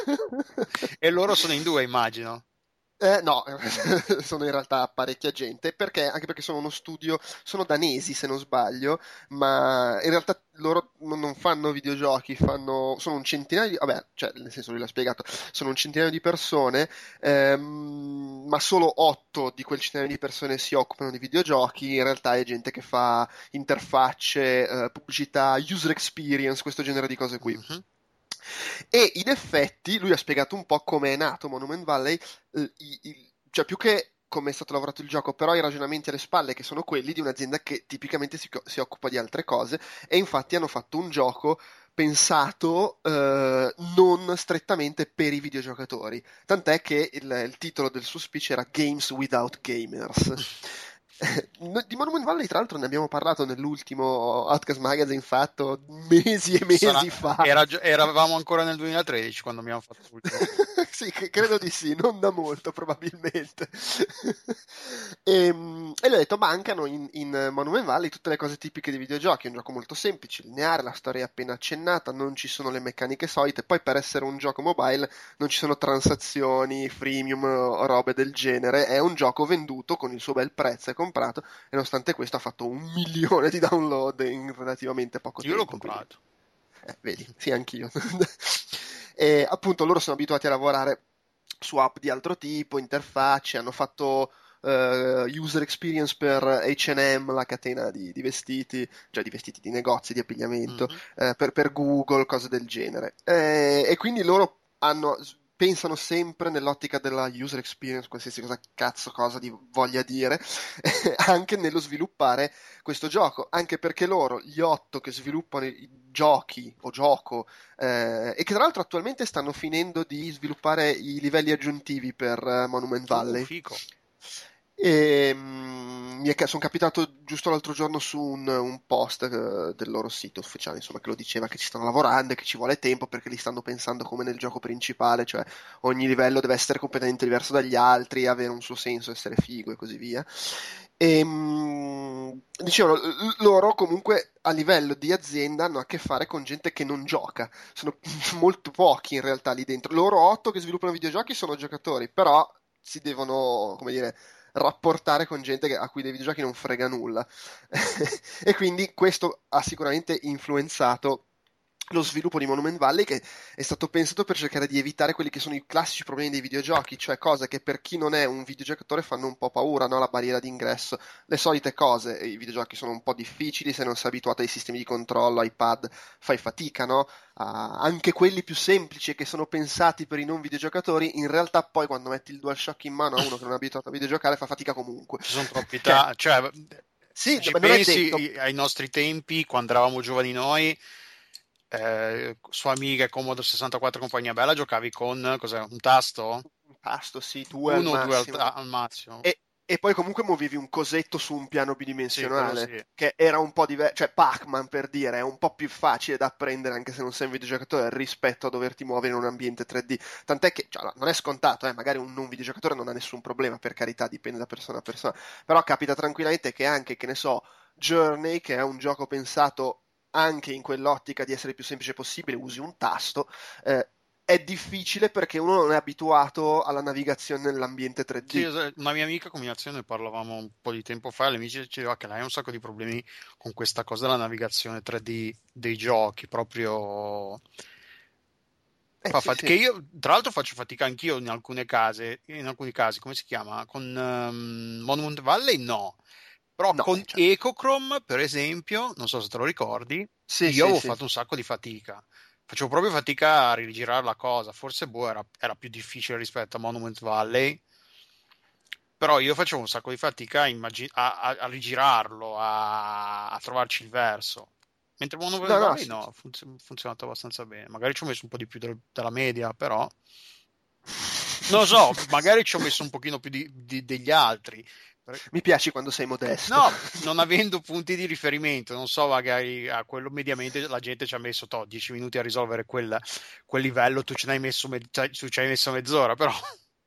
Speaker 2: E loro sono in due, immagino.
Speaker 3: Eh, no, sono in realtà parecchia gente, perché, anche perché sono uno studio, sono danesi se non sbaglio, ma in realtà loro non, non fanno videogiochi, fanno, sono un centinaio di, vabbè, cioè, nel senso lui l'ha spiegato, sono un centinaio di persone, ehm, ma solo otto di quel centinaio di persone si occupano di videogiochi, in realtà è gente che fa interfacce, eh, pubblicità, user experience, questo genere di cose qui.
Speaker 2: Mhm.
Speaker 3: E in effetti lui ha spiegato un po' come è nato Monument Valley, eh, i- il- cioè più che come è stato lavorato il gioco, però i ragionamenti alle spalle, che sono quelli di un'azienda che tipicamente si, si occupa di altre cose, e infatti hanno fatto un gioco pensato eh, non strettamente per i videogiocatori. Tant'è che il, il titolo del suo speech era Games Without Gamers. No- Di Monument Valley, tra l'altro, ne abbiamo parlato nell'ultimo Outcast Magazine fatto mesi e
Speaker 2: Sarà-
Speaker 3: mesi fa.
Speaker 2: era gi- eravamo ancora nel duemilatredici quando abbiamo fatto l'ultimo.
Speaker 3: Sì, che- credo di sì, non da molto probabilmente. E, mm, e gli ho detto, mancano in, in Monument Valley tutte le cose tipiche dei videogiochi, è un gioco molto semplice, lineare, la storia è appena accennata, non ci sono le meccaniche solite, poi per essere un gioco mobile non ci sono transazioni, freemium o robe del genere, è un gioco venduto con il suo bel prezzo e comprato, e nonostante questo ha fatto un milione di download in relativamente poco
Speaker 2: Io l'ho
Speaker 3: tempo, quindi
Speaker 2: comprato.
Speaker 3: eh, vedi, sì, anch'io. E appunto loro sono abituati a lavorare su app di altro tipo, interfacce, hanno fatto eh, user experience per acca e emme, la catena di, di vestiti, cioè di vestiti, di negozi, di abbigliamento,
Speaker 2: Mhm.
Speaker 3: eh, per, per Google, cose del genere. Eh, e quindi loro hanno, pensano sempre nell'ottica della user experience, qualsiasi cosa cazzo cosa di voglia dire, anche nello sviluppare questo gioco, anche perché loro, gli otto che sviluppano i giochi o gioco, eh, e che tra l'altro attualmente stanno finendo di sviluppare i livelli aggiuntivi per eh, Monument
Speaker 2: Uh,
Speaker 3: Valley.
Speaker 2: fico.
Speaker 3: E mm, mi è ca- sono capitato giusto l'altro giorno su un, un post eh, del loro sito ufficiale, insomma, che lo diceva che ci stanno lavorando e che ci vuole tempo perché li stanno pensando come nel gioco principale, cioè ogni livello deve essere completamente diverso dagli altri, avere un suo senso, essere figo e così via. E, mm, dicevano, l- loro comunque a livello di azienda hanno a che fare con gente che non gioca, sono molto pochi in realtà lì dentro. Loro otto che sviluppano videogiochi sono giocatori, però si devono, come dire, rapportare con gente che- a cui dei videogiochi non frega nulla. E quindi questo ha sicuramente influenzato lo sviluppo di Monument Valley, che è stato pensato per cercare di evitare quelli che sono i classici problemi dei videogiochi, cioè cose che per chi non è un videogiocatore fanno un po' paura, no? La barriera d'ingresso, le solite cose. I videogiochi sono un po' difficili, se non sei abituato ai sistemi di controllo, iPad, fai fatica, no? Ah, anche quelli più semplici che sono pensati per i non videogiocatori, in realtà poi quando metti il DualShock in mano a uno che non è abituato a videogiocare fa fatica comunque.
Speaker 2: Ci sono troppi
Speaker 3: Che
Speaker 2: ta- cioè, se
Speaker 3: sì,
Speaker 2: ci
Speaker 3: ma non è detto.
Speaker 2: pensi i- ai nostri tempi, quando eravamo giovani noi, eh, su Amiga e Commodore sessantaquattro e compagnia bella, giocavi con cos'è, un tasto?
Speaker 3: Un tasto, sì, due al
Speaker 2: Uno o due al,
Speaker 3: massimo.
Speaker 2: ta- al massimo.
Speaker 3: E poi comunque muovevi un cosetto su un piano
Speaker 2: Sì, quello
Speaker 3: bidimensionale,
Speaker 2: sì.
Speaker 3: che era un po' diverso, cioè Pac-Man per dire, è un po' più facile da apprendere anche se non sei un videogiocatore rispetto a doverti muovere in un ambiente tre D. Tant'è che, cioè, non è scontato, eh, magari un non videogiocatore non ha nessun problema, per carità, dipende da persona a persona, però capita tranquillamente che anche, che ne so, Journey, che è un gioco pensato anche in quell'ottica di essere il più semplice possibile, usi un tasto, eh, è difficile perché uno non è abituato alla navigazione nell'ambiente
Speaker 2: Sì,
Speaker 3: tre D.
Speaker 2: es- una mia amica combinazione, ne parlavamo un po' di tempo fa, le amici diceva che lei ha un sacco di problemi con questa cosa della navigazione tre D dei giochi, proprio
Speaker 3: Eh
Speaker 2: fa
Speaker 3: sì,
Speaker 2: fat-
Speaker 3: sì.
Speaker 2: che io tra l'altro faccio fatica anch'io in alcune case, in alcuni casi, come si chiama? Con ehm, Monument Valley no, però
Speaker 3: No,
Speaker 2: con
Speaker 3: eh, certo.
Speaker 2: Echochrome, per esempio, non so se te lo ricordi,
Speaker 3: Sì,
Speaker 2: io
Speaker 3: sì,
Speaker 2: avevo
Speaker 3: sì.
Speaker 2: fatto un sacco di fatica. Facevo proprio fatica a rigirare la cosa, forse boh, era, era più difficile rispetto a Monument Valley, però io facevo un sacco di fatica a, immagi- a- a- a rigirarlo, a, a trovarci il verso. Mentre Monument
Speaker 3: No, no,
Speaker 2: Valley
Speaker 3: sì.
Speaker 2: no, ha funz- funzionato abbastanza bene. Magari ci ho messo un po' di più del- della media, però non lo so, magari ci ho messo un pochino più di- di- degli altri. Per-
Speaker 3: Mi piaci quando sei modesto.
Speaker 2: No, non avendo punti di riferimento, non so, magari a quello mediamente la gente ci ha messo toh, dieci minuti a risolvere quel, quel livello, tu ce n'hai messo, me- cioè, tu ci hai messo mezz'ora, però,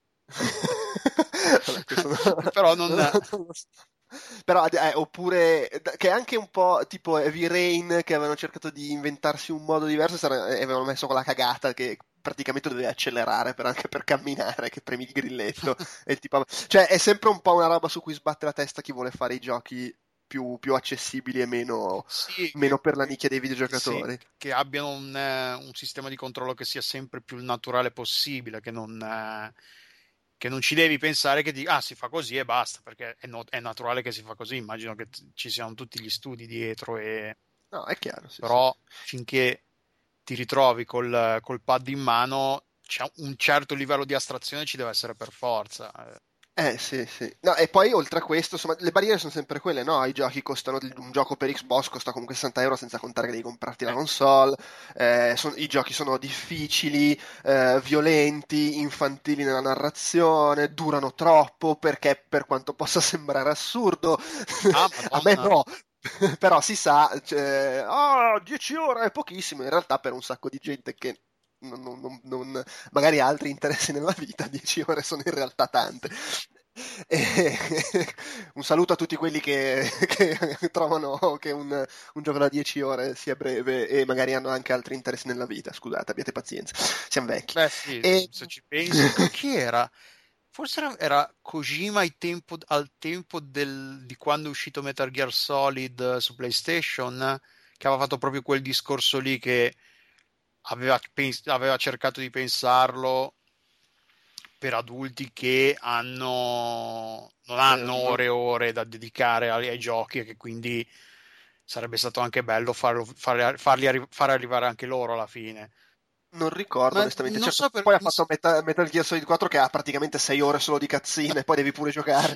Speaker 3: Vabbè, questo no-
Speaker 2: però
Speaker 3: non,
Speaker 2: non...
Speaker 3: non lo so. Però, eh, oppure, da- che è anche un po' tipo Heavy Rain, che avevano cercato di inventarsi un modo diverso, sare- e avevano messo quella cagata che praticamente dovevi accelerare per, anche per camminare, che premi il grilletto. E il tipo, cioè, è sempre un po' una roba su cui sbatte la testa chi vuole fare i giochi più, più accessibili e meno,
Speaker 2: Sì,
Speaker 3: meno
Speaker 2: che,
Speaker 3: per la nicchia dei
Speaker 2: che sì,
Speaker 3: videogiocatori.
Speaker 2: che abbiano un, eh, un sistema di controllo che sia sempre più naturale possibile, che non, eh, che non ci devi pensare che di, ah, si fa così e basta, perché è, no- è naturale che si fa così. Immagino che t- ci siano tutti gli studi dietro, e...
Speaker 3: No, è chiaro, sì, sì.
Speaker 2: però finché ti ritrovi col, col pad in mano, c'è un certo livello di astrazione ci deve essere per forza. Eh,
Speaker 3: Eh sì, sì. No, e poi oltre a questo, insomma, le barriere sono sempre quelle, no? I giochi costano, un gioco per Xbox costa comunque sessanta euro senza contare che devi comprarti la
Speaker 2: eh,
Speaker 3: console, eh, son- i giochi sono difficili, eh, violenti, infantili nella narrazione, durano troppo perché per quanto possa sembrare assurdo,
Speaker 2: ah,
Speaker 3: a me
Speaker 2: Madonna.
Speaker 3: no, però si sa, cioè, ah, dieci ore è pochissimo, in realtà per un sacco di gente che non, non- non- non- magari ha altri interessi nella vita, dieci ore sono in realtà tante. E un saluto a tutti quelli che, che trovano che un, un gioco da dieci ore sia breve e magari hanno anche altri interessi nella vita. Scusate, abbiate pazienza, siamo vecchi.
Speaker 2: Beh, sì,
Speaker 3: E...
Speaker 2: se ci pensi, chi chi era? Forse era, era Kojima ai tempo- al tempo del- di quando è uscito Metal Gear Solid eh, su PlayStation, che aveva fatto proprio quel discorso lì che aveva, pens- aveva cercato di pensarlo per adulti che hanno, non
Speaker 3: eh,
Speaker 2: hanno
Speaker 3: non,
Speaker 2: ore e ore da dedicare ai, ai giochi, e che quindi sarebbe stato anche bello farlo- fare- farli arri- fare arrivare anche loro alla fine.
Speaker 3: non ricordo
Speaker 2: Ma
Speaker 3: onestamente.
Speaker 2: non
Speaker 3: Certo,
Speaker 2: so per...
Speaker 3: poi ha
Speaker 2: mi s-
Speaker 3: fatto Metal, Metal Gear Solid quattro che ha praticamente sei ore solo di cazzine, poi devi pure giocare.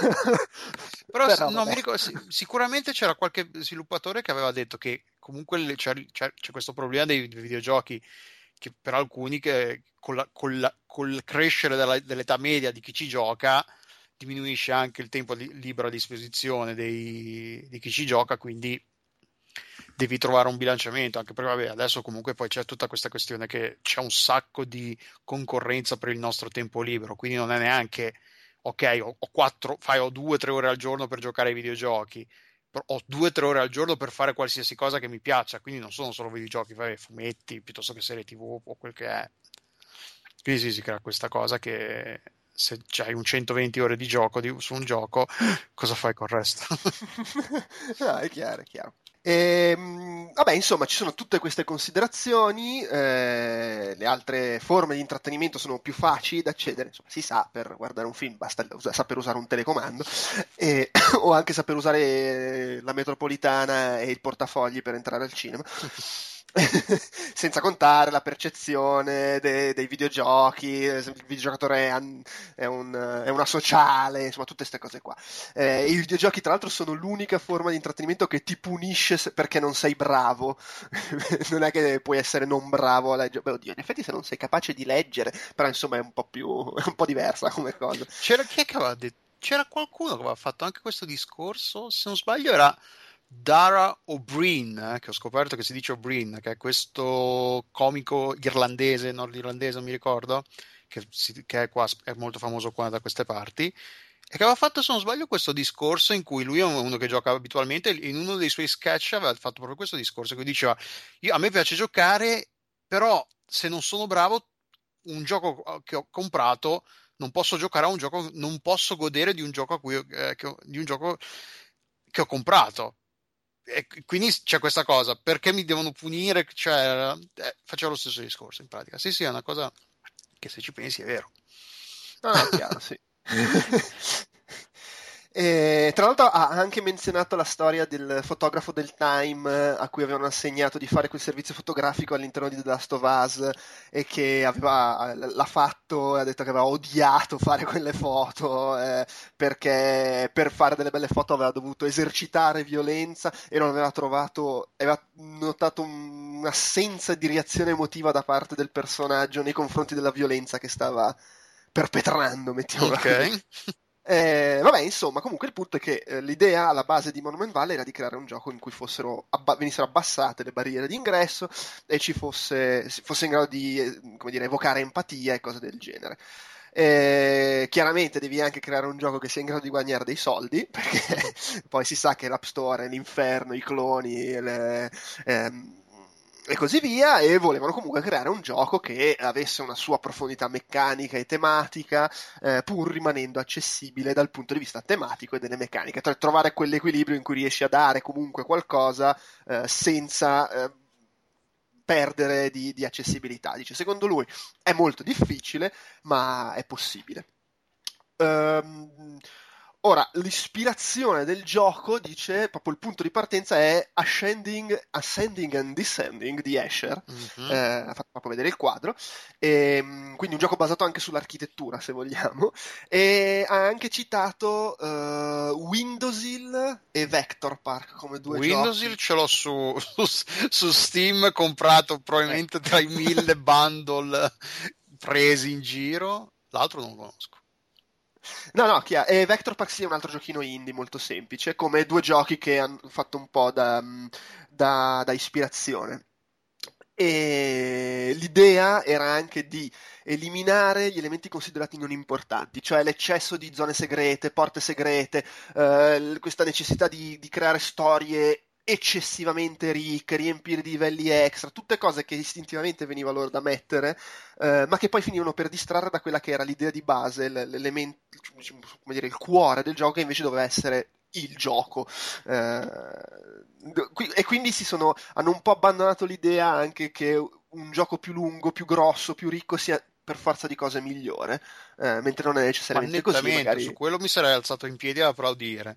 Speaker 2: Però s-
Speaker 3: Però
Speaker 2: non mi
Speaker 3: vabbè.
Speaker 2: ricordo, si- sicuramente c'era qualche sviluppatore che aveva detto che comunque le- c'è, c'è- c'è questo problema dei videogiochi, che per alcuni che con la- con la- col crescere della- dell'età media di chi ci gioca diminuisce anche il tempo li- libero a disposizione dei- di chi ci gioca, quindi devi trovare un bilanciamento, anche perché vabbè, adesso comunque poi c'è tutta questa questione che c'è un sacco di concorrenza per il nostro tempo libero, quindi non è neanche ok, ho, ho quattro, fai, ho due o tre ore al giorno per giocare ai videogiochi, però ho due o tre ore al giorno per fare qualsiasi cosa che mi piaccia, quindi non sono solo videogiochi, fai fumetti piuttosto che serie T V o quel che è. Quindi sì, si crea questa cosa che se hai un centoventi ore di gioco di, su un gioco, cosa fai con il resto?
Speaker 3: No, è chiaro, è chiaro. Ehm, vabbè, insomma, ci sono tutte queste considerazioni, eh, le altre forme di intrattenimento sono più facili da accedere, insomma, si sa, per guardare un film basta usa- saper usare un telecomando, e- o anche saper usare la metropolitana e il portafogli per entrare al cinema. Senza contare la percezione de- dei videogiochi, eh, il videogiocatore è, an- è un- è una sociale, insomma, tutte queste cose qua. Eh, i videogiochi, tra l'altro, sono l'unica forma di intrattenimento che ti punisce se- perché non sei bravo. Non è che puoi essere non bravo a leggere. Beh, oddio, in effetti, se non sei capace di leggere, però insomma è un po' più, è un po' diversa come cosa.
Speaker 2: C'era chi è che aveva detto? c'era qualcuno che aveva fatto anche questo discorso, se non sbaglio era Dara O'Brien, eh, che ho scoperto che si dice O'Brien, che è questo comico irlandese, nordirlandese, non mi ricordo, che, si, che è, qua, è molto famoso qua da queste parti, e che aveva fatto, se non sbaglio, questo discorso in cui lui è uno che gioca abitualmente, in uno dei suoi sketch aveva fatto proprio questo discorso, in cui diceva, io, a me piace giocare, però se non sono bravo, un gioco che ho comprato, non posso giocare a un gioco, non posso godere di un gioco a cui, eh, che ho, di un gioco che ho comprato. E quindi c'è questa cosa, perché mi devono punire? Cioè, eh, facevo lo stesso discorso in pratica. Sì, sì, è una cosa che se ci pensi è vero.
Speaker 3: No, no, chiaro, sì. E, tra l'altro ha anche menzionato la storia del fotografo del Time eh, a cui avevano assegnato di fare quel servizio fotografico all'interno di The Last of Us e che aveva, l'ha fatto e ha detto che aveva odiato fare quelle foto eh, perché per fare delle belle foto aveva dovuto esercitare violenza e non aveva trovato, aveva notato un'assenza di reazione emotiva da parte del personaggio nei confronti della violenza che stava perpetrando, mettiamola così.
Speaker 2: Ok.
Speaker 3: Eh, vabbè, insomma, comunque il punto è che eh, l'idea alla base di Monument Valley era di creare un gioco in cui fossero abba- venissero abbassate le barriere di ingresso e ci fosse, si fosse in grado di eh, come dire, evocare empatia e cose del genere. Eh, chiaramente devi anche creare un gioco che sia in grado di guadagnare dei soldi, perché poi si sa che l'App Store è l'inferno, i cloni, le, ehm, e così via, e volevano comunque creare un gioco che avesse una sua profondità meccanica e tematica, eh, pur rimanendo accessibile dal punto di vista tematico e delle meccaniche, cioè trovare quell'equilibrio in cui riesci a dare comunque qualcosa eh, senza eh, perdere di, di accessibilità. Dice, secondo lui è molto difficile, ma è possibile. Ehm, Ora, l'ispirazione del gioco, dice, proprio il punto di partenza è Ascending, Ascending and Descending di Escher,
Speaker 2: Mhm.
Speaker 3: eh, ha fatto proprio vedere il quadro, e, quindi un gioco basato anche sull'architettura, se vogliamo, e ha anche citato uh, Windowsill e Vector Park come due
Speaker 2: Windowsill
Speaker 3: giochi.
Speaker 2: ce l'ho su, su, su Steam, comprato probabilmente
Speaker 3: Ecco.
Speaker 2: tra i mille bundle presi in giro. L'altro non lo conosco.
Speaker 3: No, no, chiaro. E Vector Park sì è un altro giochino indie molto semplice, come due giochi che hanno fatto un po' da, da, da ispirazione. E l'idea era anche di eliminare gli elementi considerati non importanti, cioè l'eccesso di zone segrete, porte segrete, eh, questa necessità di, di creare storie eccessivamente ricche, riempire di livelli extra, tutte cose che istintivamente veniva loro da mettere, eh, ma che poi finivano per distrarre da quella che era l'idea di base, l'elemento, come dire, il cuore del gioco, che invece doveva essere il gioco. Eh, e quindi si sono, hanno un po' abbandonato l'idea anche che un gioco più lungo, più grosso, più ricco sia per forza di cose migliore, eh, mentre non è
Speaker 2: Ma
Speaker 3: necessariamente così,
Speaker 2: nettamente, su
Speaker 3: magari.
Speaker 2: quello mi sarei alzato in piedi ad applaudire.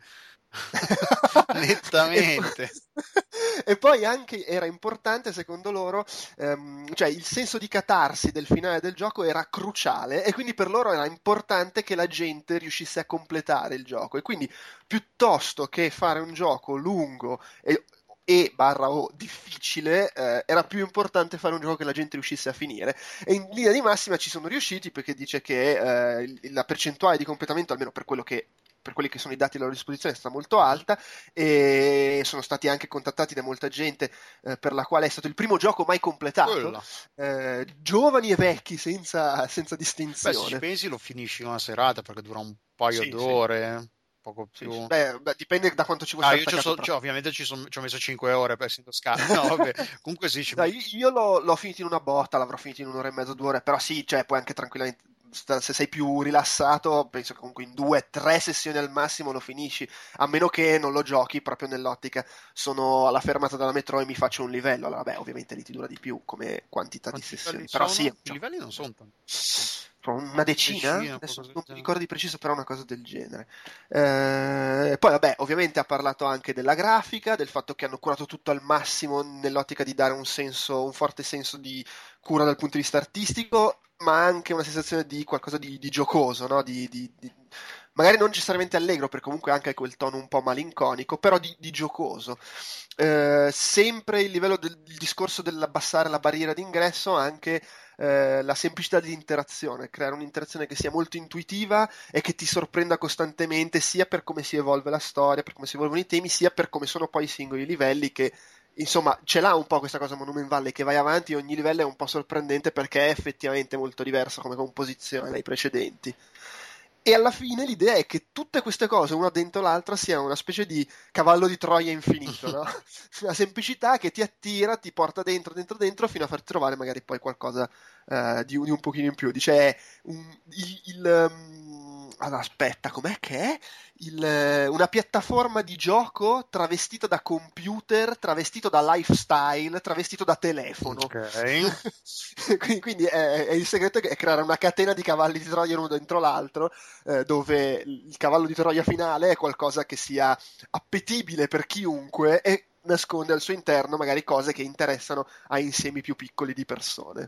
Speaker 3: e, poi,
Speaker 2: Nettamente.
Speaker 3: e poi anche era importante, secondo loro, ehm, cioè il senso di catarsi del finale del gioco era cruciale e quindi per loro era importante che la gente riuscisse a completare il gioco e quindi piuttosto che fare un gioco lungo e e barra o difficile, eh, era più importante fare un gioco che la gente riuscisse a finire. E in linea di massima ci sono riusciti perché dice che eh, la percentuale di completamento, almeno per quello che per quelli che sono i dati a loro disposizione, è stata molto alta e sono stati anche contattati da molta gente eh, per la quale è stato il primo gioco mai completato,
Speaker 2: Quella.
Speaker 3: eh, giovani e vecchi senza, senza
Speaker 2: Beh, se ci
Speaker 3: distinzione.
Speaker 2: pensi lo finisci in una serata perché dura un paio
Speaker 3: Sì, sì.
Speaker 2: d'ore, poco
Speaker 3: Sì, sì.
Speaker 2: più.
Speaker 3: Beh, beh, dipende da quanto ci vuoi
Speaker 2: Ah,
Speaker 3: stare
Speaker 2: io ci
Speaker 3: attaccato,
Speaker 2: so-
Speaker 3: però.
Speaker 2: cioè, ovviamente ci, son- ci ho messo cinque ore per essere toscano. No, vabbè. Comunque sì, ci-
Speaker 3: Dai, io io l'ho, l'ho finito in una botta, l'avrò finito in un'ora e mezza, due ore, però sì, cioè, puoi anche tranquillamente, sta- se sei più rilassato, penso che comunque in due, tre sessioni al massimo lo finisci, a meno che non lo giochi proprio nell'ottica, sono alla fermata della metro e mi faccio un livello, allora vabbè, ovviamente lì ti dura di più come quantità di
Speaker 2: quanti livelli
Speaker 3: sessioni, però sì, è
Speaker 2: sono?
Speaker 3: un
Speaker 2: I
Speaker 3: gioco.
Speaker 2: livelli non sono tanti.
Speaker 3: Una decina?
Speaker 2: Decina,
Speaker 3: Adesso
Speaker 2: qualcosa del
Speaker 3: non mi
Speaker 2: genere.
Speaker 3: ricordo di preciso, però una cosa del genere. Eh, poi, vabbè, ovviamente ha parlato anche della grafica, del fatto che hanno curato tutto al massimo nell'ottica di dare un senso, un forte senso di cura dal punto di vista artistico, ma anche una sensazione di qualcosa di, di giocoso, no? Di, di- di- magari non necessariamente allegro, perché comunque ha anche quel tono un po' malinconico, però di, di giocoso. Eh, sempre il livello del il discorso dell'abbassare la barriera d'ingresso, anche eh, la semplicità di interazione, creare un'interazione che sia molto intuitiva e che ti sorprenda costantemente, sia per come si evolve la storia, per come si evolvono i temi, sia per come sono poi i singoli livelli, che insomma ce l'ha un po' questa cosa Monument Valley, che vai avanti e ogni livello è un po' sorprendente perché è effettivamente molto diverso come composizione dai precedenti. E alla fine l'idea è che tutte queste cose, una dentro l'altra, siano una specie di cavallo di Troia infinito, no? Una semplicità che ti attira, ti porta dentro, dentro, dentro, fino a farti trovare magari poi qualcosa eh, di, di un pochino in più. Dice, è un- il... il, um, allora, aspetta, com'è che è? Il, eh, una piattaforma di gioco travestita da computer, travestito da lifestyle, travestito da telefono.
Speaker 2: Ok.
Speaker 3: Quindi, quindi è, è il segreto è creare una catena di cavalli di Troia uno dentro l'altro, eh, dove il cavallo di Troia finale è qualcosa che sia appetibile per chiunque e nasconde al suo interno magari cose che interessano a insiemi più piccoli di persone.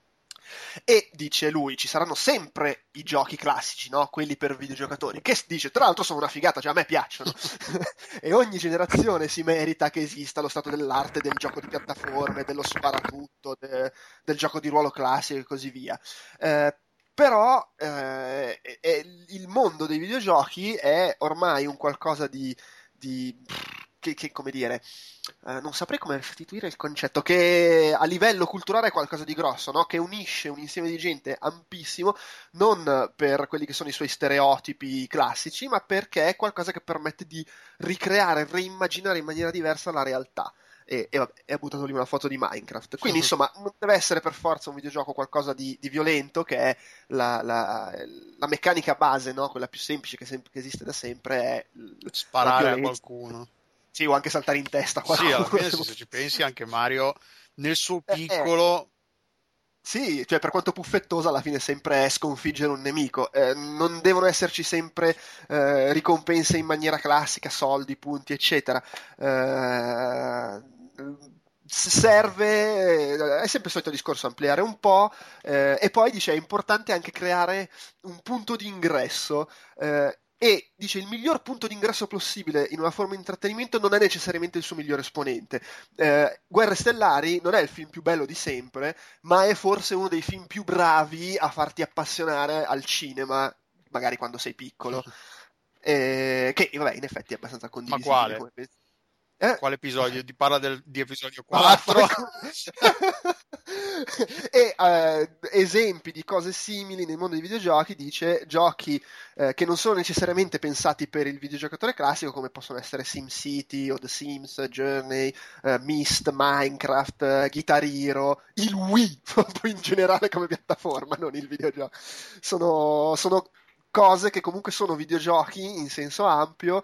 Speaker 3: E dice lui, ci saranno sempre i giochi classici, no? Quelli per videogiocatori, che dice, tra l'altro sono una figata, cioè a me piacciono. E ogni generazione si merita che esista lo stato dell'arte del gioco di piattaforme, dello sparatutto, de- del gioco di ruolo classico e così via. Eh, però eh, è- è- il mondo dei videogiochi è ormai un qualcosa di, di- che, che, come dire, eh, non saprei come restituire il concetto, che a livello culturale è qualcosa di grosso, no? Che unisce un insieme di gente ampissimo, non per quelli che sono i suoi stereotipi classici, ma perché è qualcosa che permette di ricreare, reimmaginare in maniera diversa la realtà. E, e vabbè, e ha buttato lì una foto di Minecraft. Quindi, insomma, non deve essere per forza un videogioco qualcosa di, di violento, che è la, la- la meccanica base, no? Quella più semplice che, sem- che esiste da sempre, è l- la
Speaker 2: Sparare a
Speaker 3: violenza.
Speaker 2: qualcuno.
Speaker 3: Sì, o anche saltare in testa a
Speaker 2: Sì, alla
Speaker 3: qualcuno.
Speaker 2: fine, se se ci pensi, anche Mario nel suo
Speaker 3: Eh, eh,
Speaker 2: piccolo.
Speaker 3: sì, cioè per quanto puffettosa alla fine sempre è sconfiggere un nemico. Eh, non devono esserci sempre eh, ricompense in maniera classica, soldi, punti, eccetera. Eh, s- serve, eh, è sempre il solito discorso, ampliare un po', eh, e poi dice è importante anche creare un punto di ingresso. eh, E dice il miglior punto di ingresso possibile in una forma di intrattenimento non è necessariamente il suo migliore esponente. Eh, Guerre Stellari non è il film più bello di sempre, ma è forse uno dei film più bravi a farti appassionare al cinema, magari quando sei piccolo. Eh, che vabbè, in effetti è abbastanza
Speaker 2: Ma
Speaker 3: condivisibile
Speaker 2: quale?
Speaker 3: come pensi. Eh?
Speaker 2: Quale episodio? Ti parla del- di episodio
Speaker 3: Ah,
Speaker 2: quattro?
Speaker 3: ecco. E eh, esempi di cose simili nel mondo dei videogiochi, dice giochi eh, che non sono necessariamente pensati per il videogiocatore classico, come possono essere SimCity o The Sims, Journey, eh, Myst, Minecraft, eh, Guitar Hero, il Wii, proprio in generale come piattaforma, non il videogioco. Sono, sono cose che comunque sono videogiochi in senso ampio,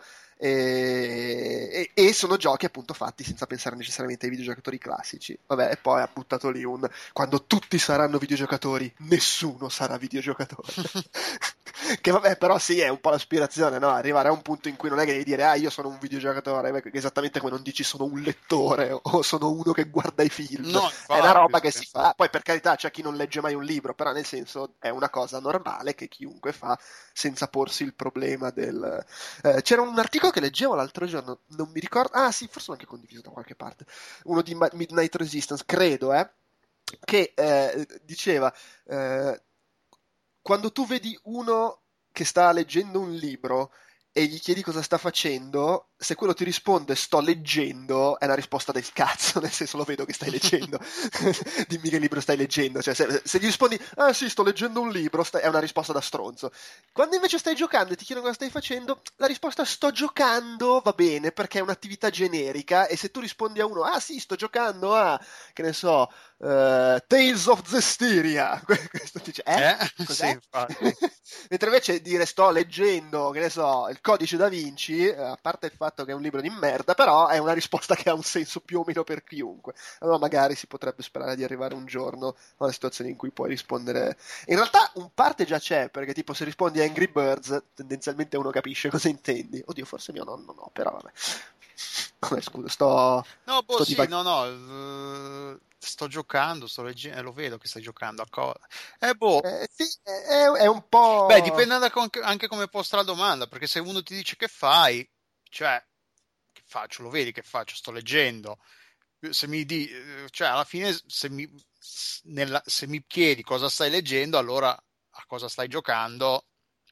Speaker 3: e, e- e sono giochi appunto fatti senza pensare necessariamente ai videogiocatori classici. Vabbè, e poi ha buttato lì un quando tutti saranno videogiocatori, nessuno sarà videogiocatore. Che vabbè, però sì, è un po' l'aspirazione, no? Arrivare a un punto in cui non è che devi dire ah, io sono un videogiocatore, beh, esattamente come non dici sono un lettore o sono uno che guarda i film.
Speaker 2: No,
Speaker 3: È una
Speaker 2: infatti,
Speaker 3: roba che
Speaker 2: sì.
Speaker 3: si fa. Poi per carità c'è chi non legge mai un libro, però nel senso è una cosa normale che chiunque fa senza porsi il problema del, eh, c'era un articolo che leggevo l'altro giorno, non mi ricordo, ah sì, forse l'ho anche condiviso da qualche parte, uno di Ma- Midnight Resistance, credo, eh, che eh, diceva, eh, quando tu vedi uno che sta leggendo un libro e gli chiedi cosa sta facendo, se quello ti risponde sto leggendo, è una risposta del cazzo, nel senso lo vedo che stai leggendo, dimmi che libro stai leggendo, cioè se, se gli rispondi ah sì sto leggendo un libro, sta- è una risposta da stronzo. Quando invece stai giocando e ti chiedono cosa stai facendo, la risposta sto giocando va bene perché è un'attività generica, e se tu rispondi a uno ah sì sto giocando a, che ne so, eh, Tales of Zestiria, questo dice eh?
Speaker 2: Eh? Sì,
Speaker 3: Cos'è?
Speaker 2: infatti.
Speaker 3: Mentre invece dire sto leggendo, che ne so, il Codice da Vinci, eh, a parte il fatto che è un libro di merda, però è una risposta che ha un senso più o meno per chiunque. Allora magari si potrebbe sperare di arrivare un giorno a una situazione in cui puoi rispondere. In realtà un parte già c'è, perché tipo se rispondi a Angry Birds, tendenzialmente uno capisce cosa intendi. Oddio, forse mio nonno no, però vabbè. Come, scusa, sto,
Speaker 2: No, boh,
Speaker 3: sto
Speaker 2: sì,
Speaker 3: divagando.
Speaker 2: no, no, eh, sto giocando, sto leggendo, lo vedo che stai giocando a cosa. Eh, boh,
Speaker 3: Eh, sì, è, è un
Speaker 2: beh,
Speaker 3: po'...
Speaker 2: dipende da con- anche come posta la domanda, perché se uno ti dice che fai, cioè, che faccio, lo vedi che faccio, sto leggendo. Se mi di, eh, cioè, alla fine, se mi, s- nella- se mi chiedi cosa stai leggendo, allora a cosa stai giocando.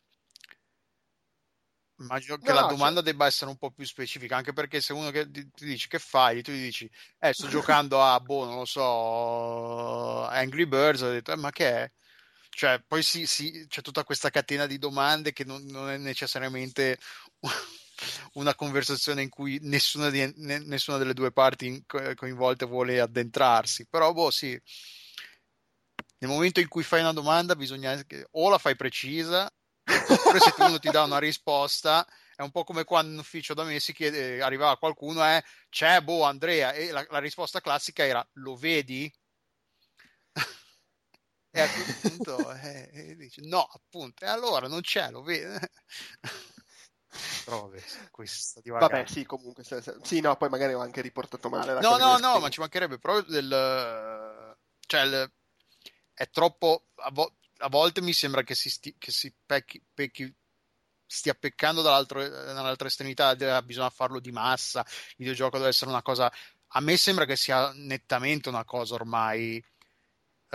Speaker 2: Immagino che la
Speaker 3: No, cioè...
Speaker 2: domanda debba essere un po' più specifica, anche perché se uno che ti, ti dice che fai, tu gli dici, eh, sto giocando a, boh, non lo so, Angry Birds, ho detto, eh, ma che è? Cioè, poi sì, sì, c'è tutta questa catena di domande che non, non è necessariamente una conversazione in cui nessuna, di- ne- nessuna delle due parti in- co- coinvolte vuole addentrarsi, però, boh, sì, nel momento in cui fai una domanda bisogna che o la fai precisa, oppure se uno ti dà una risposta è un po' come quando in ufficio da me si chiede, arrivava qualcuno e c'è, boh, Andrea, e la, la risposta classica era lo vedi? E a quel punto eh, eh, dice no, appunto, e allora non c'è, lo vedi? Però vabbè, sì, questo sta
Speaker 3: Vabbè,
Speaker 2: divagando.
Speaker 3: sì, comunque, se- se- sì, no, poi magari ho anche riportato male la
Speaker 2: No,
Speaker 3: cosa che mi
Speaker 2: no,
Speaker 3: hai
Speaker 2: no,
Speaker 3: scritto
Speaker 2: ma
Speaker 3: in...
Speaker 2: ci mancherebbe proprio del... Cioè, il- è troppo... A, vo- a volte mi sembra che si, sti- che si pecchi, pecchi- stia peccando dall'altro, dall'altra estremità, de- bisogna farlo di massa, il videogioco deve essere una cosa... A me sembra che sia nettamente una cosa ormai eh,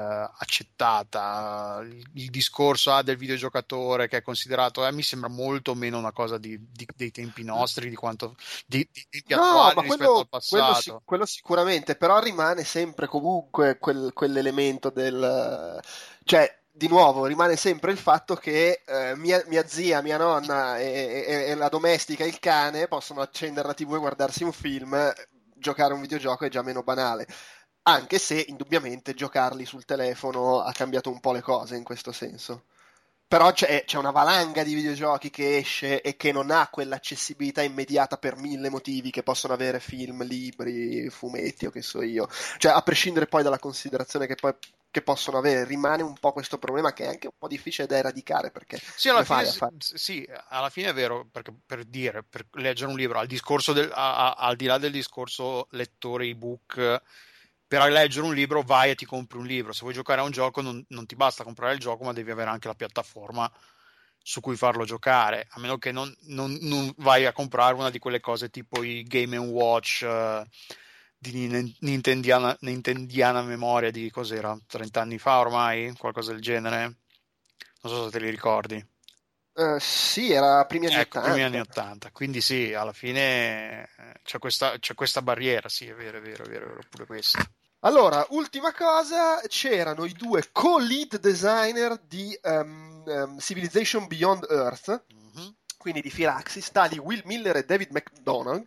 Speaker 2: accettata. Il, il discorso ah, del videogiocatore che è considerato, eh, mi sembra molto meno una cosa di, di- dei tempi nostri, di quanto di, di tempi
Speaker 3: No,
Speaker 2: attuali
Speaker 3: ma
Speaker 2: rispetto al
Speaker 3: quello, quello, si-
Speaker 2: passato.
Speaker 3: quello sicuramente, però rimane sempre comunque quel- quell'elemento del... Cioè, di nuovo, rimane sempre il fatto che eh, mia, mia zia, mia nonna e, e- e la domestica, il cane, possono accendere la tivù e guardarsi un film, giocare a un videogioco è già meno banale. Anche se, indubbiamente, giocarli sul telefono ha cambiato un po' le cose in questo senso. Però c'è, c'è una valanga di videogiochi che esce e che non ha quell'accessibilità immediata per mille motivi che possono avere film, libri, fumetti o che so io. Cioè, a prescindere poi dalla considerazione che, poi, che possono avere, rimane un po' questo problema che è anche un po' difficile da eradicare, perché
Speaker 2: Sì, alla
Speaker 3: come
Speaker 2: fine,
Speaker 3: fai a
Speaker 2: s-
Speaker 3: fare?
Speaker 2: sì, alla fine è vero, perché per dire, per leggere un libro, al discorso del, a- a- al di là del discorso lettore ebook, per leggere un libro vai e ti compri un libro. Se vuoi giocare a un gioco non, non ti basta comprare il gioco, ma devi avere anche la piattaforma su cui farlo giocare, a meno che non, non- non vai a comprare una di quelle cose tipo i Game and Watch eh, di Nin- Nintendiana, Nintendiana memoria di cos'era, trenta anni fa ormai, qualcosa del genere. Non so se te li ricordi.
Speaker 3: Eh, sì, era primi anni
Speaker 2: Ecco, primi anni
Speaker 3: ottanta.
Speaker 2: ottanta, quindi sì, alla fine eh, c'è questa, c'è questa barriera, sì, è vero, è vero, è vero, è vero, pure questo.
Speaker 3: Allora, ultima cosa, c'erano i due co-lead designer di ehm, ehm, Civilization Beyond Earth,
Speaker 2: Mhm.
Speaker 3: quindi di Firaxis, tali Will Miller e David McDonald.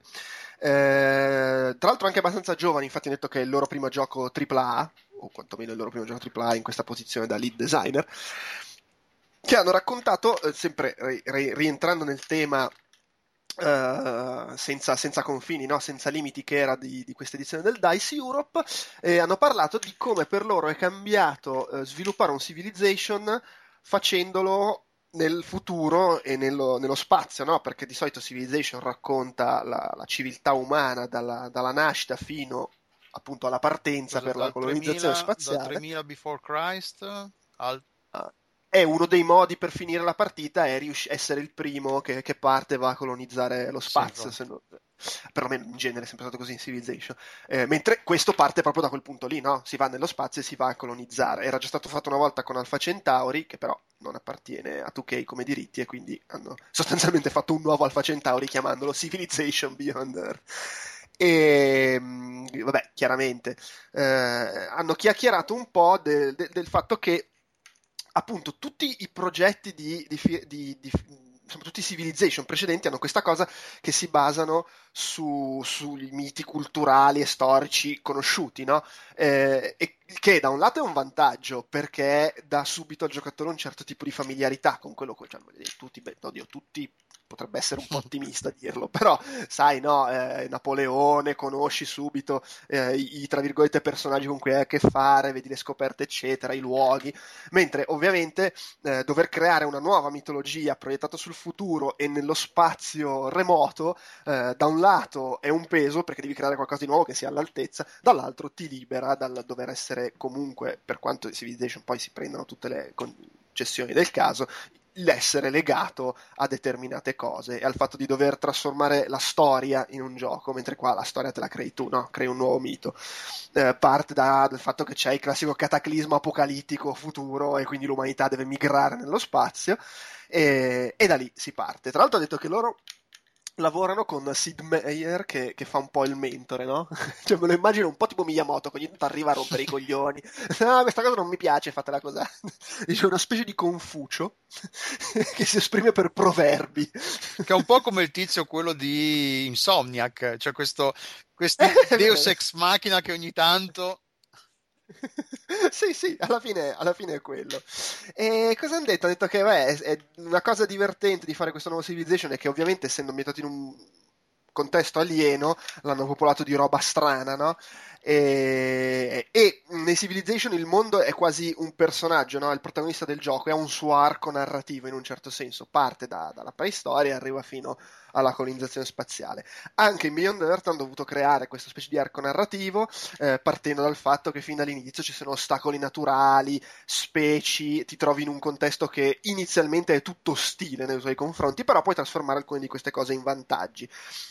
Speaker 3: Eh, tra l'altro anche abbastanza giovani, infatti hanno detto che è il loro primo gioco tripla A, o quantomeno il loro primo gioco tripla A in questa posizione da lead designer, che hanno raccontato, eh, sempre ri- ri- rientrando nel tema eh, senza, senza confini, no? Senza limiti che era di, di questa edizione del DICE Europe, e hanno parlato di come per loro è cambiato eh, sviluppare un Civilization facendolo nel futuro e nello, nello spazio, no? Perché di solito Civilization racconta la, la civiltà umana dalla, dalla nascita fino appunto alla partenza
Speaker 2: Cosa
Speaker 3: per la
Speaker 2: dal
Speaker 3: colonizzazione
Speaker 2: tremila, dal
Speaker 3: spaziale.
Speaker 2: tremila before Christ al...
Speaker 3: Ah, e uno dei modi per finire la partita è riusci- essere il primo che, che parte e va a colonizzare lo
Speaker 2: Sì,
Speaker 3: spazio, se
Speaker 2: infatti.
Speaker 3: non- perlomeno in genere è sempre stato così in Civilization. Eh, mentre questo parte proprio da quel punto lì, no? Si va nello spazio e si va a colonizzare. Era già stato fatto una volta con Alpha Centauri, che però non appartiene a due K come diritti, e quindi hanno sostanzialmente fatto un nuovo Alpha Centauri chiamandolo Civilization Beyond Earth. E mh, vabbè, chiaramente eh, hanno chiacchierato un po' del, del- del fatto che appunto tutti i progetti di, di, fi- di- di- insomma, tutti i Civilization precedenti hanno questa cosa che si basano su, sui miti culturali e storici conosciuti, no? Eh, e che da un lato è un vantaggio perché dà subito al giocatore un certo tipo di familiarità con quello, cioè, tutti, beh, oddio, tutti potrebbe essere un po' ottimista dirlo, però sai, no, eh, Napoleone, conosci subito eh, i, i, tra virgolette, personaggi con cui hai a che fare, vedi le scoperte, eccetera, i luoghi, mentre ovviamente eh, dover creare una nuova mitologia proiettata sul futuro e nello spazio remoto, eh, da un lato è un peso perché devi creare qualcosa di nuovo che sia all'altezza, dall'altro ti libera dal dover essere comunque, per quanto Civilization poi si prendano tutte le concessioni del caso, l'essere legato a determinate cose e al fatto di dover trasformare la storia in un gioco, mentre qua la storia te la crei tu, no? Crei un nuovo mito. Eh, parte da, dal fatto che c'è il classico cataclisma apocalittico futuro e quindi l'umanità deve migrare nello spazio e, e da lì si parte. Tra l'altro ha detto che loro lavorano con Sid Meier che, che fa un po' il mentore, no? Cioè me lo immagino un po' tipo Miyamoto che ogni tanto arriva a rompere i coglioni. Ah, questa cosa non mi piace, fatela così. Dice una specie di Confucio che si esprime per proverbi.
Speaker 2: Che è un po' come il tizio quello di Insomniac, cioè questo questi Deus Ex Machina che ogni tanto...
Speaker 3: Sì, sì, alla fine, alla fine è quello. E cosa hanno detto? Ha detto che beh, è, è una cosa divertente di fare questo nuovo Civilization è che ovviamente essendo ambientato in un contesto alieno l'hanno popolato di roba strana, no? E, e nei Civilization il mondo è quasi un personaggio, no? Il protagonista del gioco e ha un suo arco narrativo in un certo senso, parte da, dalla preistoria e arriva fino alla colonizzazione spaziale. Anche in Beyond Earth hanno dovuto creare questa specie di arco narrativo eh, partendo dal fatto che fin dall'inizio ci sono ostacoli naturali, specie, ti trovi in un contesto che inizialmente è tutto ostile nei tuoi confronti, però puoi trasformare alcune di queste cose in vantaggi.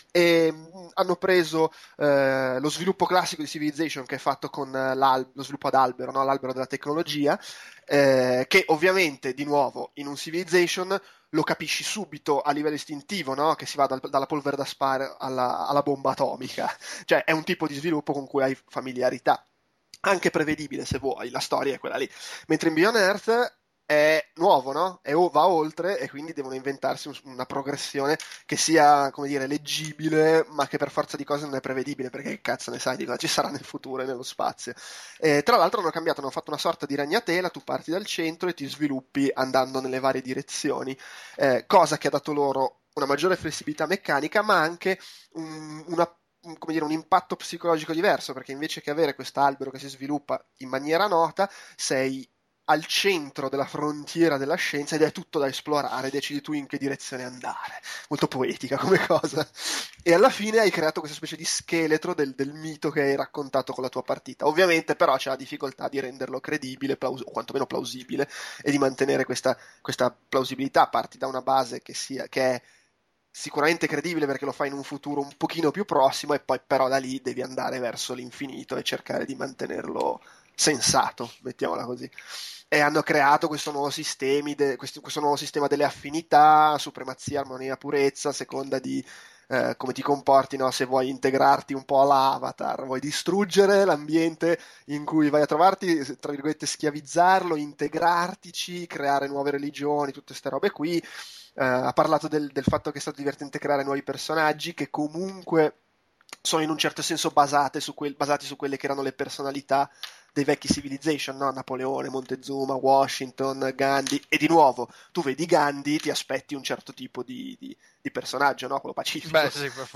Speaker 3: E mh, hanno preso eh, lo sviluppo classico di Civilization che è fatto con eh, lo sviluppo ad albero, no? L'albero della tecnologia, eh, che ovviamente di nuovo in un Civilization lo capisci subito a livello istintivo, no? Che si va dal, dalla polvere da sparo alla, alla bomba atomica, cioè è un tipo di sviluppo con cui hai familiarità, anche prevedibile se vuoi, la storia è quella lì, mentre in Beyond Earth è nuovo, no? E va oltre e quindi devono inventarsi un, una progressione che sia, come dire, leggibile, ma che per forza di cose non è prevedibile, perché che cazzo ne sai di cosa ci sarà nel futuro e nello spazio. E, tra l'altro hanno cambiato, hanno fatto una sorta di ragnatela, tu parti dal centro e ti sviluppi andando nelle varie direzioni, eh, cosa che ha dato loro una maggiore flessibilità meccanica, ma anche un, una come dire, un impatto psicologico diverso, perché invece che avere quest'albero che si sviluppa in maniera nota, sei al centro della frontiera della scienza ed è tutto da esplorare, decidi tu in che direzione andare. Molto poetica come cosa. E alla fine hai creato questa specie di scheletro del, del mito che hai raccontato con la tua partita. Ovviamente però c'è la difficoltà di renderlo credibile, plaus- o quantomeno plausibile, e di mantenere questa, questa plausibilità. Parti da una base che, sia, che è sicuramente credibile perché lo fai in un futuro un pochino più prossimo e poi però da lì devi andare verso l'infinito e cercare di mantenerlo sensato, mettiamola così. E hanno creato questo nuovo, sistemi de, questo, questo nuovo sistema delle affinità, supremazia, armonia, purezza, a seconda di eh, come ti comporti, no? Se vuoi integrarti un po' all'avatar, vuoi distruggere l'ambiente in cui vai a trovarti, tra virgolette schiavizzarlo, integrartici, creare nuove religioni, tutte queste robe qui. Uh, ha parlato del, del fatto che è stato divertente creare nuovi personaggi che comunque sono in un certo senso basate su quel, basati su quelle che erano le personalità dei vecchi Civilization, no? Napoleone, Montezuma, Washington, Gandhi, e di nuovo tu vedi Gandhi, ti aspetti un certo tipo di, di, di personaggio, no? Quello pacifico.
Speaker 2: Beh, sì, per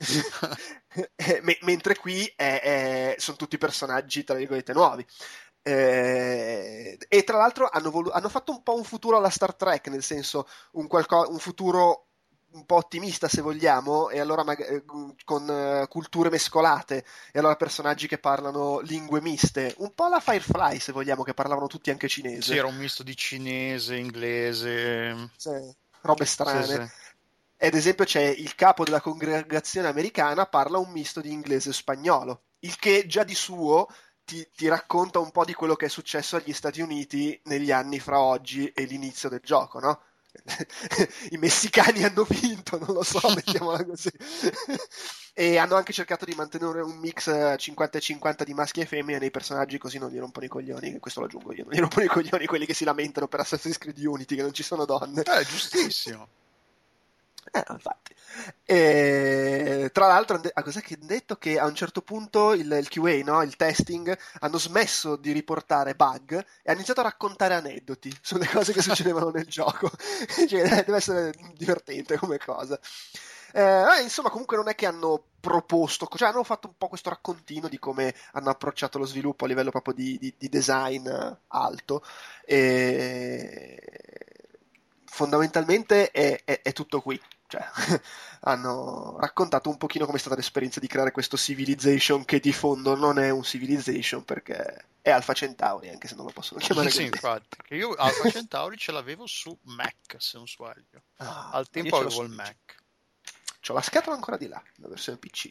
Speaker 3: M- mentre qui è, è, sono tutti personaggi tra virgolette nuovi. Eh, e tra l'altro hanno, volu- hanno fatto un po' un futuro alla Star Trek, nel senso un, qualco- un futuro un po' ottimista se vogliamo, e allora mag- eh, con uh, culture mescolate, e allora personaggi che parlano lingue miste, un po' la Firefly se vogliamo, che parlavano tutti anche cinese.
Speaker 2: Sì, era un misto di cinese, inglese,
Speaker 3: sì, robe strane.
Speaker 2: Sì, sì.
Speaker 3: E ad esempio c'è il capo della congregazione americana, parla un misto di inglese e spagnolo, il che già di suo Ti, ti racconta un po' di quello che è successo agli Stati Uniti negli anni fra oggi e l'inizio del gioco, no? I messicani hanno vinto, non lo so, mettiamola così. E hanno anche cercato di mantenere un mix cinquanta e cinquanta di maschi e femmine nei personaggi, così non gli rompono i coglioni, questo lo aggiungo io, non gli rompono i coglioni quelli che si lamentano per Assassin's Creed Unity che non ci sono donne.
Speaker 2: Eh, giustissimo.
Speaker 3: Eh, infatti. E, tra l'altro, han de- ah, cos'è che hanno detto? Che a un certo punto il, il Q A, no? Il testing, hanno smesso di riportare bug e hanno iniziato a raccontare aneddoti sulle cose che succedevano nel gioco. Cioè, eh, deve essere divertente come cosa. Eh, eh, insomma, comunque non è che hanno proposto, cioè hanno fatto un po' questo raccontino di come hanno approcciato lo sviluppo a livello proprio di, di- di design eh, alto. E fondamentalmente è, è- è tutto qui. Cioè, hanno raccontato un pochino come è stata l'esperienza di creare questo Civilization che di fondo non è un Civilization perché è Alpha Centauri, anche se non lo possono chiamare
Speaker 2: Sì,
Speaker 3: così.
Speaker 2: infatti, che io Alpha Centauri ce l'avevo su Mac, se non sbaglio.
Speaker 3: Ah,
Speaker 2: Al
Speaker 3: io
Speaker 2: tempo
Speaker 3: ce l'ho
Speaker 2: avevo
Speaker 3: su
Speaker 2: il
Speaker 3: P C.
Speaker 2: Mac.
Speaker 3: C'ho la scatola ancora di là, la versione P C.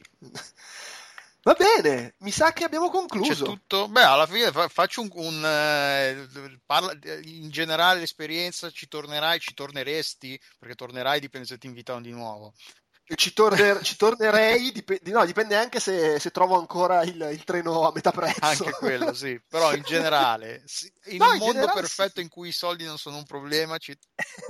Speaker 3: Va bene, mi sa che abbiamo
Speaker 2: C'è
Speaker 3: concluso.
Speaker 2: tutto. Beh, alla fine fa- faccio un, un, eh, parla- in generale l'esperienza, ci tornerai, ci torneresti, perché tornerai dipende se ti invitano di nuovo.
Speaker 3: Ci, torner- ci tornerei, dip- no, dipende anche se, se trovo ancora il, il treno a metà prezzo.
Speaker 2: Anche quello, sì, però in generale, sì, in
Speaker 3: No,
Speaker 2: un
Speaker 3: in
Speaker 2: mondo
Speaker 3: generale sì.
Speaker 2: perfetto in cui i soldi non sono un problema, ci...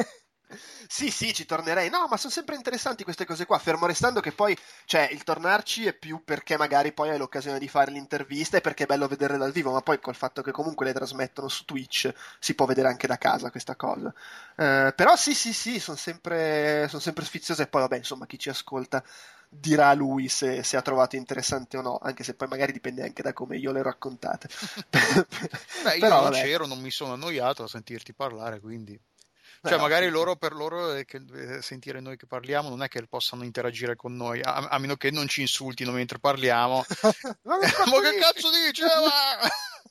Speaker 3: Sì, sì, ci tornerei. No, ma sono sempre interessanti queste cose qua, fermo restando che poi, cioè, il tornarci è più perché magari poi hai l'occasione di fare l'intervista e perché è bello vederle dal vivo, ma poi col fatto che comunque le trasmettono su Twitch si può vedere anche da casa questa cosa. Eh, però sì, sì, sì, sono sempre, son sempre sfiziose e poi vabbè, insomma, chi ci ascolta dirà a lui se, se ha trovato interessante o no, anche se poi magari dipende anche da come io le ho raccontate.
Speaker 2: Beh, io
Speaker 3: Però
Speaker 2: non
Speaker 3: vabbè.
Speaker 2: c'ero, non mi sono annoiato a sentirti parlare, quindi...
Speaker 3: Eh
Speaker 2: Cioè,
Speaker 3: no,
Speaker 2: magari
Speaker 3: figurati.
Speaker 2: loro, per loro, eh, che, eh, sentire noi che parliamo, non è che possano interagire con noi, a, a meno che non ci insultino mentre parliamo.
Speaker 3: Ma che
Speaker 2: Ma
Speaker 3: cazzo
Speaker 2: che
Speaker 3: dici?
Speaker 2: cazzo dice? Ma-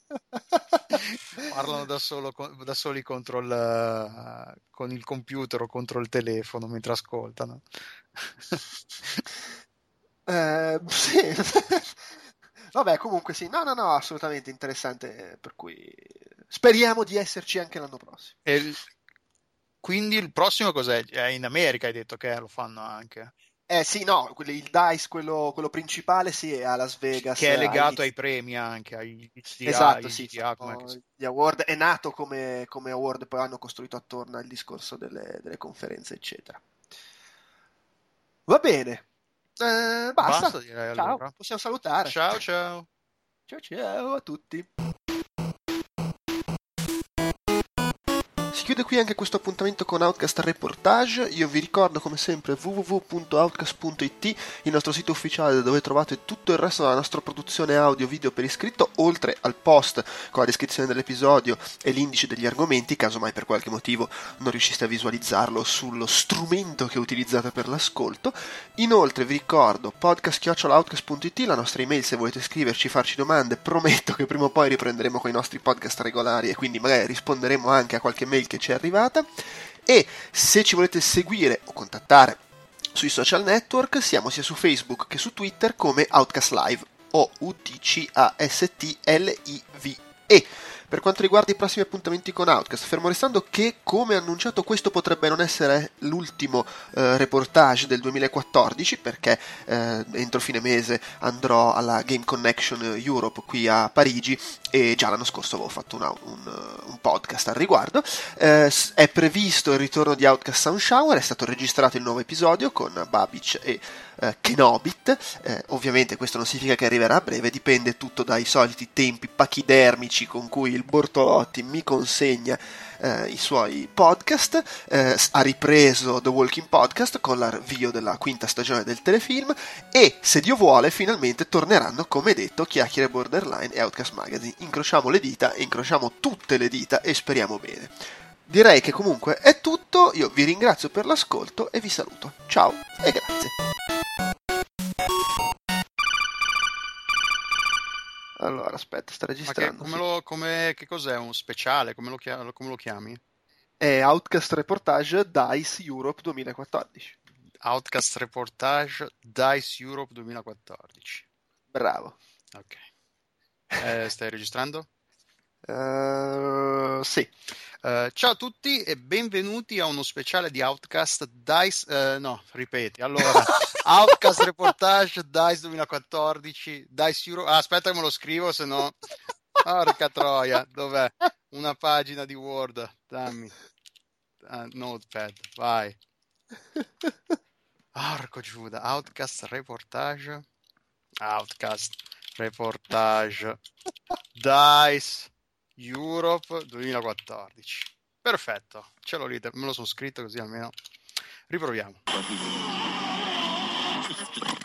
Speaker 2: Parlano da, solo, con- da soli contro il, eh, con il computer o contro il telefono mentre ascoltano.
Speaker 3: Eh, sì. Vabbè, comunque sì, no, no, no, assolutamente interessante, eh, per cui speriamo di esserci anche l'anno prossimo.
Speaker 2: E il- quindi il prossimo cos'è? È in America, hai detto che lo fanno anche,
Speaker 3: Eh sì, no, quelli- il DICE, quello, quello principale, sì, è a Las Vegas,
Speaker 2: che è
Speaker 3: a
Speaker 2: legato ai
Speaker 3: inizio.
Speaker 2: premi anche, ai G D A,
Speaker 3: Esatto,
Speaker 2: i
Speaker 3: sì,
Speaker 2: G D A, com'è che
Speaker 3: fanno
Speaker 2: si...
Speaker 3: gli award, è nato come, come award, poi hanno costruito attorno al discorso delle, delle conferenze, eccetera. Va bene, eh,
Speaker 2: Basta
Speaker 3: basta,
Speaker 2: direi
Speaker 3: ciao,
Speaker 2: allora.
Speaker 3: possiamo salutare.
Speaker 2: Ciao ciao.
Speaker 3: Ciao ciao a tutti. Si chiude qui anche questo appuntamento con Outcast Reportage. Io vi ricordo come sempre w w w punto outcast punto i t, il nostro sito ufficiale dove trovate tutto il resto della nostra produzione audio video per iscritto, oltre al post con la descrizione dell'episodio e l'indice degli argomenti, caso mai per qualche motivo non riusciste a visualizzarlo sullo strumento che utilizzate per l'ascolto. Inoltre vi ricordo podcast chiocciola outcast punto i t, la nostra email se volete scriverci, farci domande. Prometto che prima o poi riprenderemo con i nostri podcast regolari e quindi magari risponderemo anche a qualche mail che ci è arrivata. E se ci volete seguire o contattare sui social network, siamo sia su Facebook che su Twitter come Outcast Live, o U T C A S T L I V E. Per quanto riguarda i prossimi appuntamenti con Outcast, fermo restando che, come annunciato, questo potrebbe non essere l'ultimo eh, reportage del duemilaquattordici, perché eh, entro fine mese andrò alla Game Connection Europe qui a Parigi e già l'anno scorso avevo fatto una, un, un podcast al riguardo. Eh, è previsto il ritorno di Outcast Sound Shower, è stato registrato il nuovo episodio con Babic e eh, Kenobit. Eh, ovviamente questo non significa che arriverà a breve, dipende tutto dai soliti tempi pachidermici con cui il Bortolotti mi consegna eh, i suoi podcast. Eh, ha ripreso The Walking Podcast con l'avvio della quinta stagione del telefilm e, se Dio vuole, finalmente torneranno, come detto, Chiacchiere Borderline e Outcast Magazine. Incrociamo le dita, incrociamo tutte le dita e speriamo bene. Direi che comunque è tutto, io vi ringrazio per l'ascolto e vi saluto. Ciao e grazie. Allora, aspetta, sta
Speaker 2: Ma che,
Speaker 3: registrando,
Speaker 2: come
Speaker 3: sì.
Speaker 2: lo, come, che cos'è? Un speciale? Come lo, chia- come lo chiami?
Speaker 3: È Outcast Reportage DICE Europe duemilaquattordici.
Speaker 2: Outcast Reportage DICE Europe duemilaquattordici.
Speaker 3: Bravo.
Speaker 2: Ok. Eh, stai registrando?
Speaker 3: Uh, sì.
Speaker 2: Uh, ciao a tutti e benvenuti a uno speciale di Outcast DICE. Uh, no, ripeti. Allora, Outcast Reportage DICE duemilaquattordici. DICE Europe. Ah, aspetta che me lo scrivo, se no. Porca troia, dov'è? Una pagina di Word. Dammi. Uh, Notepad, vai. Arco Giuda, Outcast Reportage. Outcast Reportage Dice Europe duemilaquattordici. Perfetto, ce l'ho lì, me lo sono scritto così almeno. Riproviamo.